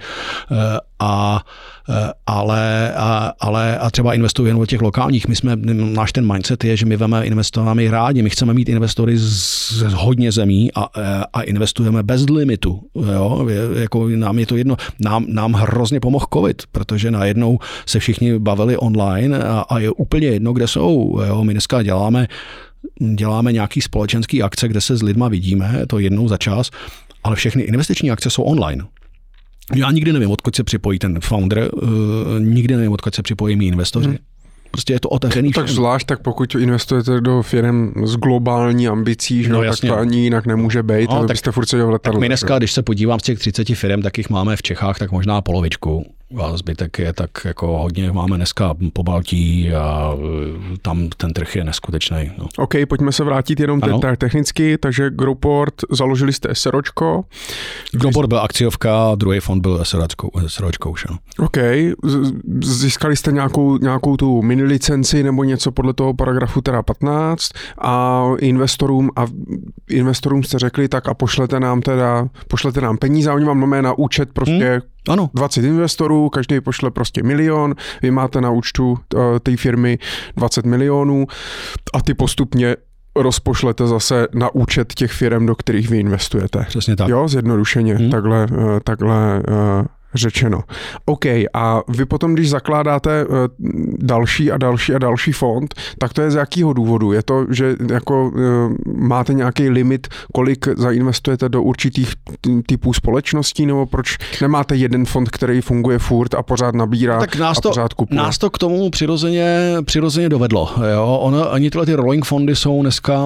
Ale třeba investují jen od těch lokálních. Náš ten mindset je, že my investorami rádi, my chceme mít investory z hodně zemí a investujeme bez limitu. Jo? Jako nám je to jedno. Nám hrozně pomohl COVID, protože najednou se všichni bavili online a je úplně jedno, kde jsou. Jo? My dneska děláme nějaký společenský akce, kde se s lidma vidíme, to jednou za čas, ale všechny investiční akce jsou online. Já nikdy nevím, odkud se připojí ten founder, nikdy nevím, odkud se připojí mý investoři. Prostě je to otevřený všem. Tak zvlášť, tak pokud investujete do firm s globální ambicí, že tak to ani jinak nemůže být, ale byste furt seděl v letadle. Tak my dneska, když se podívám z těch 30 firm, tak jich máme v Čechách tak možná polovičku. A zbytek je tak jako hodně, máme dneska po Baltí a tam ten trh je neskutečný. No. OK, pojďme se vrátit jenom technicky, takže Growport, založili jste SROčko. Growport byl akciovka, druhý fond byl SROčkou. OK, získali jste nějakou tu mini licenci nebo něco podle toho paragrafu teda 15 a investorům jste řekli tak a pošlete nám peníze, oni vám na účet prostě 20 investorů, každý pošle prostě 1 milion, vy máte na účtu té firmy 20 milionů a ty postupně rozpošlete zase na účet těch firm, do kterých vy investujete. Přesně tak. Jo, zjednodušeně, takhle řečeno. OK, a vy potom, když zakládáte další fond, tak to je z jakého důvodu? Je to, že jako máte nějaký limit, kolik zainvestujete do určitých typů společností, nebo proč nemáte jeden fond, který funguje furt a pořád nabírá a pořád kupuje? Nás to k tomu přirozeně dovedlo. Jo? Ani tyhle ty rolling fondy jsou dneska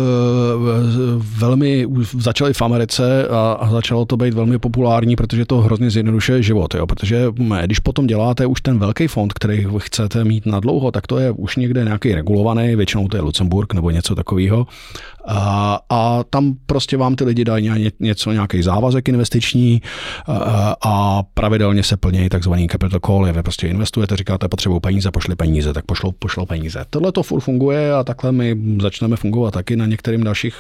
velmi, začaly v Americe a začalo to být velmi populární, protože to hrozně zjednodušuje život, jo, protože když potom děláte už ten velký fond, který chcete mít na dlouho, tak to je už někde nějaký regulovaný, většinou to je Lucemburk nebo něco takového. A tam prostě vám ty lidi dají nějaký závazek investiční a pravidelně se plní takzvaný capital call, vy prostě investujete, říkáte, potřebuji peníze, pošli peníze, tak pošlou peníze. Tohle to furt funguje a takhle my začneme fungovat taky na některým dalších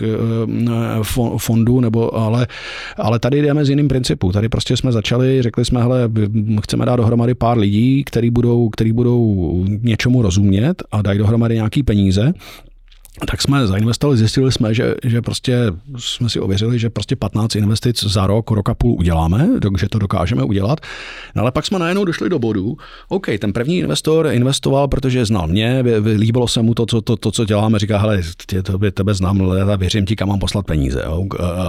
fondů, ale tady jdeme z jiným principu. Tady prostě jsme začali, řekli jsme, hele, chceme dát dohromady pár lidí, který budou něčemu rozumět a dají dohromady nějaký peníze. Tak jsme zainvestovali, zjistili jsme, že prostě jsme si ověřili, že prostě 15 investic za rok a půl uděláme, že to dokážeme udělat. No ale pak jsme najednou došli do bodu, OK, ten první investor investoval, protože znal mě, líbilo se mu to, co děláme, říká, hele, tebe znám, ale věřím ti, kam mám poslat peníze. Jo?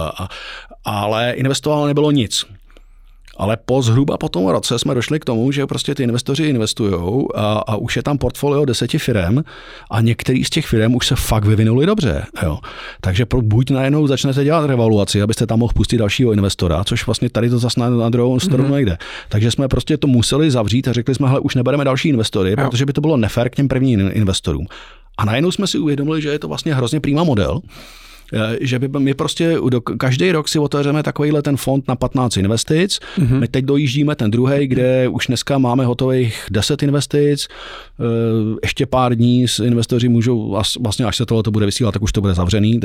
Ale investoval nebylo nic. Ale po tom roce jsme došli k tomu, že prostě ty investoři investujou a už je tam portfolio 10 firem a některý z těch firem už se fakt vyvinuli dobře. Jo. Takže buď najednou začnete dělat revaluaci, abyste tam mohl pustit dalšího investora, což vlastně tady to zase na druhou stranu nejde. Takže jsme prostě to museli zavřít a řekli jsme, hele, už nebereme další investory, protože by to bylo nefér k těm prvním investorům. A najednou jsme si uvědomili, že je to vlastně hrozně prima model, že my prostě každý rok si otevřeme takovýhle ten fond na 15 investic. My teď dojíždíme ten druhý, kde už dneska máme hotových 10 investic. Ještě pár dní investoři můžou, vlastně až se tohle bude vysílat, tak už to bude zavřený,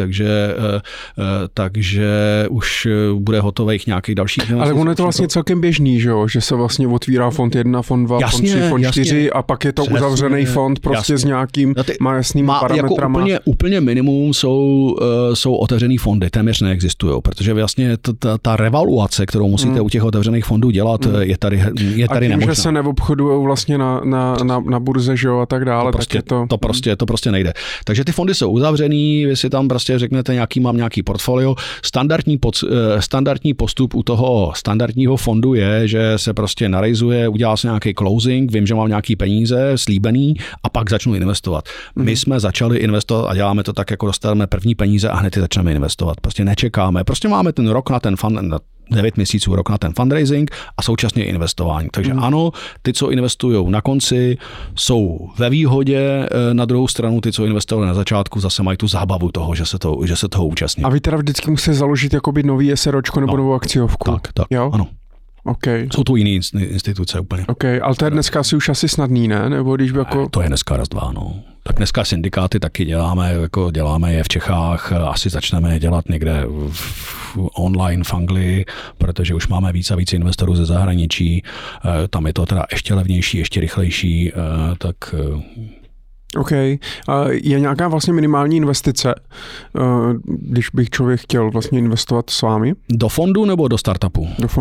takže už bude hotových nějakých dalších investic. Ale ono je to vlastně celkem běžný, že se vlastně otvírá fond 1, fond 2, fond 3, fond 4 a pak je to uzavřený fond prostě s nějakým jasnými parametrama. Jako úplně minimum jsou otevřený fondy, téměř neexistují, protože vlastně ta revaluace, kterou musíte u těch otevřených fondů dělat, je tady nemožná. Že se neobchodují vlastně na burze, že jo, a tak dále, to prostě nejde. Takže ty fondy jsou uzavřený, vy si tam prostě řeknete, mám nějaký portfolio. Standardní postup u toho standardního fondu je, že se prostě narejzuje, udělá se nějaký closing, vím, že mám nějaký peníze slíbený a pak začnu investovat. My jsme začali investovat a děláme to tak, jako dostaneme první peníze a hned začneme investovat. Prostě nečekáme. Prostě máme ten rok na ten 9 měsíců rok na ten fundraising a současně investování. Takže ano, ty, co investují na konci, jsou ve výhodě, na druhou stranu ty, co investovali na začátku, zase mají tu zábavu toho, že se toho účastní. A vy teda vždycky musíte založit jakoby nový SROčko nebo novou akciovku. Tak, jo? Ano. Okay. Jsou to jiné instituce úplně. Okay, ale to je dneska už asi snadný, ne? Nebo když by jako... To je dneska raz, dva, no. Tak dneska syndikáty taky děláme je v Čechách, asi začneme dělat někde online v Anglii, protože už máme víc a víc investorů ze zahraničí, tam je to teda ještě levnější, ještě rychlejší, tak... OK. Je nějaká vlastně minimální investice, když bych člověk chtěl vlastně investovat s vámi? Do fondu nebo do startupu? Do fondu.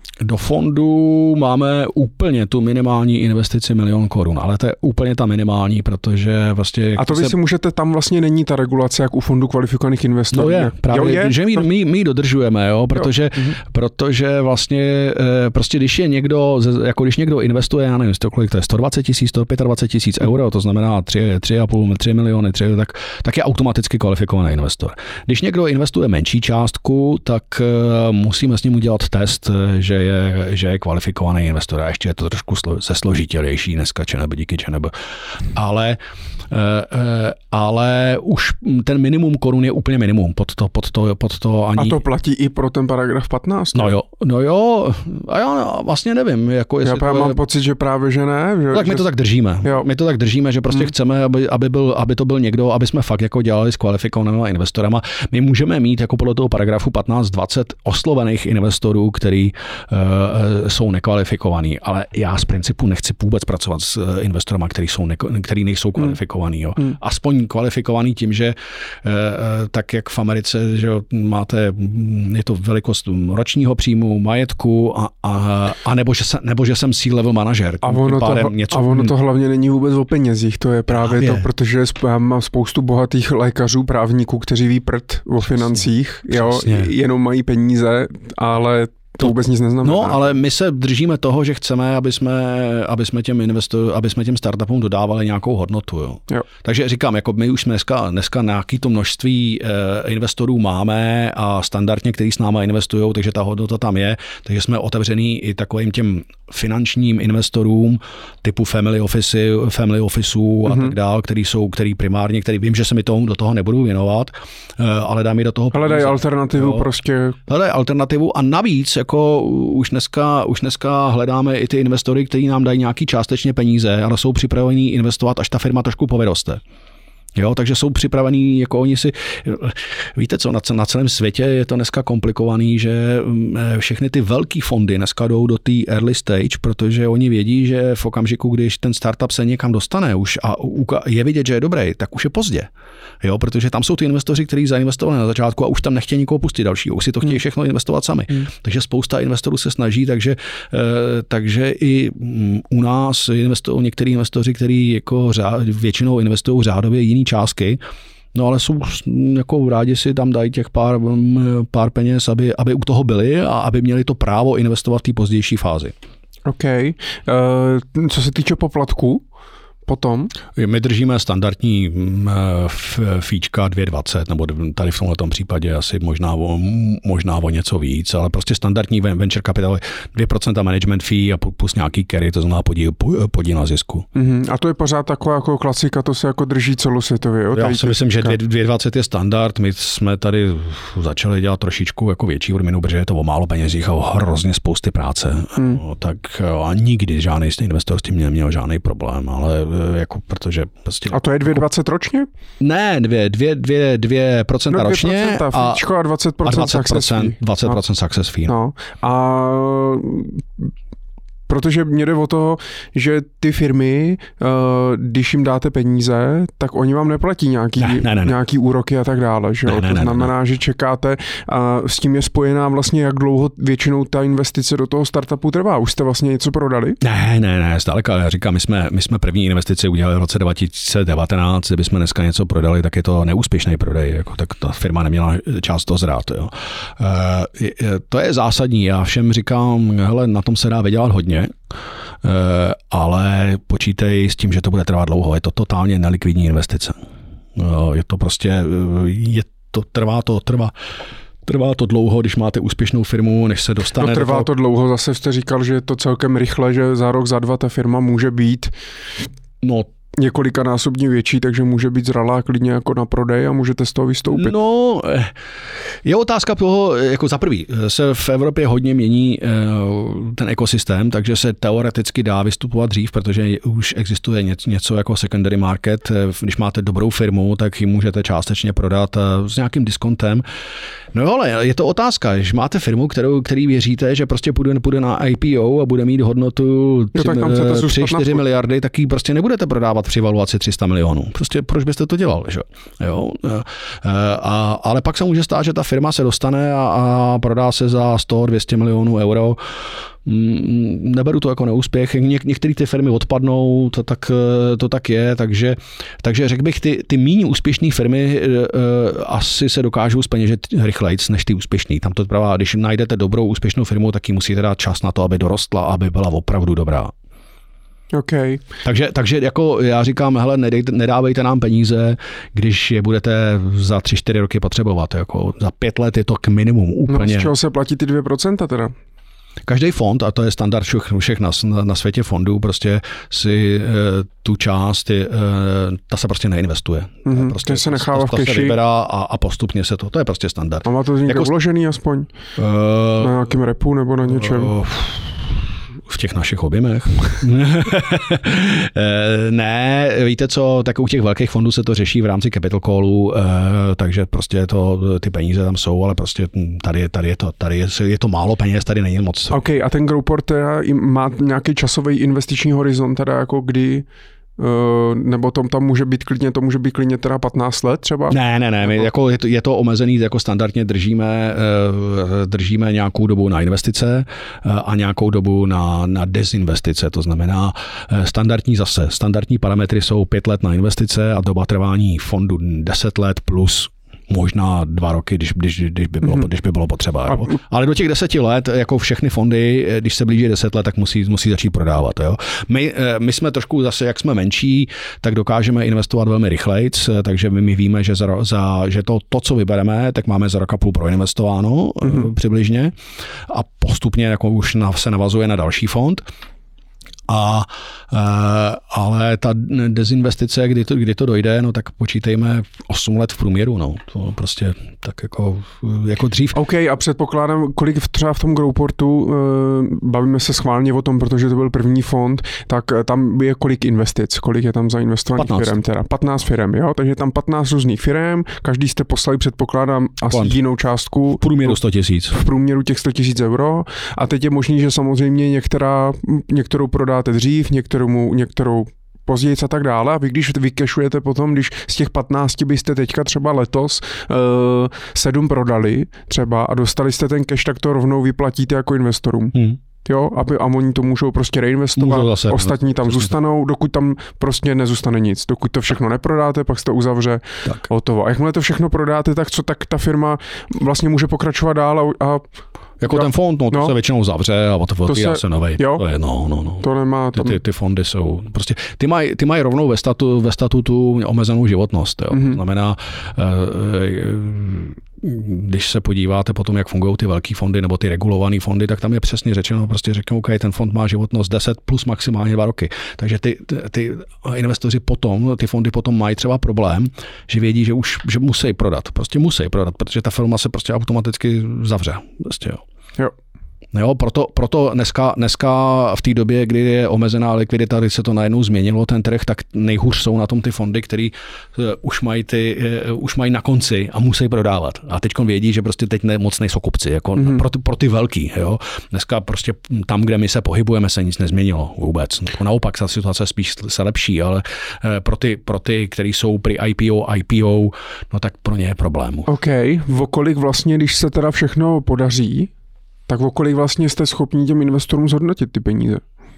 Do fondu máme úplně tu minimální investici 1 000 000 korun, ale to je úplně ta minimální, protože vlastně... A to vy si můžete, tam vlastně není ta regulace, jak u fondu kvalifikovaných investorů. No je, právě, že my dodržujeme, jo, protože vlastně prostě když je někdo, jako když někdo investuje, já nevím, kolik to je, 120 000, 125 000 euro, to znamená 3 miliony, tak je automaticky kvalifikovaný investor. Když někdo investuje menší částku, tak musíme s ním udělat test, že je kvalifikovaný investor. A ještě je to trošku složitější dneska, díky ČNB. Ale už ten minimum korun je úplně minimum. Pod to ani... A to platí i pro ten paragraf 15? No jo. A já vlastně nevím. Jako já mám pocit, že právě, že ne. Že, tak my to tak držíme. Jo. My to tak držíme, že prostě chceme, aby to byl někdo, aby jsme fakt jako dělali s kvalifikovanými investorama. My můžeme mít jako podle toho paragrafu 15-20 oslovených investorů, který jsou nekvalifikovaní, ale já z principu nechci vůbec pracovat s investorama, který nejsou kvalifikovaní. Jo. Aspoň kvalifikovaný tím, že tak jak v Americe, že máte, je to velikost ročního příjmu, majetku nebo že jsem C-level manažer. A ono to hlavně není vůbec o penězích, to je právě to, protože já mám spoustu bohatých lékařů, právníků, kteří ví prd o financích, jo, jenom mají peníze, ale to vůbec nic neznamená. No, ale my se držíme toho, že chceme, aby jsme těm startupům dodávali nějakou hodnotu. Jo. Takže říkám, jako my už dneska nějaký to množství investorů máme a standardně, který s náma investují, takže ta hodnota tam je, takže jsme otevřený i takovým těm finančním investorům typu family officeů a tak dál, který primárně, který vím, že se mi do toho nebudu věnovat, ale dá mi do toho... Hledají alternativu prostě. Hledají alternativu a navíc jako už dneska hledáme i ty investory, kteří nám dají nějaký částečně peníze, ale jsou připravení investovat, až ta firma trošku povyroste. Jo, takže jsou připravení, jako oni si, víte co, na celém světě je to dneska komplikovaný, že všechny ty velký fondy dneska jdou do té early stage, protože oni vědí, že v okamžiku, když ten startup se někam dostane už a je vidět, že je dobrý, tak už je pozdě. Jo, protože tam jsou ty investoři, kteří zainvestovali na začátku a už tam nechtějí nikoho pustit dalšího, už si to chtějí všechno investovat sami. Takže spousta investorů se snaží, takže i u nás některý investoři, kteří jako většinou investují řádově jiný částky, no ale jsou jako rádi si tam dají těch pár peněz, aby u toho byli a aby měli to právo investovat v té pozdější fázi. OK. Co se týče poplatku, potom? My držíme standardní fíčka 2,20, nebo tady v tomto případě asi možná o něco víc, ale prostě standardní venture capital 2% management fee a plus nějaký carry, to znamená podíl na zisku. A to je pořád taková jako klasika, to se jako drží celosvětově. Jo? Já si myslím, že 2,20 je standard, my jsme tady začali dělat trošičku jako větší odměnu, protože je to o málo penězích a o hrozně spousty práce. Tak a nikdy žádný investor s tím neměl žádný problém, ale jako protože prostě... A to je 2,20 ročně? Ne, 2% ročně a 20% success fee. No. A protože mě jde o to, že ty firmy, když jim dáte peníze, tak oni vám neplatí nějaký úroky a tak dále. Že jo? To znamená, že čekáte a s tím je spojená vlastně, jak dlouho většinou ta investice do toho startupu trvá. Už jste vlastně něco prodali? Ne, zdaleka. Já říkám, my jsme první investici udělali v roce 2019, kdybychom dneska něco prodali, tak je to neúspěšný prodej. Jako, tak ta firma neměla čas to zrát. Jo. To je zásadní. Já všem říkám, hele, na tom se dá vydělat hodně, ale počítej s tím, že to bude trvat dlouho. Je to totálně nelikvidní investice. Je to prostě, trvá to dlouho, když máte úspěšnou firmu, než se dostane. No, trvá to dlouho, zase jste říkal, že je to celkem rychle, že za rok, za dva ta firma může být několikanásobně větší, takže může být zralá klidně jako na prodej a můžete z toho vystoupit. No, je otázka toho, jako za prvý, se v Evropě hodně mění ten ekosystém, takže se teoreticky dá vystupovat dřív, protože už existuje něco jako secondary market. Když máte dobrou firmu, tak ji můžete částečně prodat s nějakým diskontem. No ale je to otázka, když máte firmu, který věříte, že prostě půjde na IPO a bude mít hodnotu 3-4 miliardy, tak ji prostě nebudete prodávat při valuaci 300 milionů. Prostě proč byste to dělal, že? Jo? Ale pak se může stát, že ta firma se dostane a prodá se za 100-200 milionů euro, neberu to jako neúspěch. Některé ty firmy odpadnou, to tak je, takže řekl bych, ty méně úspěšné firmy asi se dokážou zpeněžit rychlejc než ty úspěšný. Tam to pravá, když najdete dobrou úspěšnou firmu, tak jí musíte dát čas na to, aby dorostla, aby byla opravdu dobrá. Okay. Takže jako já říkám, hele, nedávejte nám peníze, když je budete za 3-4 roky potřebovat. Jako za 5 let je to k minimum úplně. No z čeho se platí ty 2% teda? Každý fond, a to je standard všech na světě fondů, prostě si tu část, ta se prostě neinvestuje. Prostě se nechává v keši. To se vyberá a postupně se to je prostě standard. A má to někde jako uložený aspoň? Na nějakým repu nebo na něčem? V těch našich objemech. Ne, víte co, tak u těch velkých fondů se to řeší v rámci capital callu, takže prostě ty peníze tam jsou, ale prostě tady je to málo peněz, tady není moc. OK, a ten Growport teda má nějaký časový investiční horizont, teda jako kdy, nebo tam může být klidně teda 15 let třeba? Ne, my jako je to omezený, jako standardně držíme nějakou dobu na investice a nějakou dobu na dezinvestice, to znamená standardní parametry jsou 5 let na investice a doba trvání fondu 10 let plus možná 2 roky, když by bylo potřeba. Ale do těch 10 let, jako všechny fondy, když se blíží 10 let, tak musí začít prodávat. Jo. My jsme trošku zase, jak jsme menší, tak dokážeme investovat velmi rychlejc, takže my víme, že že to, co vybereme, tak máme za rok a půl proinvestováno přibližně a postupně jako už se navazuje na další fond. Ale ta dezinvestice, kdy to dojde, no tak počítejme 8 let v průměru, no. To prostě tak jako dřív. OK, a předpokládám, kolik třeba v tom Growportu, bavíme se schválně o tom, protože to byl první fond, tak tam je kolik investic, kolik je tam zainvestovaných firem teda? 15 firem, jo? Takže tam 15 různých firem, každý jste poslali, předpokládám, asi jinou částku. V průměru 100 000. V průměru těch 100 000 euro a teď je možný, že samozřejmě některou prodáte dřív, některou později a tak dále a vy když vykešujete potom, když z těch 15 byste teďka třeba letos 7 prodali třeba a dostali jste ten cash, tak to rovnou vyplatíte jako investorům. Jo, a oni to můžou prostě reinvestovat, ostatní tam zůstanou, dokud tam prostě nezůstane nic. Dokud to všechno neprodáte, pak se to uzavře, hotovo. A jakmile to všechno prodáte, tak ta firma vlastně může pokračovat dál a jako ten fond, to se většinou zavře a otvírá se novej. To je, To nemá tam... ty fondy jsou, prostě, ty mají rovnou ve statutu omezenou životnost. Jo. Znamená, když se podíváte potom, jak fungují ty velký fondy nebo ty regulované fondy, tak tam je přesně řečeno, prostě řeknou, OK, ten fond má životnost 10 plus maximálně 2 roky. Takže ty investoři potom, ty fondy potom mají třeba problém, že vědí, že musí prodat, protože ta firma se prostě automaticky zavře. Prostě, jo. Jo, proto dneska v té době, kdy je omezená likvidita, kdy se to najednou změnilo ten trh, tak nejhůř jsou na tom ty fondy, který už mají na konci a musí prodávat. A teďkon vědí, že prostě teď moc nejsou kupci, jako pro ty velký. Jo. Dneska prostě tam, kde my se pohybujeme, se nic nezměnilo vůbec. Naopak ta situace spíš se lepší, ale pro ty, kteří jsou při IPO, no tak pro ně je problém. OK, okolik vlastně, když se teda všechno podaří, tak okolik vlastně jste schopni těm investorům zhodnotit ty peníze?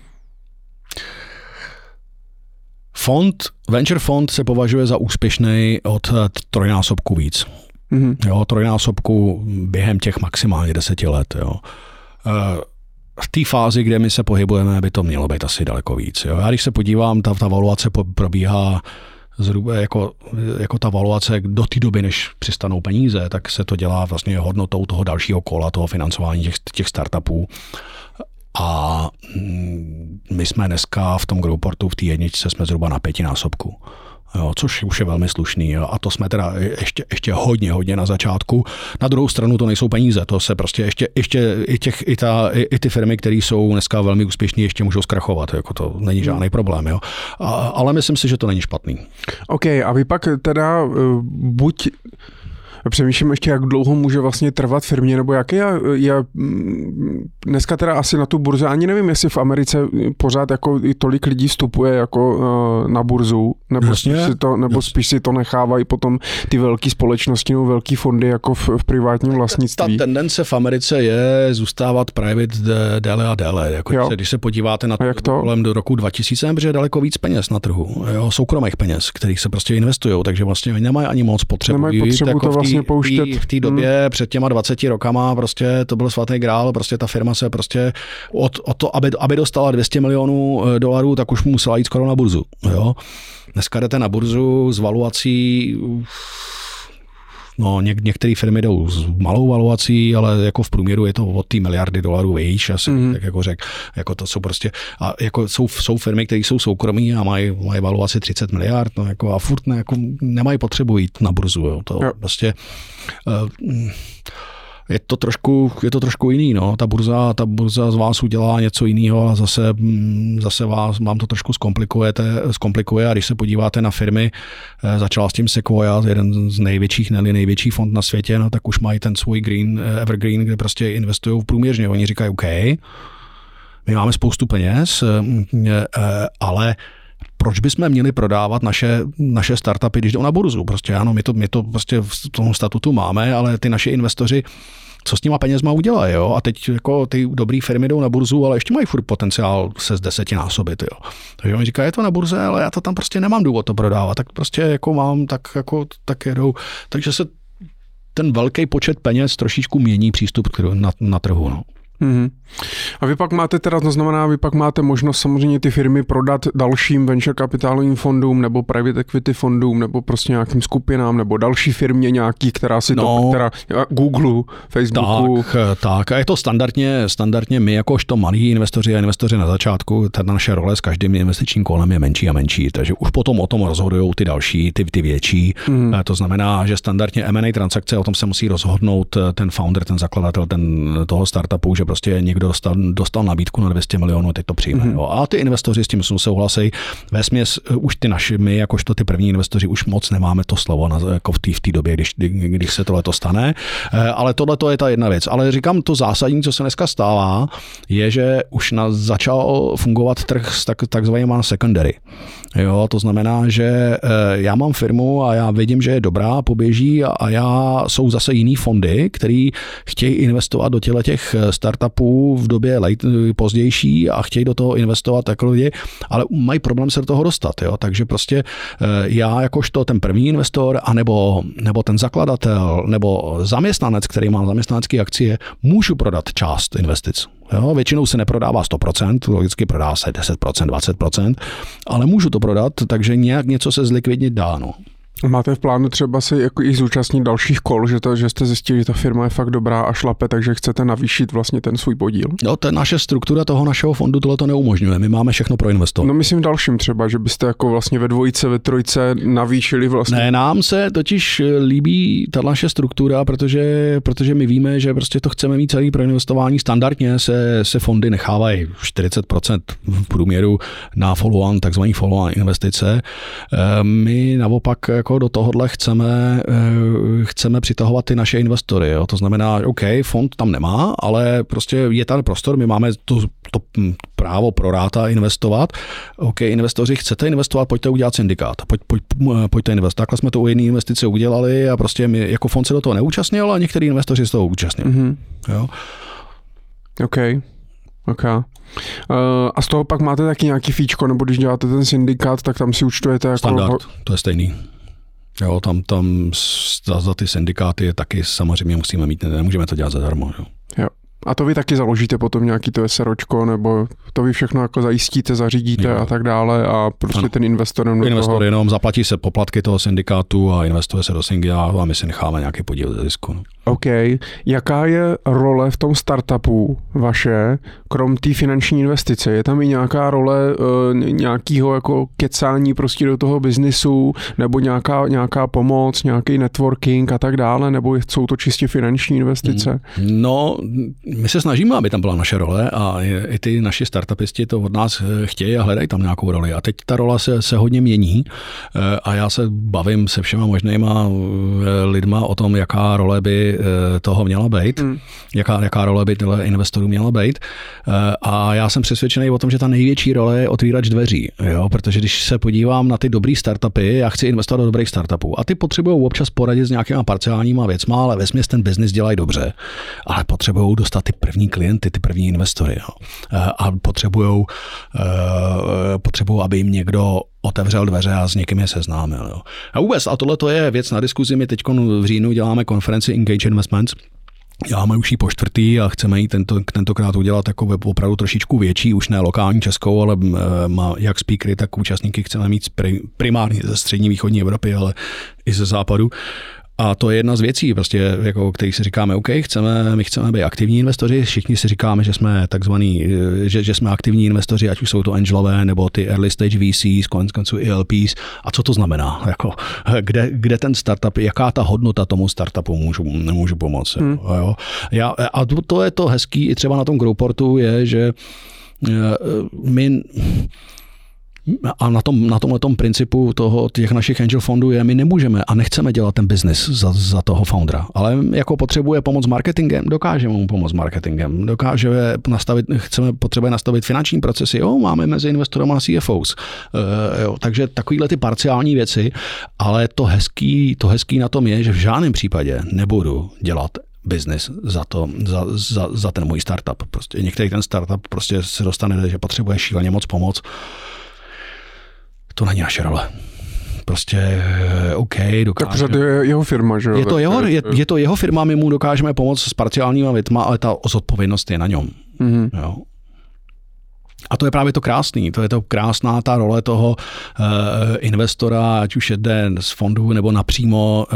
Venture fond se považuje za úspěšný od 3násobku víc. Jo, 3násobku během těch maximálně 10 let. Jo. V té fázi, kde my se pohybujeme, by to mělo být asi daleko víc. Jo. Já když se podívám, ta valuace probíhá zhruba jako ta valuace do té doby, než přistanou peníze, tak se to dělá vlastně hodnotou toho dalšího kola, toho financování těch startupů. A my jsme dneska v tom Growportu, v té jedničce jsme zhruba na 5násobku. Jo, což už je velmi slušný. Jo. A to jsme teda ještě hodně na začátku. Na druhou stranu to nejsou peníze. To se prostě ještě i ty firmy, které jsou dneska velmi úspěšné, ještě můžou zkrachovat. Jako to není žádný problém. Jo. Ale myslím si, že to není špatný. OK, a vy pak teda buď Přemýšlím ještě, jak dlouho může vlastně trvat firmě, nebo jak je dneska teda asi na tu burzu, ani nevím, jestli v Americe pořád jako tolik lidí vstupuje jako na burzu, nebo spíš si to nechávají potom ty velké společnosti nebo velké fondy jako v privátním vlastnictví. Ta tendence v Americe je zůstávat private déle a déle. Jako když se podíváte na to kolem do roku 2000, protože je daleko víc peněz na trhu, soukromých peněz, kterých se prostě investují, takže vlastně nemají ani moc potřebu jako to vlastně pouštět. V té době před těma 20 rokama prostě to byl svatý grál, prostě ta firma se prostě od to, aby dostala $200 milionů, tak už musela jít skoro na burzu. Jo? Dneska jdete na burzu s valuací, některé firmy jdou s malou valuací, ale jako v průměru je to od té $1 miliardy výš, asi, tak jako řekl. Jako to jsou prostě, a jako jsou firmy, které jsou soukromí a mají valuaci 30 miliard, a furt nemají potřebu jít na burzu. Jo. To prostě je to trošku jiný, no. Ta burza z vás udělá něco jiného a zase vám to trošku zkomplikuje a když se podíváte na firmy, začala s tím Sequoia, jeden z největších, největší fond na světě, no, tak už mají ten svůj Evergreen, kde prostě investují průměrně. Oni říkají, OK, my máme spoustu peněz, ale proč bychom měli prodávat naše startupy, když jdou na burzu? Prostě ano, my to prostě v tom statutu máme, ale ty naši investoři, co s těma penězma udělají, jo? A teď jako ty dobrý firmy jdou na burzu, ale ještě mají furt potenciál se z 10násobit, jo. Takže oni říkají, je to na burze, ale já to tam prostě nemám důvod to prodávat, tak prostě jako mám, tak jedou. Takže se ten velký počet peněz trošičku mění přístup na trhu, no. Mm-hmm. A vy pak máte možnost samozřejmě ty firmy prodat dalším venture kapitálovým fondům nebo private equity fondům nebo prostě nějakým skupinám nebo další firmě nějaký, která Google, Facebooku. Tak a je to standardně my jakožto malí investoři a investoři na začátku, ta naše role s každým investičním kolem je menší a menší, takže už potom o tom rozhodují ty další, ty větší. To znamená, že standardně M&A transakce, o tom se musí rozhodnout ten founder, ten zakladatel toho startupu, že prostě někdo dostal nabídku na 200 milionů, teď to přijme. Jo. A ty investoři s tím souhlasejí. Vesměs už my, jakožto ty první investoři, už moc nemáme to slovo jako v té době, když se tohleto stane. Ale tohleto je ta jedna věc. Ale říkám, to zásadní, co se dneska stává, je, že už začal fungovat trh s takzvanýma secondary. Jo, to znamená, že já mám firmu a já vidím, že je dobrá, poběží a jsou zase jiný fondy, který chtějí investovat do těch startupů v době pozdější a chtějí do toho investovat jako lidi, ale mají problém se do toho dostat. Jo? Takže prostě já jakožto ten první investor, anebo ten zakladatel, nebo zaměstnanec, který má zaměstnanecké akcie, můžu prodat část investic. Jo? Většinou se neprodává 100%, logicky prodá se 10%, 20%, ale můžu to prodat, takže nějak něco se zlikvidnit dá. No. Máte v plánu třeba si jako i zúčastnit dalších kol, že jste zjistili, že ta firma je fakt dobrá a šlape, takže chcete navýšit vlastně ten svůj podíl? No, naše struktura toho našeho fondu tohle to neumožňuje. My máme všechno pro investor. No myslím dalším třeba, že byste jako vlastně ve dvojice, ve trojce navýšili vlastně. Ne, nám se totiž líbí ta naše struktura, protože my víme, že prostě to chceme mít celý pro investování. Standardně se fondy nechávají 40% v průměru na follow-on, takzvaný follow-on investice. My naopak jako do tohohle chceme přitahovat ty naše investory. Jo? To znamená, OK, fond tam nemá, ale prostě je tam prostor, my máme to právo pro ráta investovat. OK, investoři, chcete investovat, pojďte udělat syndikát. Pojďte investovat. Takhle jsme to u jedné investice udělali a prostě my jako fond se do toho neúčastnil, a některý investoři se toho účastnili. Mm-hmm. Jo? OK. A z toho pak máte taky nějaký fíčko, nebo když děláte ten syndikát, tak tam si účtujete jako... Standard, to je stejný. Jo, tam za ty syndikáty je taky samozřejmě musíme mít, nemůžeme to dělat zadarmo. Jo. A to vy taky založíte potom nějaký to SROčko, nebo to vy všechno jako zajistíte, zařídíte a tak dále a prostě ten investor jenom zaplatí se poplatky toho syndikátu a investuje se do syndikátu a my si necháme nějaký podíl ze zisku. No. OK. Jaká je role v tom startupu vaše, krom té finanční investice? Je tam i nějaká role nějakého jako kecání prostě do toho biznisu, nebo nějaká pomoc, nějaký networking a tak dále, nebo jsou to čistě finanční investice? No, my se snažíme, aby tam byla naše role a i ty naši startupisti to od nás chtějí a hledají tam nějakou roli. A teď ta rola se hodně mění a já se bavím se všema možnýma lidma o tom, jaká role by toho měla být, jaká role by investorů měla být. A já jsem přesvědčený o tom, že ta největší role je otvírač dveří, jo? Protože když se podívám na ty dobrý startupy, já chci investovat do dobrých startupů a ty potřebují občas poradit s nějakýma parciálníma věcma, ale vesměs ten biznis dělají dobře, ale potřebují dostat ty první klienty, ty první investory, jo? A potřebují, aby jim někdo otevřel dveře a s někým je seznámil. Jo. A vůbec, a tohle to je věc na diskuzi, my teď v říjnu děláme konferenci Engage Investments, děláme už ji po čtvrtý a chceme ji tentokrát udělat jako opravdu trošičku větší, už ne lokální českou, ale jak speakery, tak účastníky chceme mít primárně ze střední východní Evropy, ale i ze západu. A to je jedna z věcí, prostě, jako, který si říkáme, OK, my chceme být aktivní investoři, všichni si říkáme, že jsme takzvaný, že jsme aktivní investoři, ať už jsou to angelové, nebo ty early stage VCs, konec konců i LPs. A co to znamená? Jako, kde ten startup, jaká ta hodnota tomu startupu můžu pomoct? Jo? A to je to hezký i třeba na tom Growportu je, že my a na tomhletom principu těch našich angel fondů je, my nemůžeme a nechceme dělat ten biznis za toho foundera, ale jako potřebuje pomoc marketingem, dokážeme mu pomoct marketingem, potřebuje nastavit finanční procesy, jo, máme mezi investorama CFOs, jo, takže takovýhle ty parciální věci, ale to hezký na tom je, že v žádném případě nebudu dělat biznis za ten můj startup. Prostě některý ten startup prostě se dostane, že potřebuje šíleně moc pomoc. To není naše role. Prostě OK, dokážeme. Tak to je jeho firma, že jo? Je to jeho firma, my mu dokážeme pomoct s parciálníma věcma, ale ta zodpovědnost je na něm. Mm-hmm. Jo. A to je právě to krásný. To je to krásná ta role toho investora, ať už jde z fondu nebo napřímo,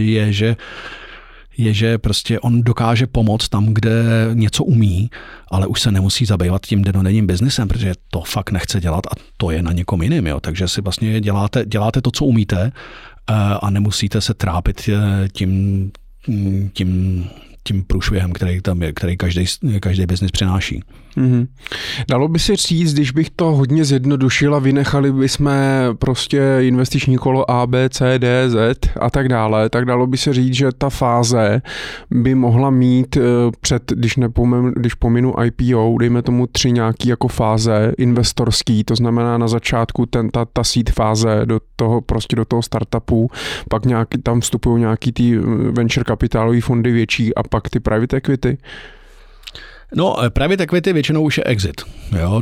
je, že prostě on dokáže pomoct tam, kde něco umí, ale už se nemusí zabývat tím denodenním biznesem, protože to fakt nechce dělat a to je na někom jiným. Jo. Takže si vlastně děláte to, co umíte a nemusíte se trápit tím průšvihem, který každý biznis přináší. Mm-hmm. Dalo by se říct, když bych to hodně zjednodušil a vynechali bychom prostě investiční kolo A, B, C, D, Z a tak dále, tak dalo by se říct, že ta fáze by mohla mít když pominu IPO, dejme tomu 3 nějaký jako fáze investorský, to znamená na začátku ta seed fáze do toho startupu, pak tam vstupují nějaký ty venture kapitálové fondy větší a pak ty private equity. No, private equity většinou už je exit. Jo?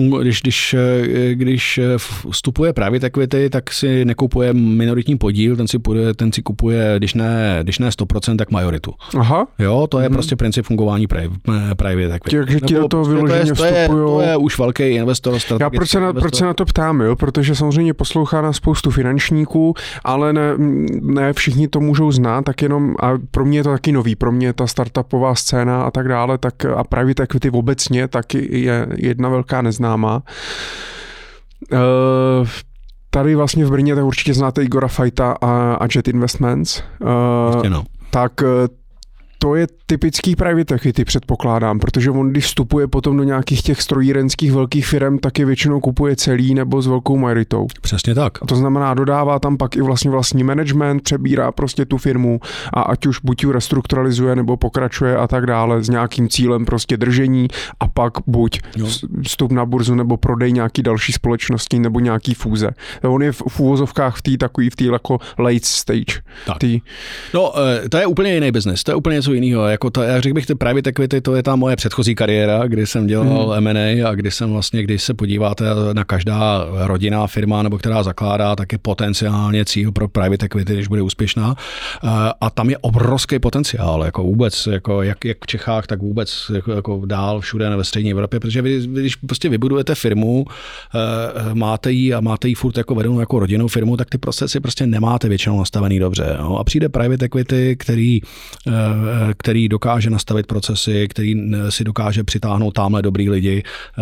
Když vstupuje private equity, tak si nekupuje minoritní podíl, ten si kupuje, když ne 100%, tak majoritu. Aha. Jo, to je prostě princip fungování private equity. Takže ti do toho vyloženě vstupují. To je už velký investor. Já proč se na to ptám, jo? Protože samozřejmě poslouchá na spoustu finančníků, ale ne všichni to můžou znát, tak jenom, a pro mě je to taky nový, pro mě ta startupová scéna a tak dále, tak a private equity obecně taky je jedna velká neznámá. Tady vlastně v Brně tak určitě znáte Igora Fajta a Jet Investments. Tak to je typický private equity, předpokládám, protože on, když vstupuje potom do nějakých těch strojírenských velkých firm, tak je většinou kupuje celý nebo s velkou majoritou. Přesně tak. A to znamená, dodává tam pak i vlastní management, přebírá prostě tu firmu a ať už buď ji restrukturalizuje nebo pokračuje a tak dále s nějakým cílem prostě držení a pak buď vstup na burzu nebo prodej nějaký další společnosti nebo nějaký fúze. On je v úvozovkách v té jako late stage. No, to je úplně jiný biznes, to je úplně něco jiného. Jako já řekl bych, ty private equity, to je ta moje předchozí kariéra, kdy jsem dělal M&A a když se podíváte na každá rodinná firma nebo která zakládá, tak je potenciálně cíl pro private equity, když bude úspěšná. A tam je obrovský potenciál, jako vůbec, jako jak v Čechách, tak vůbec jako dál všude ve střední Evropě, protože když prostě vybudujete firmu, máte ji furt jako vedenou jako rodinnou firmu, tak ty procesy prostě nemáte většinou nastavený dobře. Jo? A přijde private equity, který který dokáže nastavit procesy, který si dokáže přitáhnout tamhle dobrý lidi,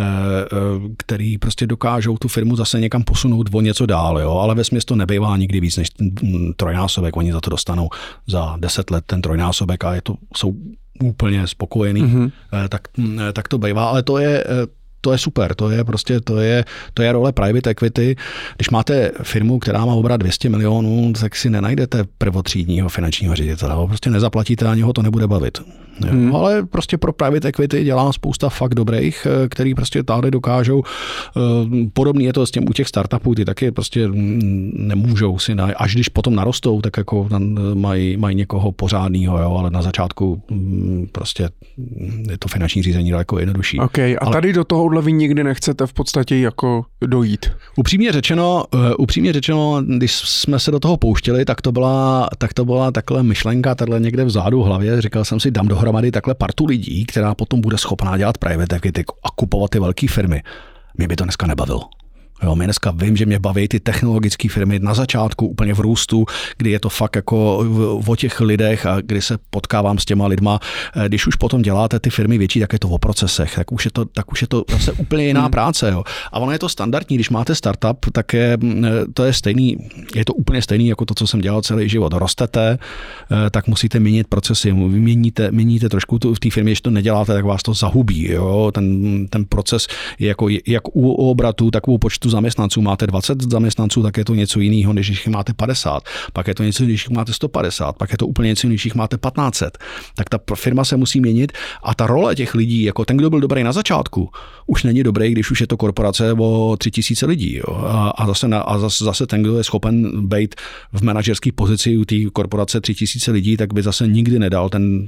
který prostě dokážou tu firmu zase někam posunout o něco dál, jo? Ale vesměs to nebývá nikdy víc než trojnásobek, oni za to dostanou za 10 let ten trojnásobek a jsou úplně spokojení, tak to bývá, ale to je super, to je role private equity. Když máte firmu, která má obrat 200 milionů, tak si nenajdete prvotřídního finančního ředitele, ho prostě nezaplatíte, ani ho to nebude bavit. Ale prostě pro private equity dělá spousta fakt dobrých, který prostě tady dokážou. Podobný je to s tím u těch startupů, ty taky prostě nemůžou si, až když potom narostou, tak jako mají někoho pořádného, jo, ale na začátku prostě je to finanční řízení daleko jednodušší. Okay, a tady do tohohle vy nikdy nechcete v podstatě jako dojít? Upřímně řečeno, když jsme se do toho pouštěli, tak to byla takhle myšlenka tady někde vzadu v hlavě. Říkal jsem si, dám dohromady takhle partu lidí, která potom bude schopná dělat private equity a kupovat ty velké firmy. Mě by to dneska nebavilo. Jo, my dneska vím, že mě baví ty technologické firmy na začátku, úplně v růstu, kdy je to fakt jako o těch lidech a kdy se potkávám s těma lidma. Když už potom děláte ty firmy větší, tak je to o procesech, tak už je to zase úplně jiná práce. Jo. A ono je to standardní, když máte startup, tak je to úplně stejný jako to, co jsem dělal celý život. Rostete, tak musíte měnit procesy, měníte trošku v té firmě, když to neděláte, tak vás to zahubí. Jo. Ten proces je jako jak u obratu, tak u počtu zaměstnanců. Máte 20 zaměstnanců, tak je to něco jiného, než když máte 50. Pak je to něco, když máte 150. Pak je to úplně něco, když máte 1500. Tak ta firma se musí měnit a ta role těch lidí, jako ten, kdo byl dobrý na začátku, už není dobrý, když už je to korporace o 3000 lidí. Jo. A zase ten, kdo je schopen být v manažerské pozici u té korporace 3000 lidí, tak by zase nikdy nedal ten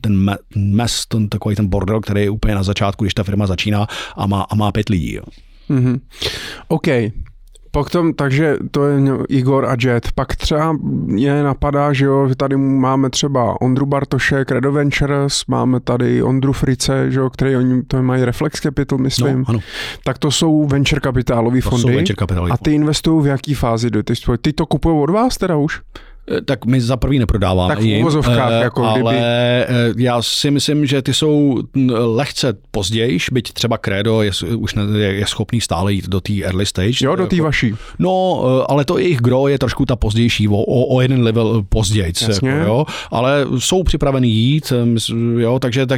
takový ten bordel, který je úplně na začátku, když ta firma začíná a má 5 lidí. Jo. Mm-hmm. OK. Potom, takže to je Igor a Jet. Pak třeba mě napadá, že jo, tady máme třeba Ondru Bartoše, Credo Ventures, máme tady Ondru Frice, že jo, který oni to mají Reflex Capital, myslím. No, ano. Tak to jsou venture kapitálový fondy. A ty investují v jaký fázi? Ty to kupují od vás teda už? Tak my za první neprodáváme tak jim, jako ale já si myslím, že ty jsou lehce pozdějiš, byť třeba Credo je schopný stále jít do té early stage. Jo, do té vaší. No, ale to jejich gro je trošku ta pozdější, o jeden level pozdějc. Jako, jo, ale jsou připraveni jít, jo, takže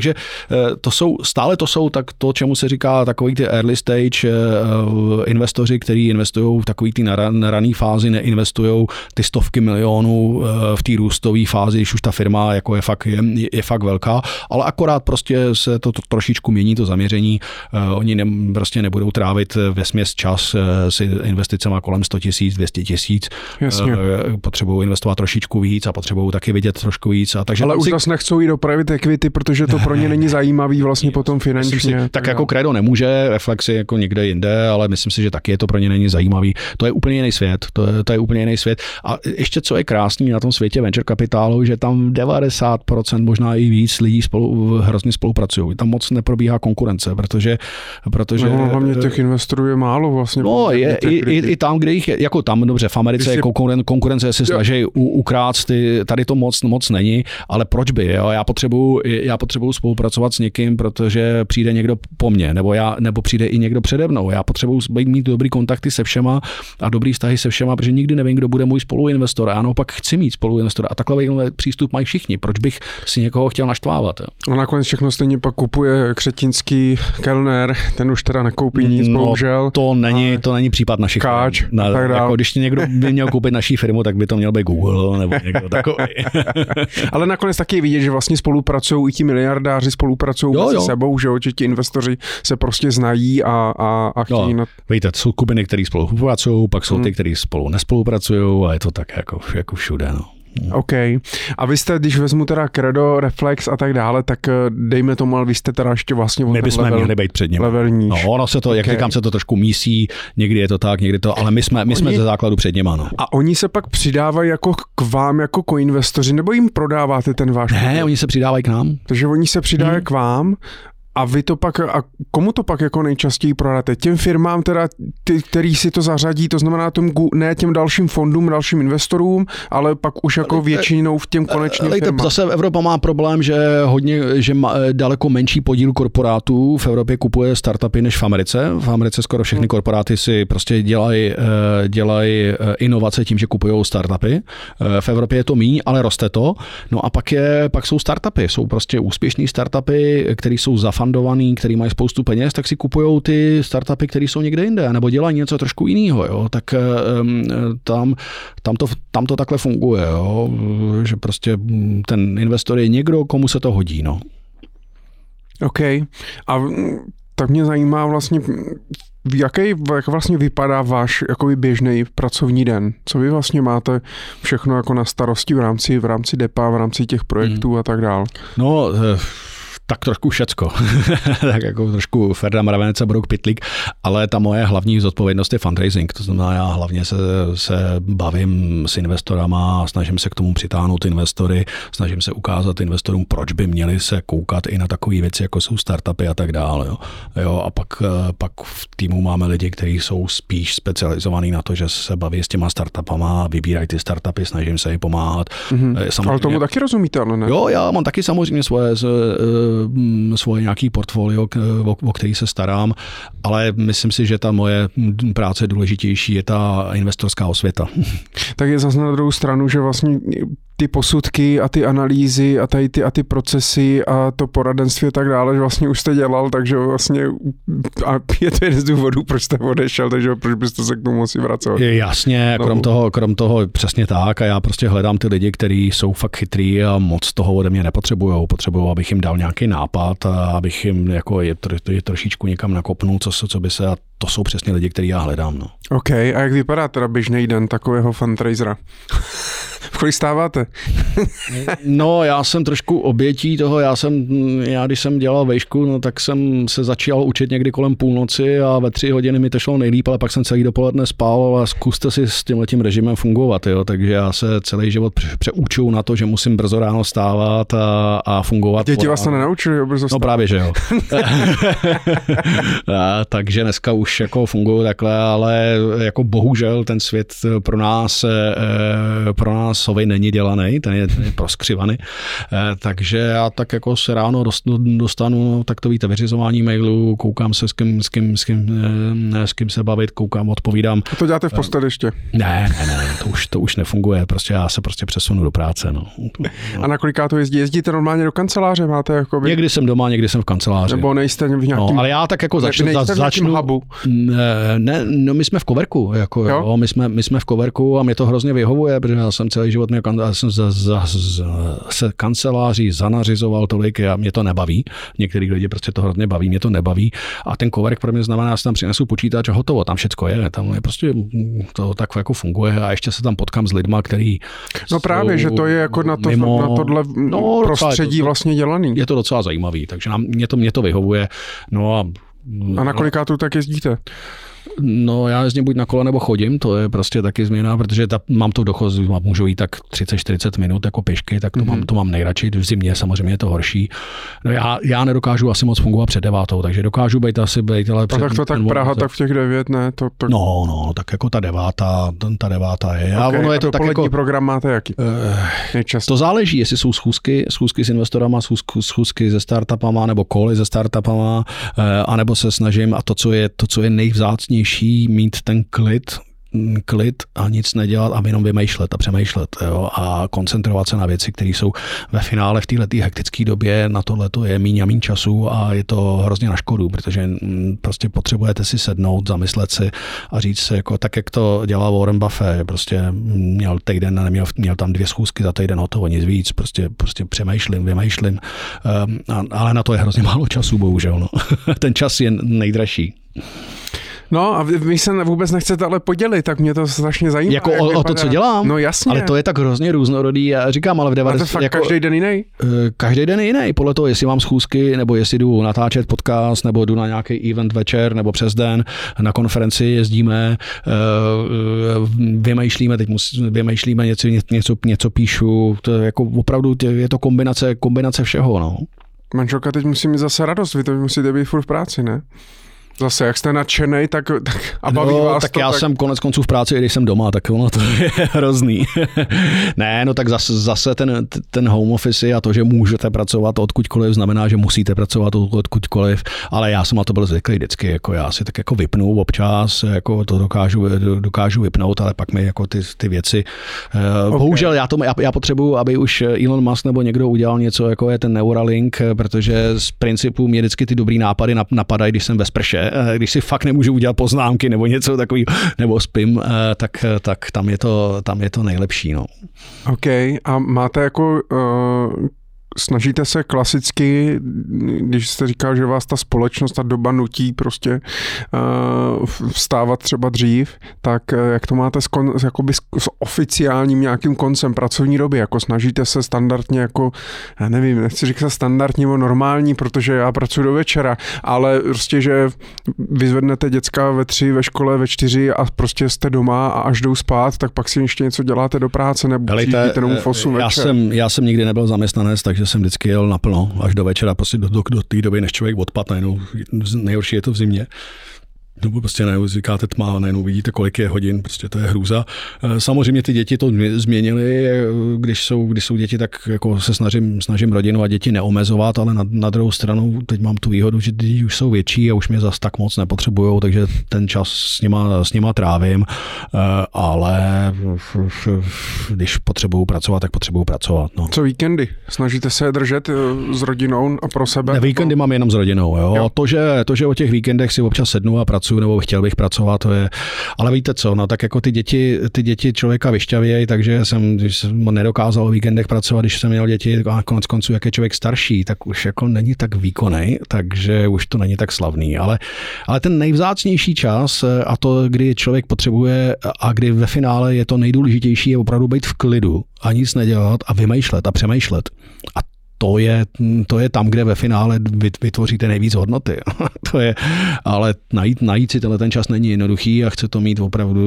stále to jsou tak to, čemu se říká takový ty early stage investoři, kteří investují v takový ty na rané fázi, neinvestují ty stovky milionů v té růstové fázi, když už ta firma jako je fakt velká, ale akorát prostě se to trošičku mění to zaměření. Oni prostě nebudou trávit vesměs čas s investicemi kolem 100 000, 200 000. Potřebují investovat trošičku víc a potřebují taky vidět trošku víc. Takže ale už zase nechcou jít do private equity, protože to pro ně není zajímavý vlastně potom finančně. Tak jako Credo nemůže, Reflexy jako někde jinde, ale myslím si, že taky je to pro ně není zajímavý. To je úplně jiný svět. To je úplně jiný svět. A ještě co je krásný na tom světě venture kapitálu, že tam 90%, možná i víc lidí hrozně spolupracují. Tam moc neprobíhá konkurence, protože no, hlavně těch investorů je málo vlastně. No, je i tam, kde jich je, jako tam, dobře, v Americe je konkurence, se snaží ukrást, tady to moc není, ale proč by, jo? Já potřebuju spolupracovat s někým, protože přijde někdo po mně, nebo přijde i někdo přede mnou. Já potřebuju mít dobrý kontakty se všema a dobrý vztahy se všema, protože nikdy nevím, kdo bude můj spoluinvestor. Já naopak chci mít spoluinvestora a takový přístup mají všichni. Proč bych si někoho chtěl naštvávat? Jo? A nakonec všechno stejně pak kupuje Křetinský, Kellner, ten už teda nekoupí nic, bohužel. To není případ našich firm. Jako, když někdo by měl koupit naší firmu, tak by to měl být Google nebo někdo takový. Ale nakonec taky vidět, že vlastně spolupracují i ti miliardáři, spolupracují mezi sebou, že ti investoři se prostě znají a chtějí. Víte, jsou skupiny, které spolupracují, pak jsou ty, kteří spolu nespolupracují a je to tak jako všude. No. OK. A vy jste, když vezmu teda Credo, Reflex a tak dále, tak dejme tomu, ale vy jste teda ještě vlastně my bychom měli být před ním. Level níž. No, ono se to, jak říkám, se to trošku mísí, někdy je to tak, někdy to, ale my jsme ze základu před nima, no. A oni se pak přidávají jako k vám jako koinvestoři, nebo jim prodáváte ten váš? Ne, oni se přidávají k nám. Takže oni se přidávají k vám. A vy to pak, a komu to pak jako nejčastěji prodáte? Těm firmám teda, který si to zařadí, to znamená ne těm dalším fondům, dalším investorům, ale pak už jako většinou v těm konečným firmám. Zase Evropa má problém, že má daleko menší podíl korporátů v Evropě kupuje startupy než v Americe. V Americe skoro všechny korporáty si prostě dělají inovace tím, že kupují startupy. V Evropě je to míň, ale roste to. No a pak jsou startupy, jsou prostě úspěšný startupy, které jsou zafundovaný, který mají spoustu peněz, tak si kupujou ty startupy, které jsou někde jinde, nebo dělají něco trošku jiného, jo. Tak tam to takhle funguje, jo. Že prostě ten investor je někdo, komu se to hodí, no. OK. A tak mě zajímá vlastně, jak vlastně vypadá váš jakoby běžný pracovní den? Co vy vlastně máte všechno jako na starosti v rámci DEPA, v rámci těch projektů a tak dál? No, tak trošku všecko. Tak jako trošku Ferda Mravenec a Brouk Pytlík, ale ta moje hlavní zodpovědnost je fundraising. To znamená, já hlavně se bavím s investorama, snažím se k tomu přitáhnout investory, snažím se ukázat investorům, proč by měli se koukat i na takové věci, jako jsou startupy a tak dále. Jo, a pak v týmu máme lidi, kteří jsou spíš specializovaní na to, že se baví s těma startupama, vybírají ty startupy, snažím se jim pomáhat. Ale tomu taky rozumíte, ale ne? Jo, já mám taky samozřejmě svoje nějaký portfolio, o který se starám, ale myslím si, že ta moje práce důležitější je ta investorská osvěta. Tak je zase na druhou stranu, že vlastně ty posudky a ty analýzy a ty procesy a to poradenství a tak dále, že vlastně už jste dělal, takže vlastně a je to jeden z důvodů, proč jste odešel, takže proč byste se k tomu museli vracet. Jasně, krom toho přesně tak a já prostě hledám ty lidi, kteří jsou fakt chytrý a moc toho ode mě nepotřebujou. Potřebují, abych jim dal nějaký nápad a abych jim jako je trošičku někam nakopnul, co by se, a to jsou přesně lidi, který já hledám. No. OK, a jak vypadá teda běžný den takového fundraisera? V kolik stáváte? No, já jsem trošku obětí toho, když jsem dělal vejšku, no, tak jsem se začal učit někdy kolem půlnoci a ve 3 hodiny mi to šlo nejlíp, ale pak jsem celý dopoledne spál a zkuste si s tímhletím režimem fungovat, jo, takže já se celý život přeučuju na to, že musím brzo ráno stávat a fungovat. Děti vás to nenaučili brzo stávat? No právě, že jo. Takže dneska už jako fungují takhle, ale jako bohužel ten svět pro nás sovej není dělaný, ten je proskřivaný, takže já tak jako se ráno dostanu, tak to víte, vyřizování mailů, koukám se s kým se bavit, koukám, odpovídám. A to děláte v posteli ještě? Ne, to už nefunguje, prostě já se přesunu do práce, no. A na koliká to jezdí? Jezdíte normálně do kanceláře? Máte jakoby... Někdy jsem doma, někdy jsem v kanceláři. Nebo nejste v nějakým... No, ale já tak jako začnu... hubu? Ne, no my jsme v Coworku, jako jo, my jsme v Coworku a mě to hrozně vyhovuje, protože já jsem celý život se kanceláří zanařizoval tolik a mě to nebaví. Některý lidi prostě to hrozně baví, mě to nebaví. A ten Cowork pro mě znamená, že si tam přinesu počítač a hotovo, tam všecko je. Tam je prostě to tak jako funguje a ještě se tam potkám s lidma, který no právě, že to je jako na tohle prostředí vlastně dělaný. Je to docela zajímavý, takže mě to vyhovuje. No a na kolikátu tak jezdíte? No já jezdím buď na kole nebo chodím, to je prostě taky změna, protože mám to dochod, můžu jít tak 30-40 minut jako pěšky, tak to mám nejradši, v zimě samozřejmě je to horší. No já nedokážu asi moc fungovat před 9, takže dokážu být, ale před... A tak to tak Praha, tak v těch 9, ne? No, tak jako ta 9 je. Okay, ono je to tak jako... program máte jaký? To záleží, jestli jsou schůzky s investorama, schůzky se startupama, nebo cally se startupama, anebo se snažím, a to, co je nejvzácnější, mít ten klid a nic nedělat a jenom vymýšlet a přemýšlet, jo, a koncentrovat se na věci, které jsou ve finále v této hektické době. Na tohleto je míň a míň času a je to hrozně na škodu, protože prostě potřebujete si sednout, zamyslet si a říct si, jako tak, jak to dělal Warren Buffett, prostě měl týden a měl tam 2 schůzky za týden, hotovo, nic víc, prostě vymýšlím, ale na to je hrozně málo času, bohužel, no. Ten čas je nejdražší. No a vy se vůbec nechcete ale podělit, tak mě to strašně zajímá. Jako o to, co dělám? No jasně. Ale to je tak hrozně různorodý, já říkám, ale v 90... A to fakt jako, každý den jiný? Každý den jiný, podle toho, jestli mám schůzky, nebo jestli jdu natáčet podcast, nebo jdu na nějaký event večer, nebo přes den, na konferenci jezdíme, vymýšlíme něco píšu, to je jako opravdu je to kombinace všeho, no. Manželka teď musí mít zase radost, vy to musíte být furt v práci, ne? Zase, jak jste nadšenej, tak a baví vás tak to. Já jsem konec konců v práci, i když jsem doma, tak ono to je hrozný. Ne, no tak zase ten home office a to, že můžete pracovat odkudkoliv, znamená, že musíte pracovat odkudkoliv, ale já jsem na to byl zvyklý vždycky, jako já si tak jako vypnu občas, jako to dokážu vypnout, ale pak mi jako ty věci, okay. Bohužel já potřebuju, aby už Elon Musk nebo někdo udělal něco, jako je ten Neuralink, protože z principu mě vždycky ty dobrý nápady napadají, když jsem ve sprše. Když si fakt nemůžu udělat poznámky nebo něco takového, nebo spím, tak tam je to nejlepší. No. OK. A máte jako... Snažíte se klasicky, když jste říkal, že vás ta společnost, ta doba nutí prostě vstávat třeba dřív, tak jak to máte s oficiálním nějakým koncem pracovní doby? Jako snažíte se standardně jako, já nevím, nechci říkat standardně nebo normální, protože já pracuji do večera, ale prostě, že vyzvednete děcka ve 3, ve škole ve 4 a prostě jste doma a až jdou spát, tak pak si ještě něco děláte do práce nebo přijdete domů v 8 večer. Já jsem nikdy nebyl zaměstnanec, takže jsem vždycky jel naplno až do večera, prostě do té doby, než člověk odpadne. Nejhorší je to v zimě. Nebo prostě najednou říkáte tma, najednou vidíte, kolik je hodin, prostě to je hrůza. Samozřejmě ty děti to změnily, když jsou děti, tak jako se snažím rodinu a děti neomezovat, ale na druhou stranu teď mám tu výhodu, že děti už jsou větší a už mě zas tak moc nepotřebujou, takže ten čas s nima trávím, ale když potřebuju pracovat, tak potřebuju pracovat. No. Co víkendy? Snažíte se je držet s rodinou a pro sebe? Víkendy mám jenom s rodinou, jo. To, že o těch víkendech si občas sednu a pracuji, nebo chtěl bych pracovat, to je, ale víte co, no tak jako ty děti člověka vyšťavějí, takže když jsem nedokázal o víkendech pracovat, když jsem měl děti a konec konců, jak je člověk starší, tak už jako není tak výkonný, takže už to není tak slavný, ale ten nejvzácnější čas a to, kdy člověk potřebuje a kdy ve finále je to nejdůležitější, je opravdu být v klidu a nic nedělat a vymýšlet a přemýšlet. A to je tam, kde ve finále vytvoříte nejvíc hodnoty. Ale najít si ten čas není jednoduchý a chce to mít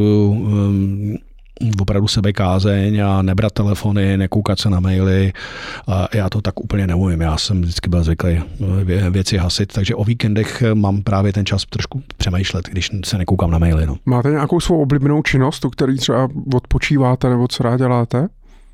opravdu sebekázeň a nebrat telefony, nekoukat se na maily. A já to tak úplně neumím. Já jsem vždycky byl zvyklý věci hasit, takže o víkendech mám právě ten čas trošku přemýšlet, když se nekoukám na maily. No. Máte nějakou svou oblíbenou činnost, u který třeba odpočíváte nebo co rád děláte?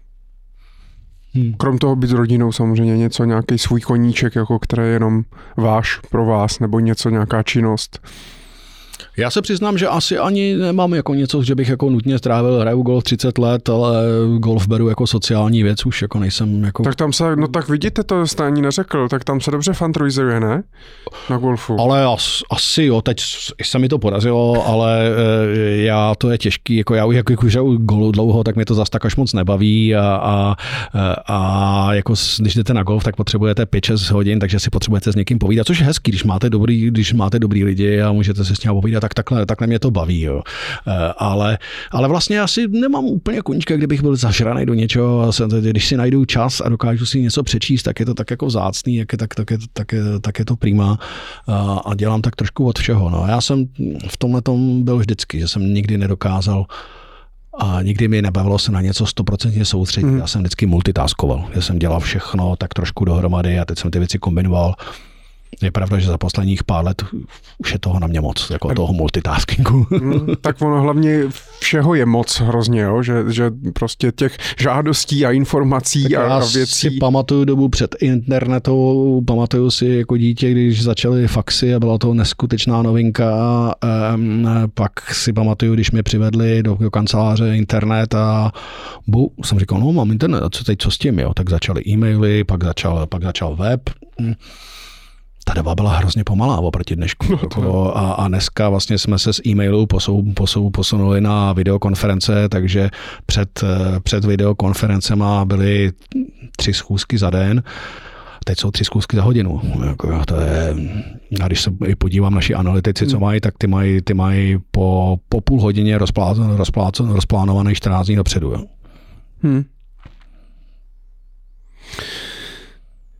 Krom toho být s rodinou samozřejmě něco, nějaký svůj koníček, jako který je jenom pro vás, nebo něco, nějaká činnost. Já se přiznám, že asi ani nemám jako něco, že bych jako nutně strávil, hraju golf 30 let, ale golf beru jako sociální věc, už jako nejsem jako... Tak tam se, no tak vidíte, to jste ani neřekl, tak tam se dobře fundraiseruje, ne? Na golfu. Ale asi jo, teď se mi to podařilo, ale to je těžký, jako já už hraju golf dlouho, tak mě to zas tak až moc nebaví a jako když jdete na golf, tak potřebujete 5-6 hodin, takže si potřebujete s někým povídat, což je hezký, když máte dobrý lidi a můžete se s ním povídat, tak takhle mě to baví. Jo. Ale vlastně asi nemám úplně koníčka, kdybych byl zažranej do něčeho. Když si najdu čas a dokážu si něco přečíst, tak je to tak jako vzácný, tak je to prima a dělám tak trošku od všeho. No. Já jsem v tomhletom byl vždycky, že jsem nikdy nedokázal a nikdy mi nebavilo se na něco 100% soustředit. Já jsem vždycky multitaskoval. Já jsem dělal všechno tak trošku dohromady a teď jsem ty věci kombinoval. Je pravda, že za posledních pár let už je toho na mě moc, jako toho multitaskingu. Tak ono hlavně všeho je moc hrozně, jo? Že prostě těch žádostí a informací a věcí. Já si pamatuju dobu před internetou, pamatuju si jako dítě, když začaly faxy a byla to neskutečná novinka. Pak si pamatuju, když mě přivedli do kanceláře internet a jsem říkal, no mám internet, a co s tím, jo? Tak začaly e-maily, pak začal web. Ta doba byla hrozně pomalá oproti dnešku. A dneska vlastně jsme se z e-mailu posunuli na videokonference, takže před videokonferencema byly 3 schůzky za den. Teď jsou 3 schůzky za hodinu. To je, a když se podívám naši analytici, co mají, tak ty mají po půl hodině rozplánovaný 14 dní dopředu. Jo.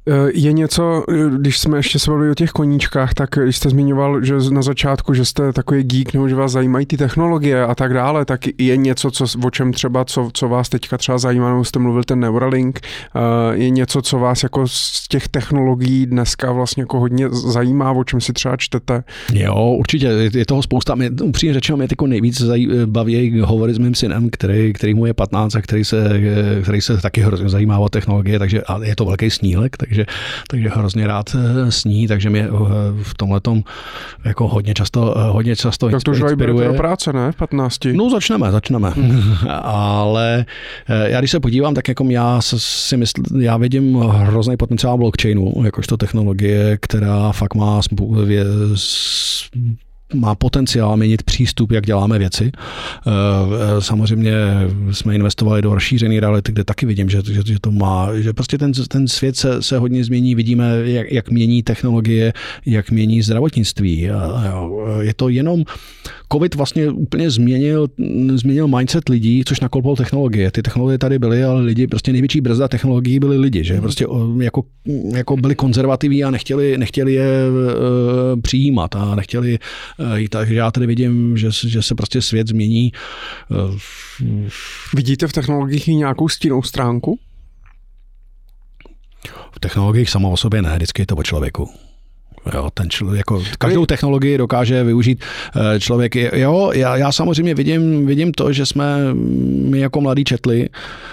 Je něco, když jsme ještě se bavili o těch koníčkách, tak když jste zmiňoval, že na začátku, že jste takový geek, nebo že vás zajímají ty technologie a tak dále, tak je něco, o čem třeba, co vás teďka třeba zajímá, nebo jste mluvil ten Neuralink, je něco, co vás jako z těch technologií dneska vlastně jako hodně zajímá, o čem si třeba čtete? Jo, určitě, je toho spousta. Upřímně řečeno, mě jako nejvíc baví hovory s mým synem, který mu je 15 a který se taky hrozně zajímá o technologie, takže a je to velký snílek, takže hrozně rád sní, takže mě v tomhletom jako hodně často tak to už inspiruje. Do práce, ne? V 15. No začneme. Ale já když se podívám, tak jako já vidím hrozný potenciál blockchainu, jakožto technologie, která fakt má potenciál měnit přístup, jak děláme věci. Samozřejmě jsme investovali do rozšířené reality, kde taky vidím, že to má, že prostě ten svět se hodně změní, vidíme, jak mění technologie, jak mění zdravotnictví. Je to jenom COVID vlastně úplně změnil mindset lidí, což nakolpal technologie. Ty technologie tady byly, ale lidi, prostě největší brzda technologií byli lidi, že prostě jako byli konzervativní a nechtěli je přijímat a nechtěli. Takže já tady vidím, že se prostě svět změní. Vidíte v technologiích i nějakou stinnou stránku? V technologiích samo o sobě ne, vždycky je to o člověku. Jo, ten člověk, jako každou technologii dokáže využít člověk. Jo, já samozřejmě vidím to, že jsme my jako mladí četli.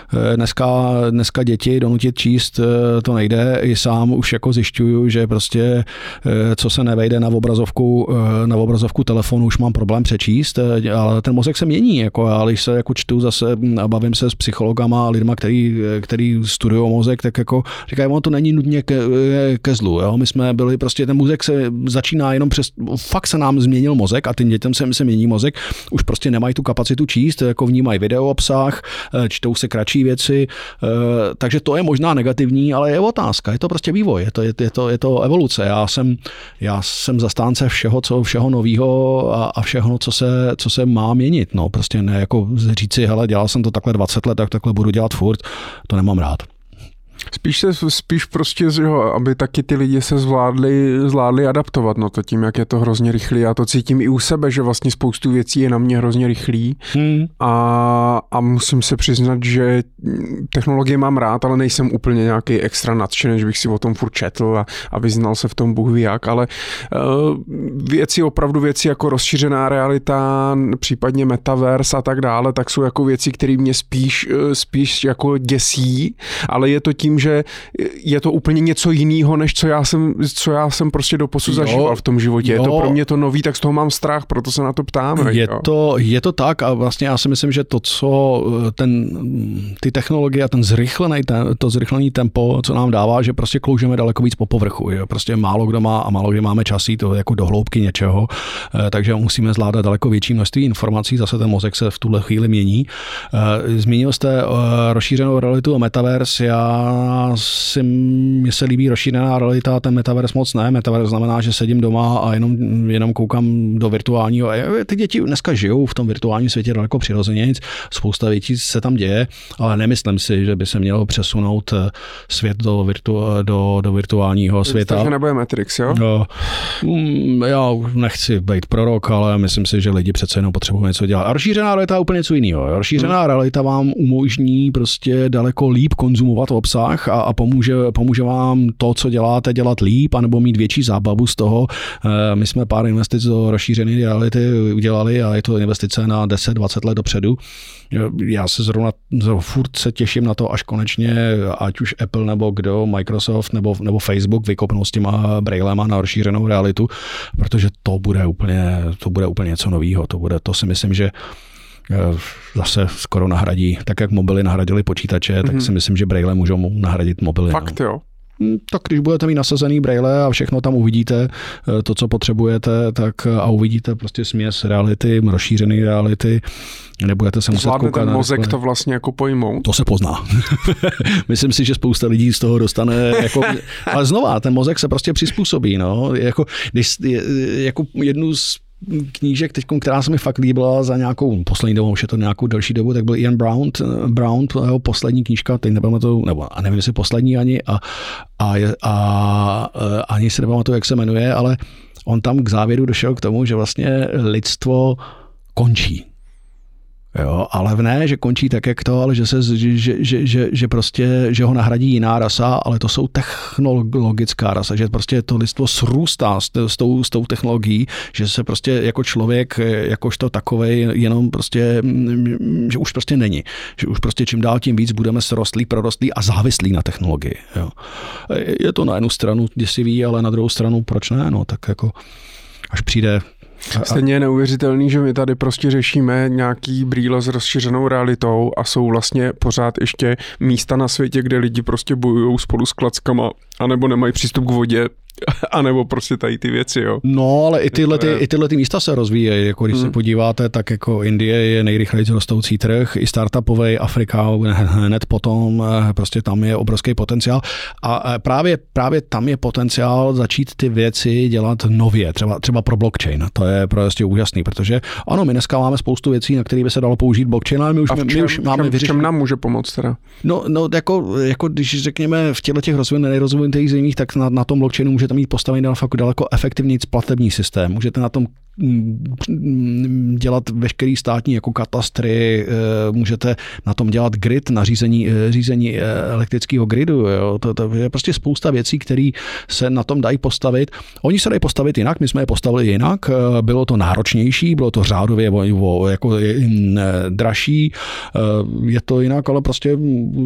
Dneska děti donutit číst to nejde. I sám už jako zjišťuju, že prostě co se nevejde na obrazovku telefonu, už mám problém přečíst, ale ten mozek se mění. Jako, ale když se jako čtu zase a bavím se s psychologama a lidma, který studují mozek, tak jako říkají, ono to není nutně ke zlu. Jo? My jsme byli prostě ten mozek se začíná jenom fakt se nám změnil mozek a tím dětem se mění mozek, už prostě nemají tu kapacitu číst, jako vnímají video obsah, čtou se kratší věci, takže to je možná negativní, ale je otázka, je to prostě vývoj, je to evoluce. Já jsem zastánce všeho nového a všeho, co se má měnit, no, prostě ne jako říci, hele, dělal jsem to takhle 20 let, tak takhle budu dělat furt, to nemám rád. Spíš prostě, jo, aby taky ty lidi se zvládli adaptovat, no to tím, jak je to hrozně rychlý. Já to cítím i u sebe, že vlastně spoustu věcí je na mě hrozně rychlý a musím se přiznat, že technologie mám rád, ale nejsem úplně nějaký extra nadšený, že bych si o tom furt četl a vyznal se v tom Bůh ví jak, ale opravdu věci jako rozšířená realita, případně metaverse a tak dále, tak jsou jako věci, které mě spíš jako děsí, ale je to tím, že je to úplně něco jiného, než co já jsem prostě doposud zažíval v tom životě. Je to pro mě to nový, tak z toho mám strach, proto se na to ptám. Je to tak a vlastně já si myslím, že to, co ty technologie a to zrychlený tempo, co nám dává, že prostě kloužeme daleko víc po povrchu. Jo? Prostě málo kdo má a málo kdy máme čas jít to jako do hloubky něčeho, takže musíme zvládat daleko větší množství informací, zase ten mozek se v tuhle chvíli mění. Zmínil jste rozšířenou realitu a metaverse, mně se líbí rozšířená realita, ten metaverse moc ne. Metaverse znamená, že sedím doma a jenom koukám do virtuálního. Ty děti dneska žijou v tom virtuálním světě daleko přirozeně, spousta věcí se tam děje, ale nemyslím si, že by se mělo přesunout svět do virtuálního světa. Takže nebude Matrix, jo? No, já nechci být prorok, ale myslím si, že lidi přece jenom potřebují něco dělat. A rozšířená realita je úplně něco jiného. Rozšířená realita vám umožní prostě daleko líp konzumovat obsah a pomůže vám to, co děláte, dělat líp, anebo mít větší zábavu z toho. My jsme pár investic do rozšířené reality udělali a je to investice na 10-20 let dopředu. Já se zrovna furt se těším na to, až konečně, ať už Apple nebo kdo, Microsoft nebo Facebook vykopnou s těma brailema na rozšířenou realitu, protože to bude úplně něco nového. To si myslím, že zase skoro nahradí, tak jak mobily nahradily počítače, tak si myslím, že braille můžou nahradit mobily. Fakt jo. Tak když budete mít nasazený braille a všechno tam uvidíte, to, co potřebujete, tak a uvidíte prostě směs reality, rozšířený reality, nebudete se muset koukat ten mozek to vlastně jako pojmout? To se pozná. Myslím si, že spousta lidí z toho dostane jako, ale znova, ten mozek se prostě přizpůsobí, no, jako jednu z knížek teď, která se mi fakt líbila za nějakou poslední dobu, už je to nějakou delší dobu, tak byl Ian Brown, jeho poslední knížka, teď nepamatuju, nebo a nevím, jestli poslední ani, a ani si nepamatuju, jak se jmenuje, ale on tam k závěru došel k tomu, že vlastně lidstvo končí. Jo, ale ne, že končí tak, jak to, ale že prostě, že ho nahradí jiná rasa, ale to jsou technologická rasa, že prostě to lidstvo srůstá s tou technologií, že se prostě jako člověk, jakožto takovej, jenom prostě, že už prostě není. Že už prostě čím dál tím víc budeme prorostlí a závislí na technologii. Jo. Je to na jednu stranu děsivý, ale na druhou stranu proč ne? No, tak jako až přijde. Stejně je neuvěřitelný, že my tady prostě řešíme nějaký brýle s rozšířenou realitou a jsou vlastně pořád ještě místa na světě, kde lidi prostě bojují spolu s klackama, anebo nemají přístup k vodě, anebo prostě tady ty věci, jo. No, ale i tyhle místa se rozvíjejí, jako když se podíváte, tak jako Indie je nejrychleji rostoucí trh, i startupovej, Afrika hned potom, prostě tam je obrovský potenciál a právě tam je potenciál začít ty věci dělat nově, třeba pro blockchain, to je prostě úžasný, protože ano, my dneska máme spoustu věcí, na které by se dalo použít blockchain, ale my už máme vyřešit. V čem nám může pomoct teda? No jako když řekněme v těch rozvinutých zemích, tak na tom blockchainu můžete mít postavený daleko efektivní platební systém. Můžete na tom dělat veškerý státní jako katastry, můžete na tom dělat grid, na řízení elektrického gridu. Jo. To je prostě spousta věcí, které se na tom dají postavit. Oni se dají postavit jinak, my jsme je postavili jinak. Bylo to náročnější, bylo to řádově jako dražší. Je to jinak, ale prostě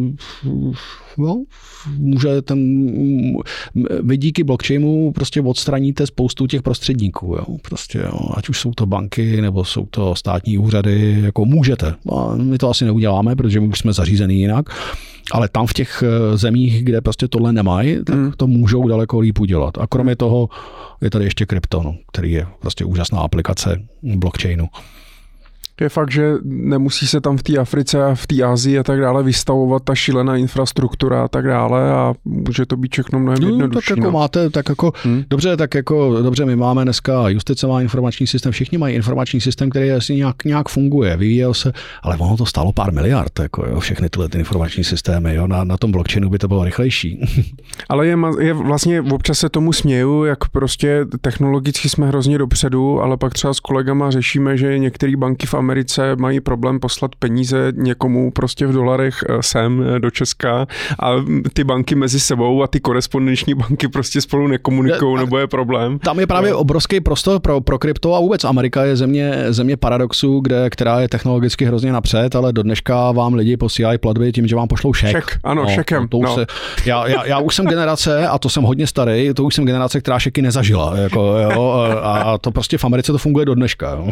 může vy díky blockchainu prostě odstraníte spoustu těch prostředníků. Jo. Prostě, jo. Ať už jsou to banky, nebo jsou to státní úřady, jako můžete. A my to asi neuděláme, protože my už jsme zařízený jinak. Ale tam v těch zemích, kde prostě tohle nemají, tak to můžou daleko líp udělat. A kromě toho je tady ještě krypton, který je prostě úžasná aplikace blockchainu. Je fakt, že nemusí se tam v té Africe a v té Asii a tak dále vystavovat ta šílená infrastruktura a tak dále a může to být všechno mnohem jednodušší. Tak jako máte, dobře, my máme dneska justice má informační systém, všichni mají informační systém, který asi nějak funguje, vyvíjel se, ale ono to stálo pár miliard, jako jo, všechny tyhle informační systémy, jo, na tom blockchainu by to bylo rychlejší. Ale je vlastně, občas se tomu směju, jak prostě technologicky jsme hrozně dopředu, ale pak třeba s kolegama řešíme, že některé banky v Americe mají problém poslat peníze někomu prostě v dolarech sem do Česka a ty banky mezi sebou a ty korespondenční banky prostě spolu nekomunikují, nebo je problém. Tam je právě obrovský prostor pro krypto a vůbec Amerika je země paradoxu, která je technologicky hrozně napřed, ale do dneška vám lidi posílají platby tím, že vám pošlou šek. Ano, šekem. Já už jsem generace, a to jsem hodně starý, to už jsem generace, která šeky nezažila. Jako, jo, a to prostě v Americe to funguje do dneška. Jo.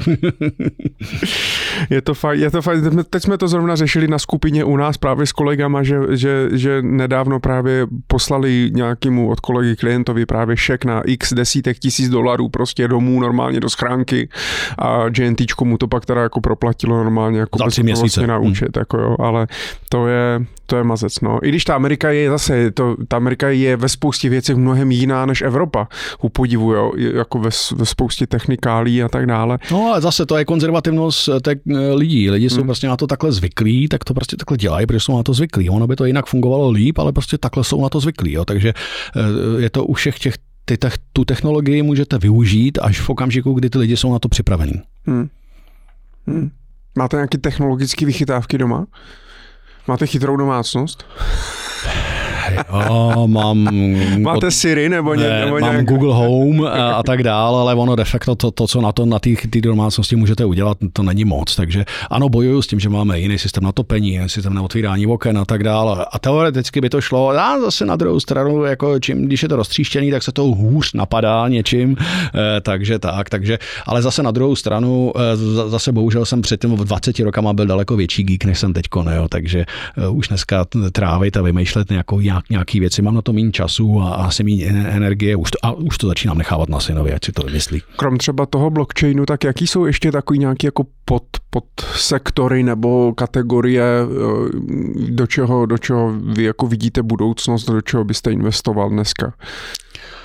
Je to fajn. Teď jsme to zrovna řešili na skupině u nás právě s kolegama, že nedávno právě poslali nějakému od kolegy klientovi právě šek na x desítek tisíc dolarů prostě domů normálně do schránky a GNTčko mu to pak teda jako proplatilo normálně jako za 3 měsíce vlastně na účet, jako jo, ale to je mazec, no. I když ta Amerika je zase, ta Amerika je ve spoustě věcech mnohem jiná než Evropa, ku podivu, jo, jako ve spoustě technikálí a tak dále. No ale zase to je konzervativnost lidí. Lidi jsou prostě na to takhle zvyklí, tak to prostě takhle dělají, protože jsou na to zvyklí. Ono by to jinak fungovalo líp, ale prostě takhle jsou na to zvyklí, jo. Takže je to u všech těch tu technologii můžete využít až v okamžiku, kdy ty lidi jsou na to připravení. Máte nějaké technologické vychytávky doma? Máte chytrou domácnost? Jo, Máte Siri nebo mám nějak... Google Home a tak dál, ale ono de facto to co na té domácnosti můžete udělat, to není moc. Takže ano, bojuju s tím, že máme jiný systém na topení, jiný systém na otvírání oken a tak dál. A teoreticky by to šlo, a zase na druhou stranu, jako když je to roztříštěný, tak se to hůř napadá něčím, takže, ale zase na druhou stranu, zase bohužel jsem před tím 20 rokama byl daleko větší geek, než jsem teďko, jo, takže už dneska trávit a vymýšlet nějaký věci, mám na to méně času a asi méně energie, už to začínám nechávat na synovi, ať si to vymyslí. Krom třeba toho blockchainu, tak jaký jsou ještě takový nějaký jako podsektory nebo kategorie, do čeho vy jako vidíte budoucnost, do čeho byste investoval dneska?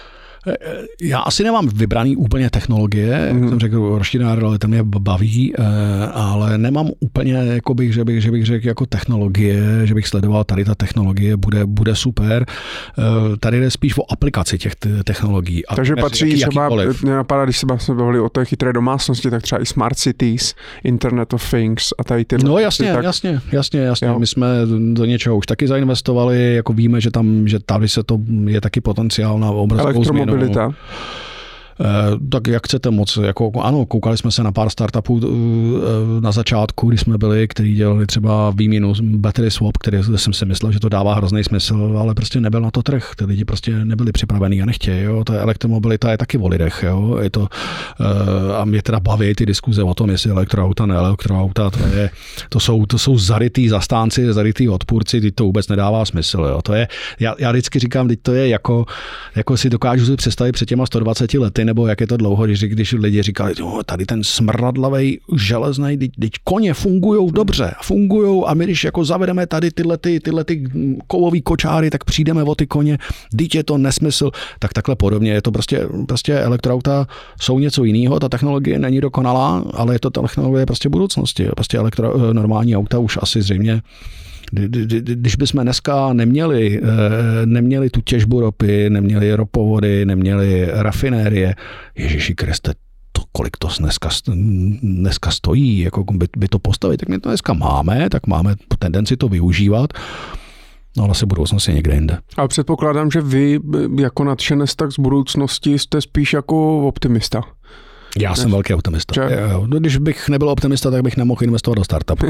Já asi nemám vybraný úplně technologie, jak jsem řekl, roštinár, ale ten mě baví, ale nemám úplně, jako že bych řekl jako technologie, že bych sledoval, tady ta technologie bude super. Tady jde spíš o aplikaci těch technologií. Takže patří třeba, mě napadá, když se bavili o té chytré domácnosti, tak třeba i smart cities, Internet of Things a tady ty. No jasně. Jo. My jsme do něčeho už taky zainvestovali, jako víme, že tady se to je taky potenciál na obrazovou změnu. Elektromobilita. Tak jak chcete moc, jako ano, koukali jsme se na pár startupů na začátku, když jsme byli, kteří dělali třeba výměnu battery swap, který jsem si myslel, že to dává hrozný smysl, ale prostě nebyl na to trh, ty lidi prostě nebyli připravení a nechtějí, jo, ta elektromobilita je taky o lidech, jo, je to, a mě teda baví ty diskuze o tom, jestli elektroauta, ne elektroauta, to jsou zarytý zastánci, zarytý odpůrci, teď to vůbec nedává smysl, jo, to je, já vždycky říkám, teď to je jako si dokážu si představit před těma 120 lety, nebo jak je to dlouho, když lidi říkali, tady ten smradlavej železnej, teď koně fungujou dobře, a my když jako zavedeme tady tyhle kovový kočáry, tak přijdeme o ty koně, teď je to nesmysl, tak takhle podobně, je to prostě elektroauta jsou něco jiného, ta technologie není dokonalá, ale je to technologie prostě budoucnosti, prostě normální auta už asi zřejmě. Když bychom dneska neměli tu těžbu ropy, neměli ropovody, neměli rafinérie, Ježíši Kriste, kolik to dneska stojí, jako by to postavit, tak my to dneska máme, tak máme tendenci to využívat, no ale asi budoucnost je někde jinde. Ale předpokládám, že vy jako nadšenec tak z budoucnosti jste spíš jako optimista. Já jsem velký optimista. Když bych nebyl optimista, tak bych nemohl investovat do startupu.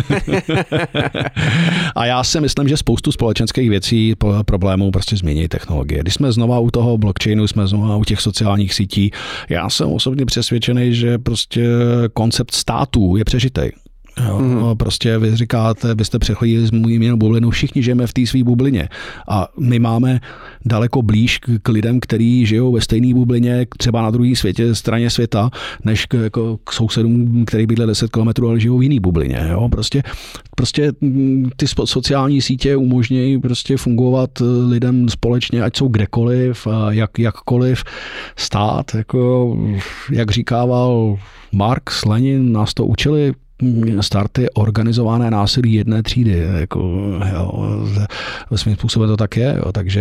A já si myslím, že spoustu společenských věcí, problémů prostě změní technologie. Když jsme znova u toho blockchainu, jsme znova u těch sociálních sítí, já jsem osobně přesvědčený, že prostě koncept států je přežitej. Jo, prostě vy říkáte, byste přechodili z mojí bublinu, všichni žijeme v té své bublině a my máme daleko blíž k lidem, kteří žijou ve stejné bublině, třeba na druhé straně světa, než k sousedům, který bydlí 10 kilometrů, ale žijou v jiné bublině. Jo? Prostě ty sociální sítě umožňují prostě fungovat lidem společně, ať jsou kdekoliv, jakkoliv stát, jako jak říkával Marx, Lenin, nás to učili, starty organizované násilí jedné třídy. Jako, jo, svým způsobem to tak je. Jo, takže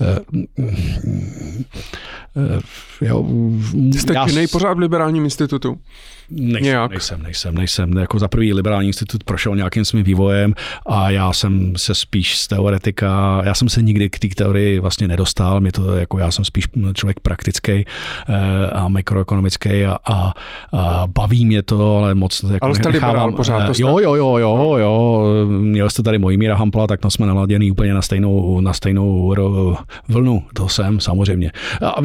jo, jste činnej pořád v Liberálním institutu? Nejsem. Jako za prvý Liberální institut prošel nějakým svým vývojem a já jsem se spíš z teoretika, já jsem se nikdy k té teorii vlastně nedostal, jako já jsem spíš člověk praktický a mikroekonomický a baví mě to, ale moc jako ale jste liberál pořád. Jo. Měl jste tady Mojmíra Hampla, tak jsme naladěný úplně na stejnou vlnu. To jsem samozřejmě. A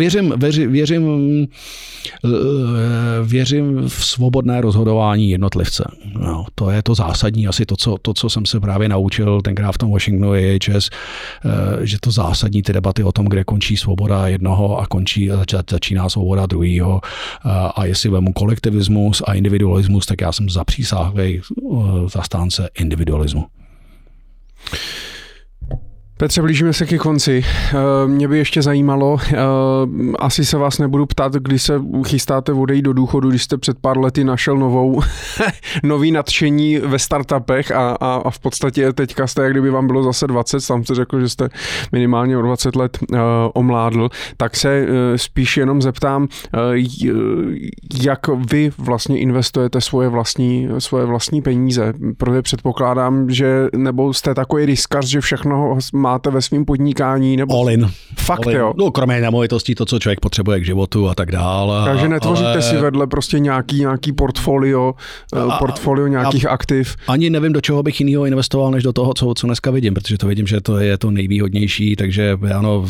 věřím v svobodné rozhodování jednotlivce. No, to je to zásadní, asi to, co jsem se právě naučil tenkrát v tom Washingtonu AHS, že to zásadní ty debaty o tom, kde končí svoboda jednoho a začíná svoboda druhého. A jestli vemu kolektivismus a individualismus, tak já jsem zapřísáhlý zastánce individualismu. Petře, blížíme se ke konci. Mě by ještě zajímalo, asi se vás nebudu ptát, když se chystáte odejít do důchodu, když jste před pár lety našel nový nadšení ve startupech a v podstatě teďka jste, jak kdyby vám bylo zase 20, sám jste řekl, že jste minimálně o 20 let omládl, tak se spíš jenom zeptám, jak vy vlastně investujete svoje vlastní peníze, protože předpokládám, že nebo jste takový riskař, že všechno máte ve svém podnikání? Nebo... All in. Fakt, jo? No, kromě nemovitostí, to, co člověk potřebuje k životu a tak dále. Takže netvoříte si vedle prostě nějaký portfolio nějakých aktiv? Ani nevím, do čeho bych jinýho investoval, než do toho, co dneska vidím, protože to vidím, že to je to nejvýhodnější, takže ano,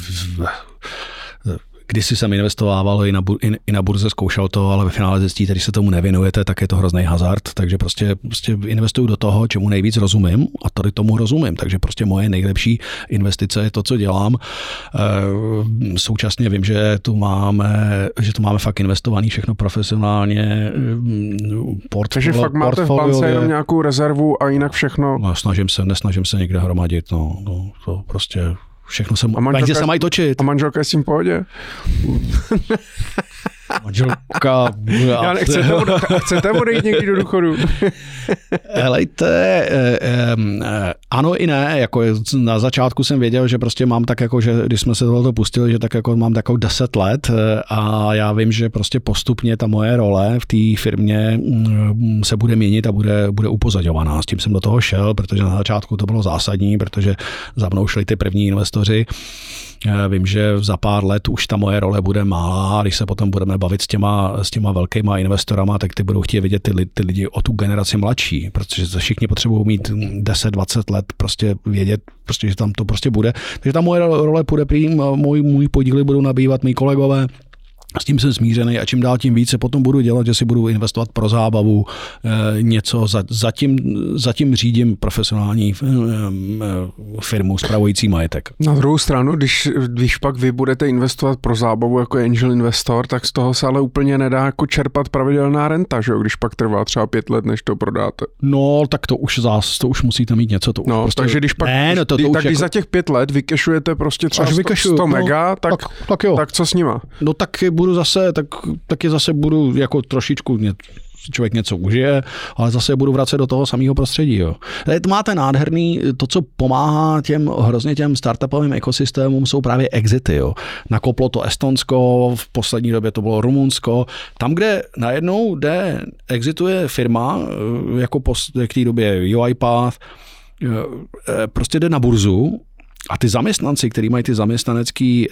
kdysi jsem investovával i na burze, zkoušel to, ale ve finále zjistíte, když se tomu nevěnujete, tak je to hrozný hazard, takže prostě investuju do toho, čemu nejvíc rozumím a tady tomu rozumím, takže prostě moje nejlepší investice je to, co dělám. Současně vím, že tu máme fakt investovaný všechno profesionálně. Takže fakt máte v bance jenom nějakou rezervu a jinak všechno? No, nesnažím se někde hromadit, no to prostě Všechno se, peníze se mají točit. A manželka je s tím v pohodě? Manželka... Chcete odejít někdy do důchodu? Helejte, ano i ne, jako na začátku jsem věděl, že prostě mám tak jako, že když jsme se tohoto pustili, že tak jako mám takovou 10 let a já vím, že prostě postupně ta moje role v té firmě se bude měnit a bude upozaďovaná. S tím jsem do toho šel, protože na začátku to bylo zásadní, protože za mnou šli ty první investoři. Vím, že za pár let už ta moje role bude malá a když se potom budeme bavit s těma velkýma investorama, tak ty budou chtít vidět ty lidi o tu generaci mladší, protože všichni potřebují mít 10-20 let, prostě vědět, prostě, že tam to prostě bude. Takže ta moje role půjde prým, můj podíly budou nabývat mý kolegové. S tím jsem smířený a čím dál tím více potom budu dělat, že si budu investovat pro zábavu, něco, zatím řídím profesionální firmu spravující majetek. Na druhou stranu, když pak vy budete investovat pro zábavu jako angel investor, tak z toho se ale úplně nedá jako čerpat pravidelná renta, že jo? Když pak trvá třeba 5 let, než to prodáte. No, tak to už musíte mít něco. To už no, prostě, takže když pak, když za těch 5 let vykešujete prostě třeba 100 mega, tak co s nima? No tak budu zase, tak je zase budu jako trošičku člověk něco užije, ale zase budu vracet do toho samého prostředí. Jo. To máte nádherný, to, co pomáhá hrozně těm startupovým ekosystémům, jsou právě exity. Jo. Nakoplo to Estonsko, v poslední době to bylo Rumunsko. Tam, kde najednou exituje firma, jako k té době UiPath, prostě jde na burzu, a ty zaměstnanci, kteří mají ty zaměstnanecké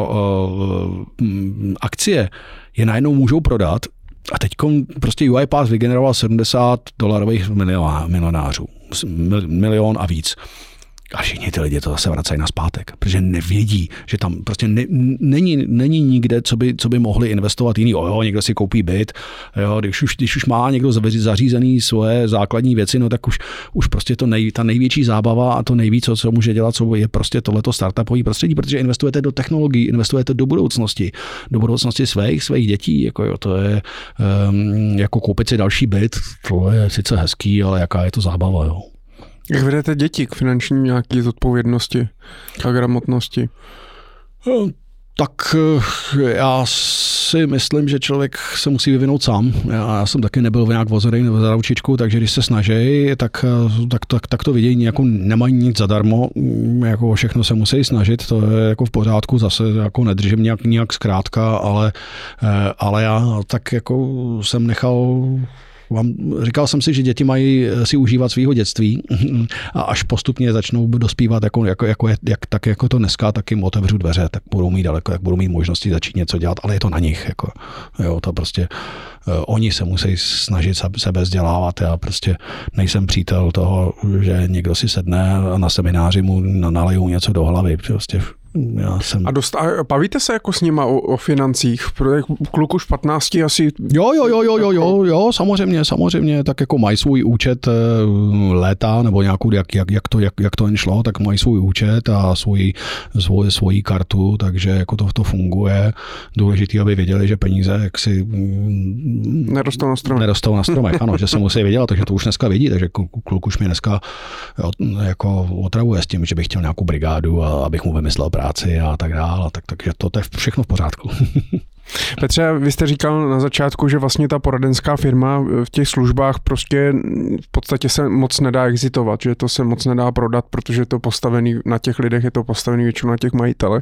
akcie, je najednou můžou prodat. A teď prostě UiPath vygeneroval $70 milionářů. Milion a víc. A všichni ty lidi to zase vracají nazpátek, protože nevědí, že tam prostě není nikde, co by mohli investovat jiný. Někdo si koupí byt, jo, když už má někdo zařízený svoje základní věci, no tak už prostě ta největší zábava a to nejvíc, co může dělat, co je prostě tohleto startupový prostředí, protože investujete do technologií, investujete do budoucnosti svých dětí, jako to je jako koupit si další byt, to je sice hezký, ale jaká je to zábava, jo. Jak vedete děti k finanční nějaké zodpovědnosti a gramotnosti? Tak já si myslím, že člověk se musí vyvinout sám. Já jsem taky nebyl nějak vozený nebo za ručičku, takže když se snaží, tak to vidějí, jako nemají nic zadarmo, jako všechno se musí snažit, to je jako v pořádku, zase jako nedržím nějak zkrátka, ale já tak jako jsem nechal... Říkal jsem si, že děti mají si užívat svého dětství a až postupně začnou dospívat tak jako to dneska, tak jim otevřu dveře, tak budou mít možnosti začít něco dělat, ale je to na nich. Jako, jo, to prostě oni se musí snažit sebe vzdělávat. Já prostě nejsem přítel toho, že někdo si sedne a na semináři mu nalejou něco do hlavy. Prostě A bavíte se jako s nima o financích? Protože kluk už 15 asi... Jo, samozřejmě, tak jako mají svůj účet léta, nebo nějakou, jak to jen šlo, tak mají svůj účet a svoji kartu, takže jako to funguje. Důležitý, aby věděli, že peníze jaksi... Nerostou na stromech, ano, že se musí vědět, takže to už dneska vědí, takže kluk už mě dneska jako otravuje s tím, že bych chtěl nějakou brigádu a abych mu vymyslel práci a tak dále, takže to je všechno v pořádku. Petře, vy jste říkal na začátku, že vlastně ta poradenská firma v těch službách prostě v podstatě se moc nedá exitovat, že to se moc nedá prodat, protože je to postavený na těch lidech, je to postavený většinou na těch majitelech.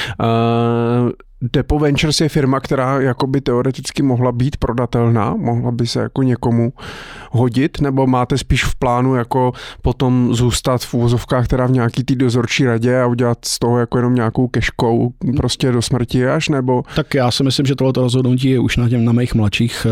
Depo Ventures je firma, která jakoby teoreticky mohla být prodatelná, mohla by se jako někomu hodit, nebo máte spíš v plánu jako potom zůstat v uvozovkách teda v nějaký té dozorčí radě a udělat z toho jako jenom nějakou keškou prostě do smrti až, nebo? Tak já si myslím, že tohleto rozhodnutí je už na mých mladších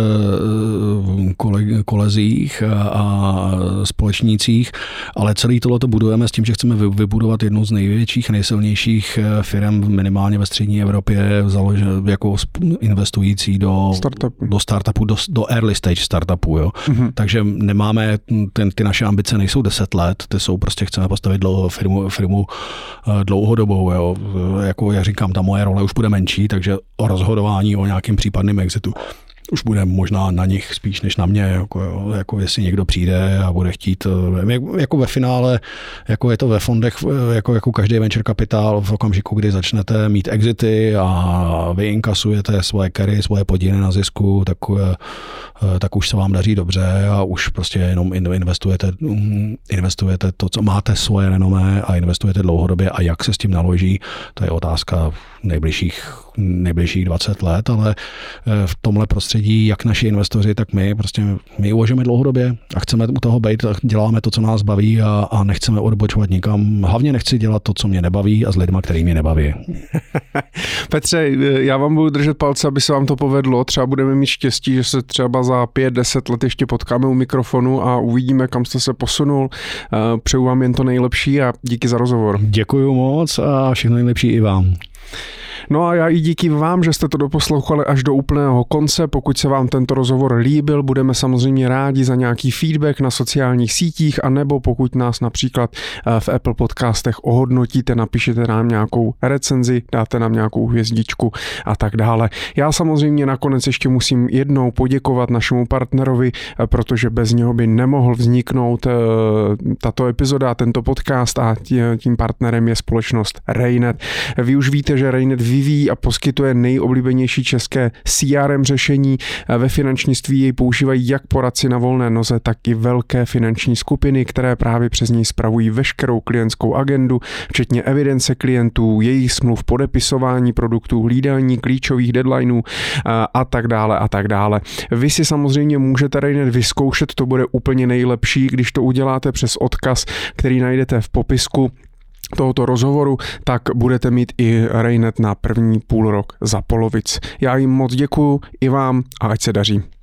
kolezích a společnících, ale celý tohleto budujeme s tím, že chceme vybudovat jednu z největších, nejsilnějších firm minimálně ve střední Evropě, jako investující do startupu, do early stage startupu. Jo. Mm-hmm. Takže nemáme, ty naše ambice nejsou 10 let, ty jsou prostě, chceme postavit firmu dlouhodobou. Jo. Jako já říkám, ta moje role už bude menší, takže o rozhodování o nějakém případném exitu už bude možná na nich spíš než na mě, jako jestli někdo přijde a bude chtít, jako ve finále, jako je to ve fondech, jako každý venture kapitál v okamžiku, kdy začnete mít exity a vy inkasujete svoje carry, svoje podíly na zisku, tak už se vám daří dobře a už prostě jenom investujete to, co máte svoje renomé a investujete dlouhodobě a jak se s tím naloží, to je otázka nejbližších 20 let, ale v tomhle prostředí, jak naši investoři, tak my uvažujeme dlouhodobě a chceme u toho být, děláme to, co nás baví a nechceme odbočovat nikam. Hlavně nechci dělat to, co mě nebaví a s lidma, který mě nebaví. Petře, já vám budu držet palce, aby se vám to povedlo. Třeba budeme mít štěstí, že se třeba za 5-10 let ještě potkáme u mikrofonu a uvidíme, kam jste se posunul. Přeju vám jen to nejlepší a díky za rozhovor. Děkuju moc a všechno nejlepší i vám. No a já i díky vám, že jste to doposlouchali až do úplného konce. Pokud se vám tento rozhovor líbil, budeme samozřejmě rádi za nějaký feedback na sociálních sítích, anebo pokud nás například v Apple podcastech ohodnotíte, napíšete nám nějakou recenzi, dáte nám nějakou hvězdičku a tak dále. Já samozřejmě nakonec ještě musím jednou poděkovat našemu partnerovi, protože bez něho by nemohl vzniknout tato epizoda, tento podcast a tím partnerem je společnost Rainet. Vy už víte, že Rainet vyvíjí a poskytuje nejoblíbenější české CRM řešení. Ve finančnictví jej používají jak poradci na volné noze, tak i velké finanční skupiny, které právě přes něj spravují veškerou klientskou agendu, včetně evidence klientů, jejich smluv, podepisování produktů, hlídání klíčových deadlineů a tak dále a tak dále. Vy si samozřejmě můžete Rainet vyzkoušet, to bude úplně nejlepší, když to uděláte přes odkaz, který najdete v popisku tohoto rozhovoru, tak budete mít i Rainet na první půlrok za polovic. Já jim moc děkuju, i vám a ať se daří.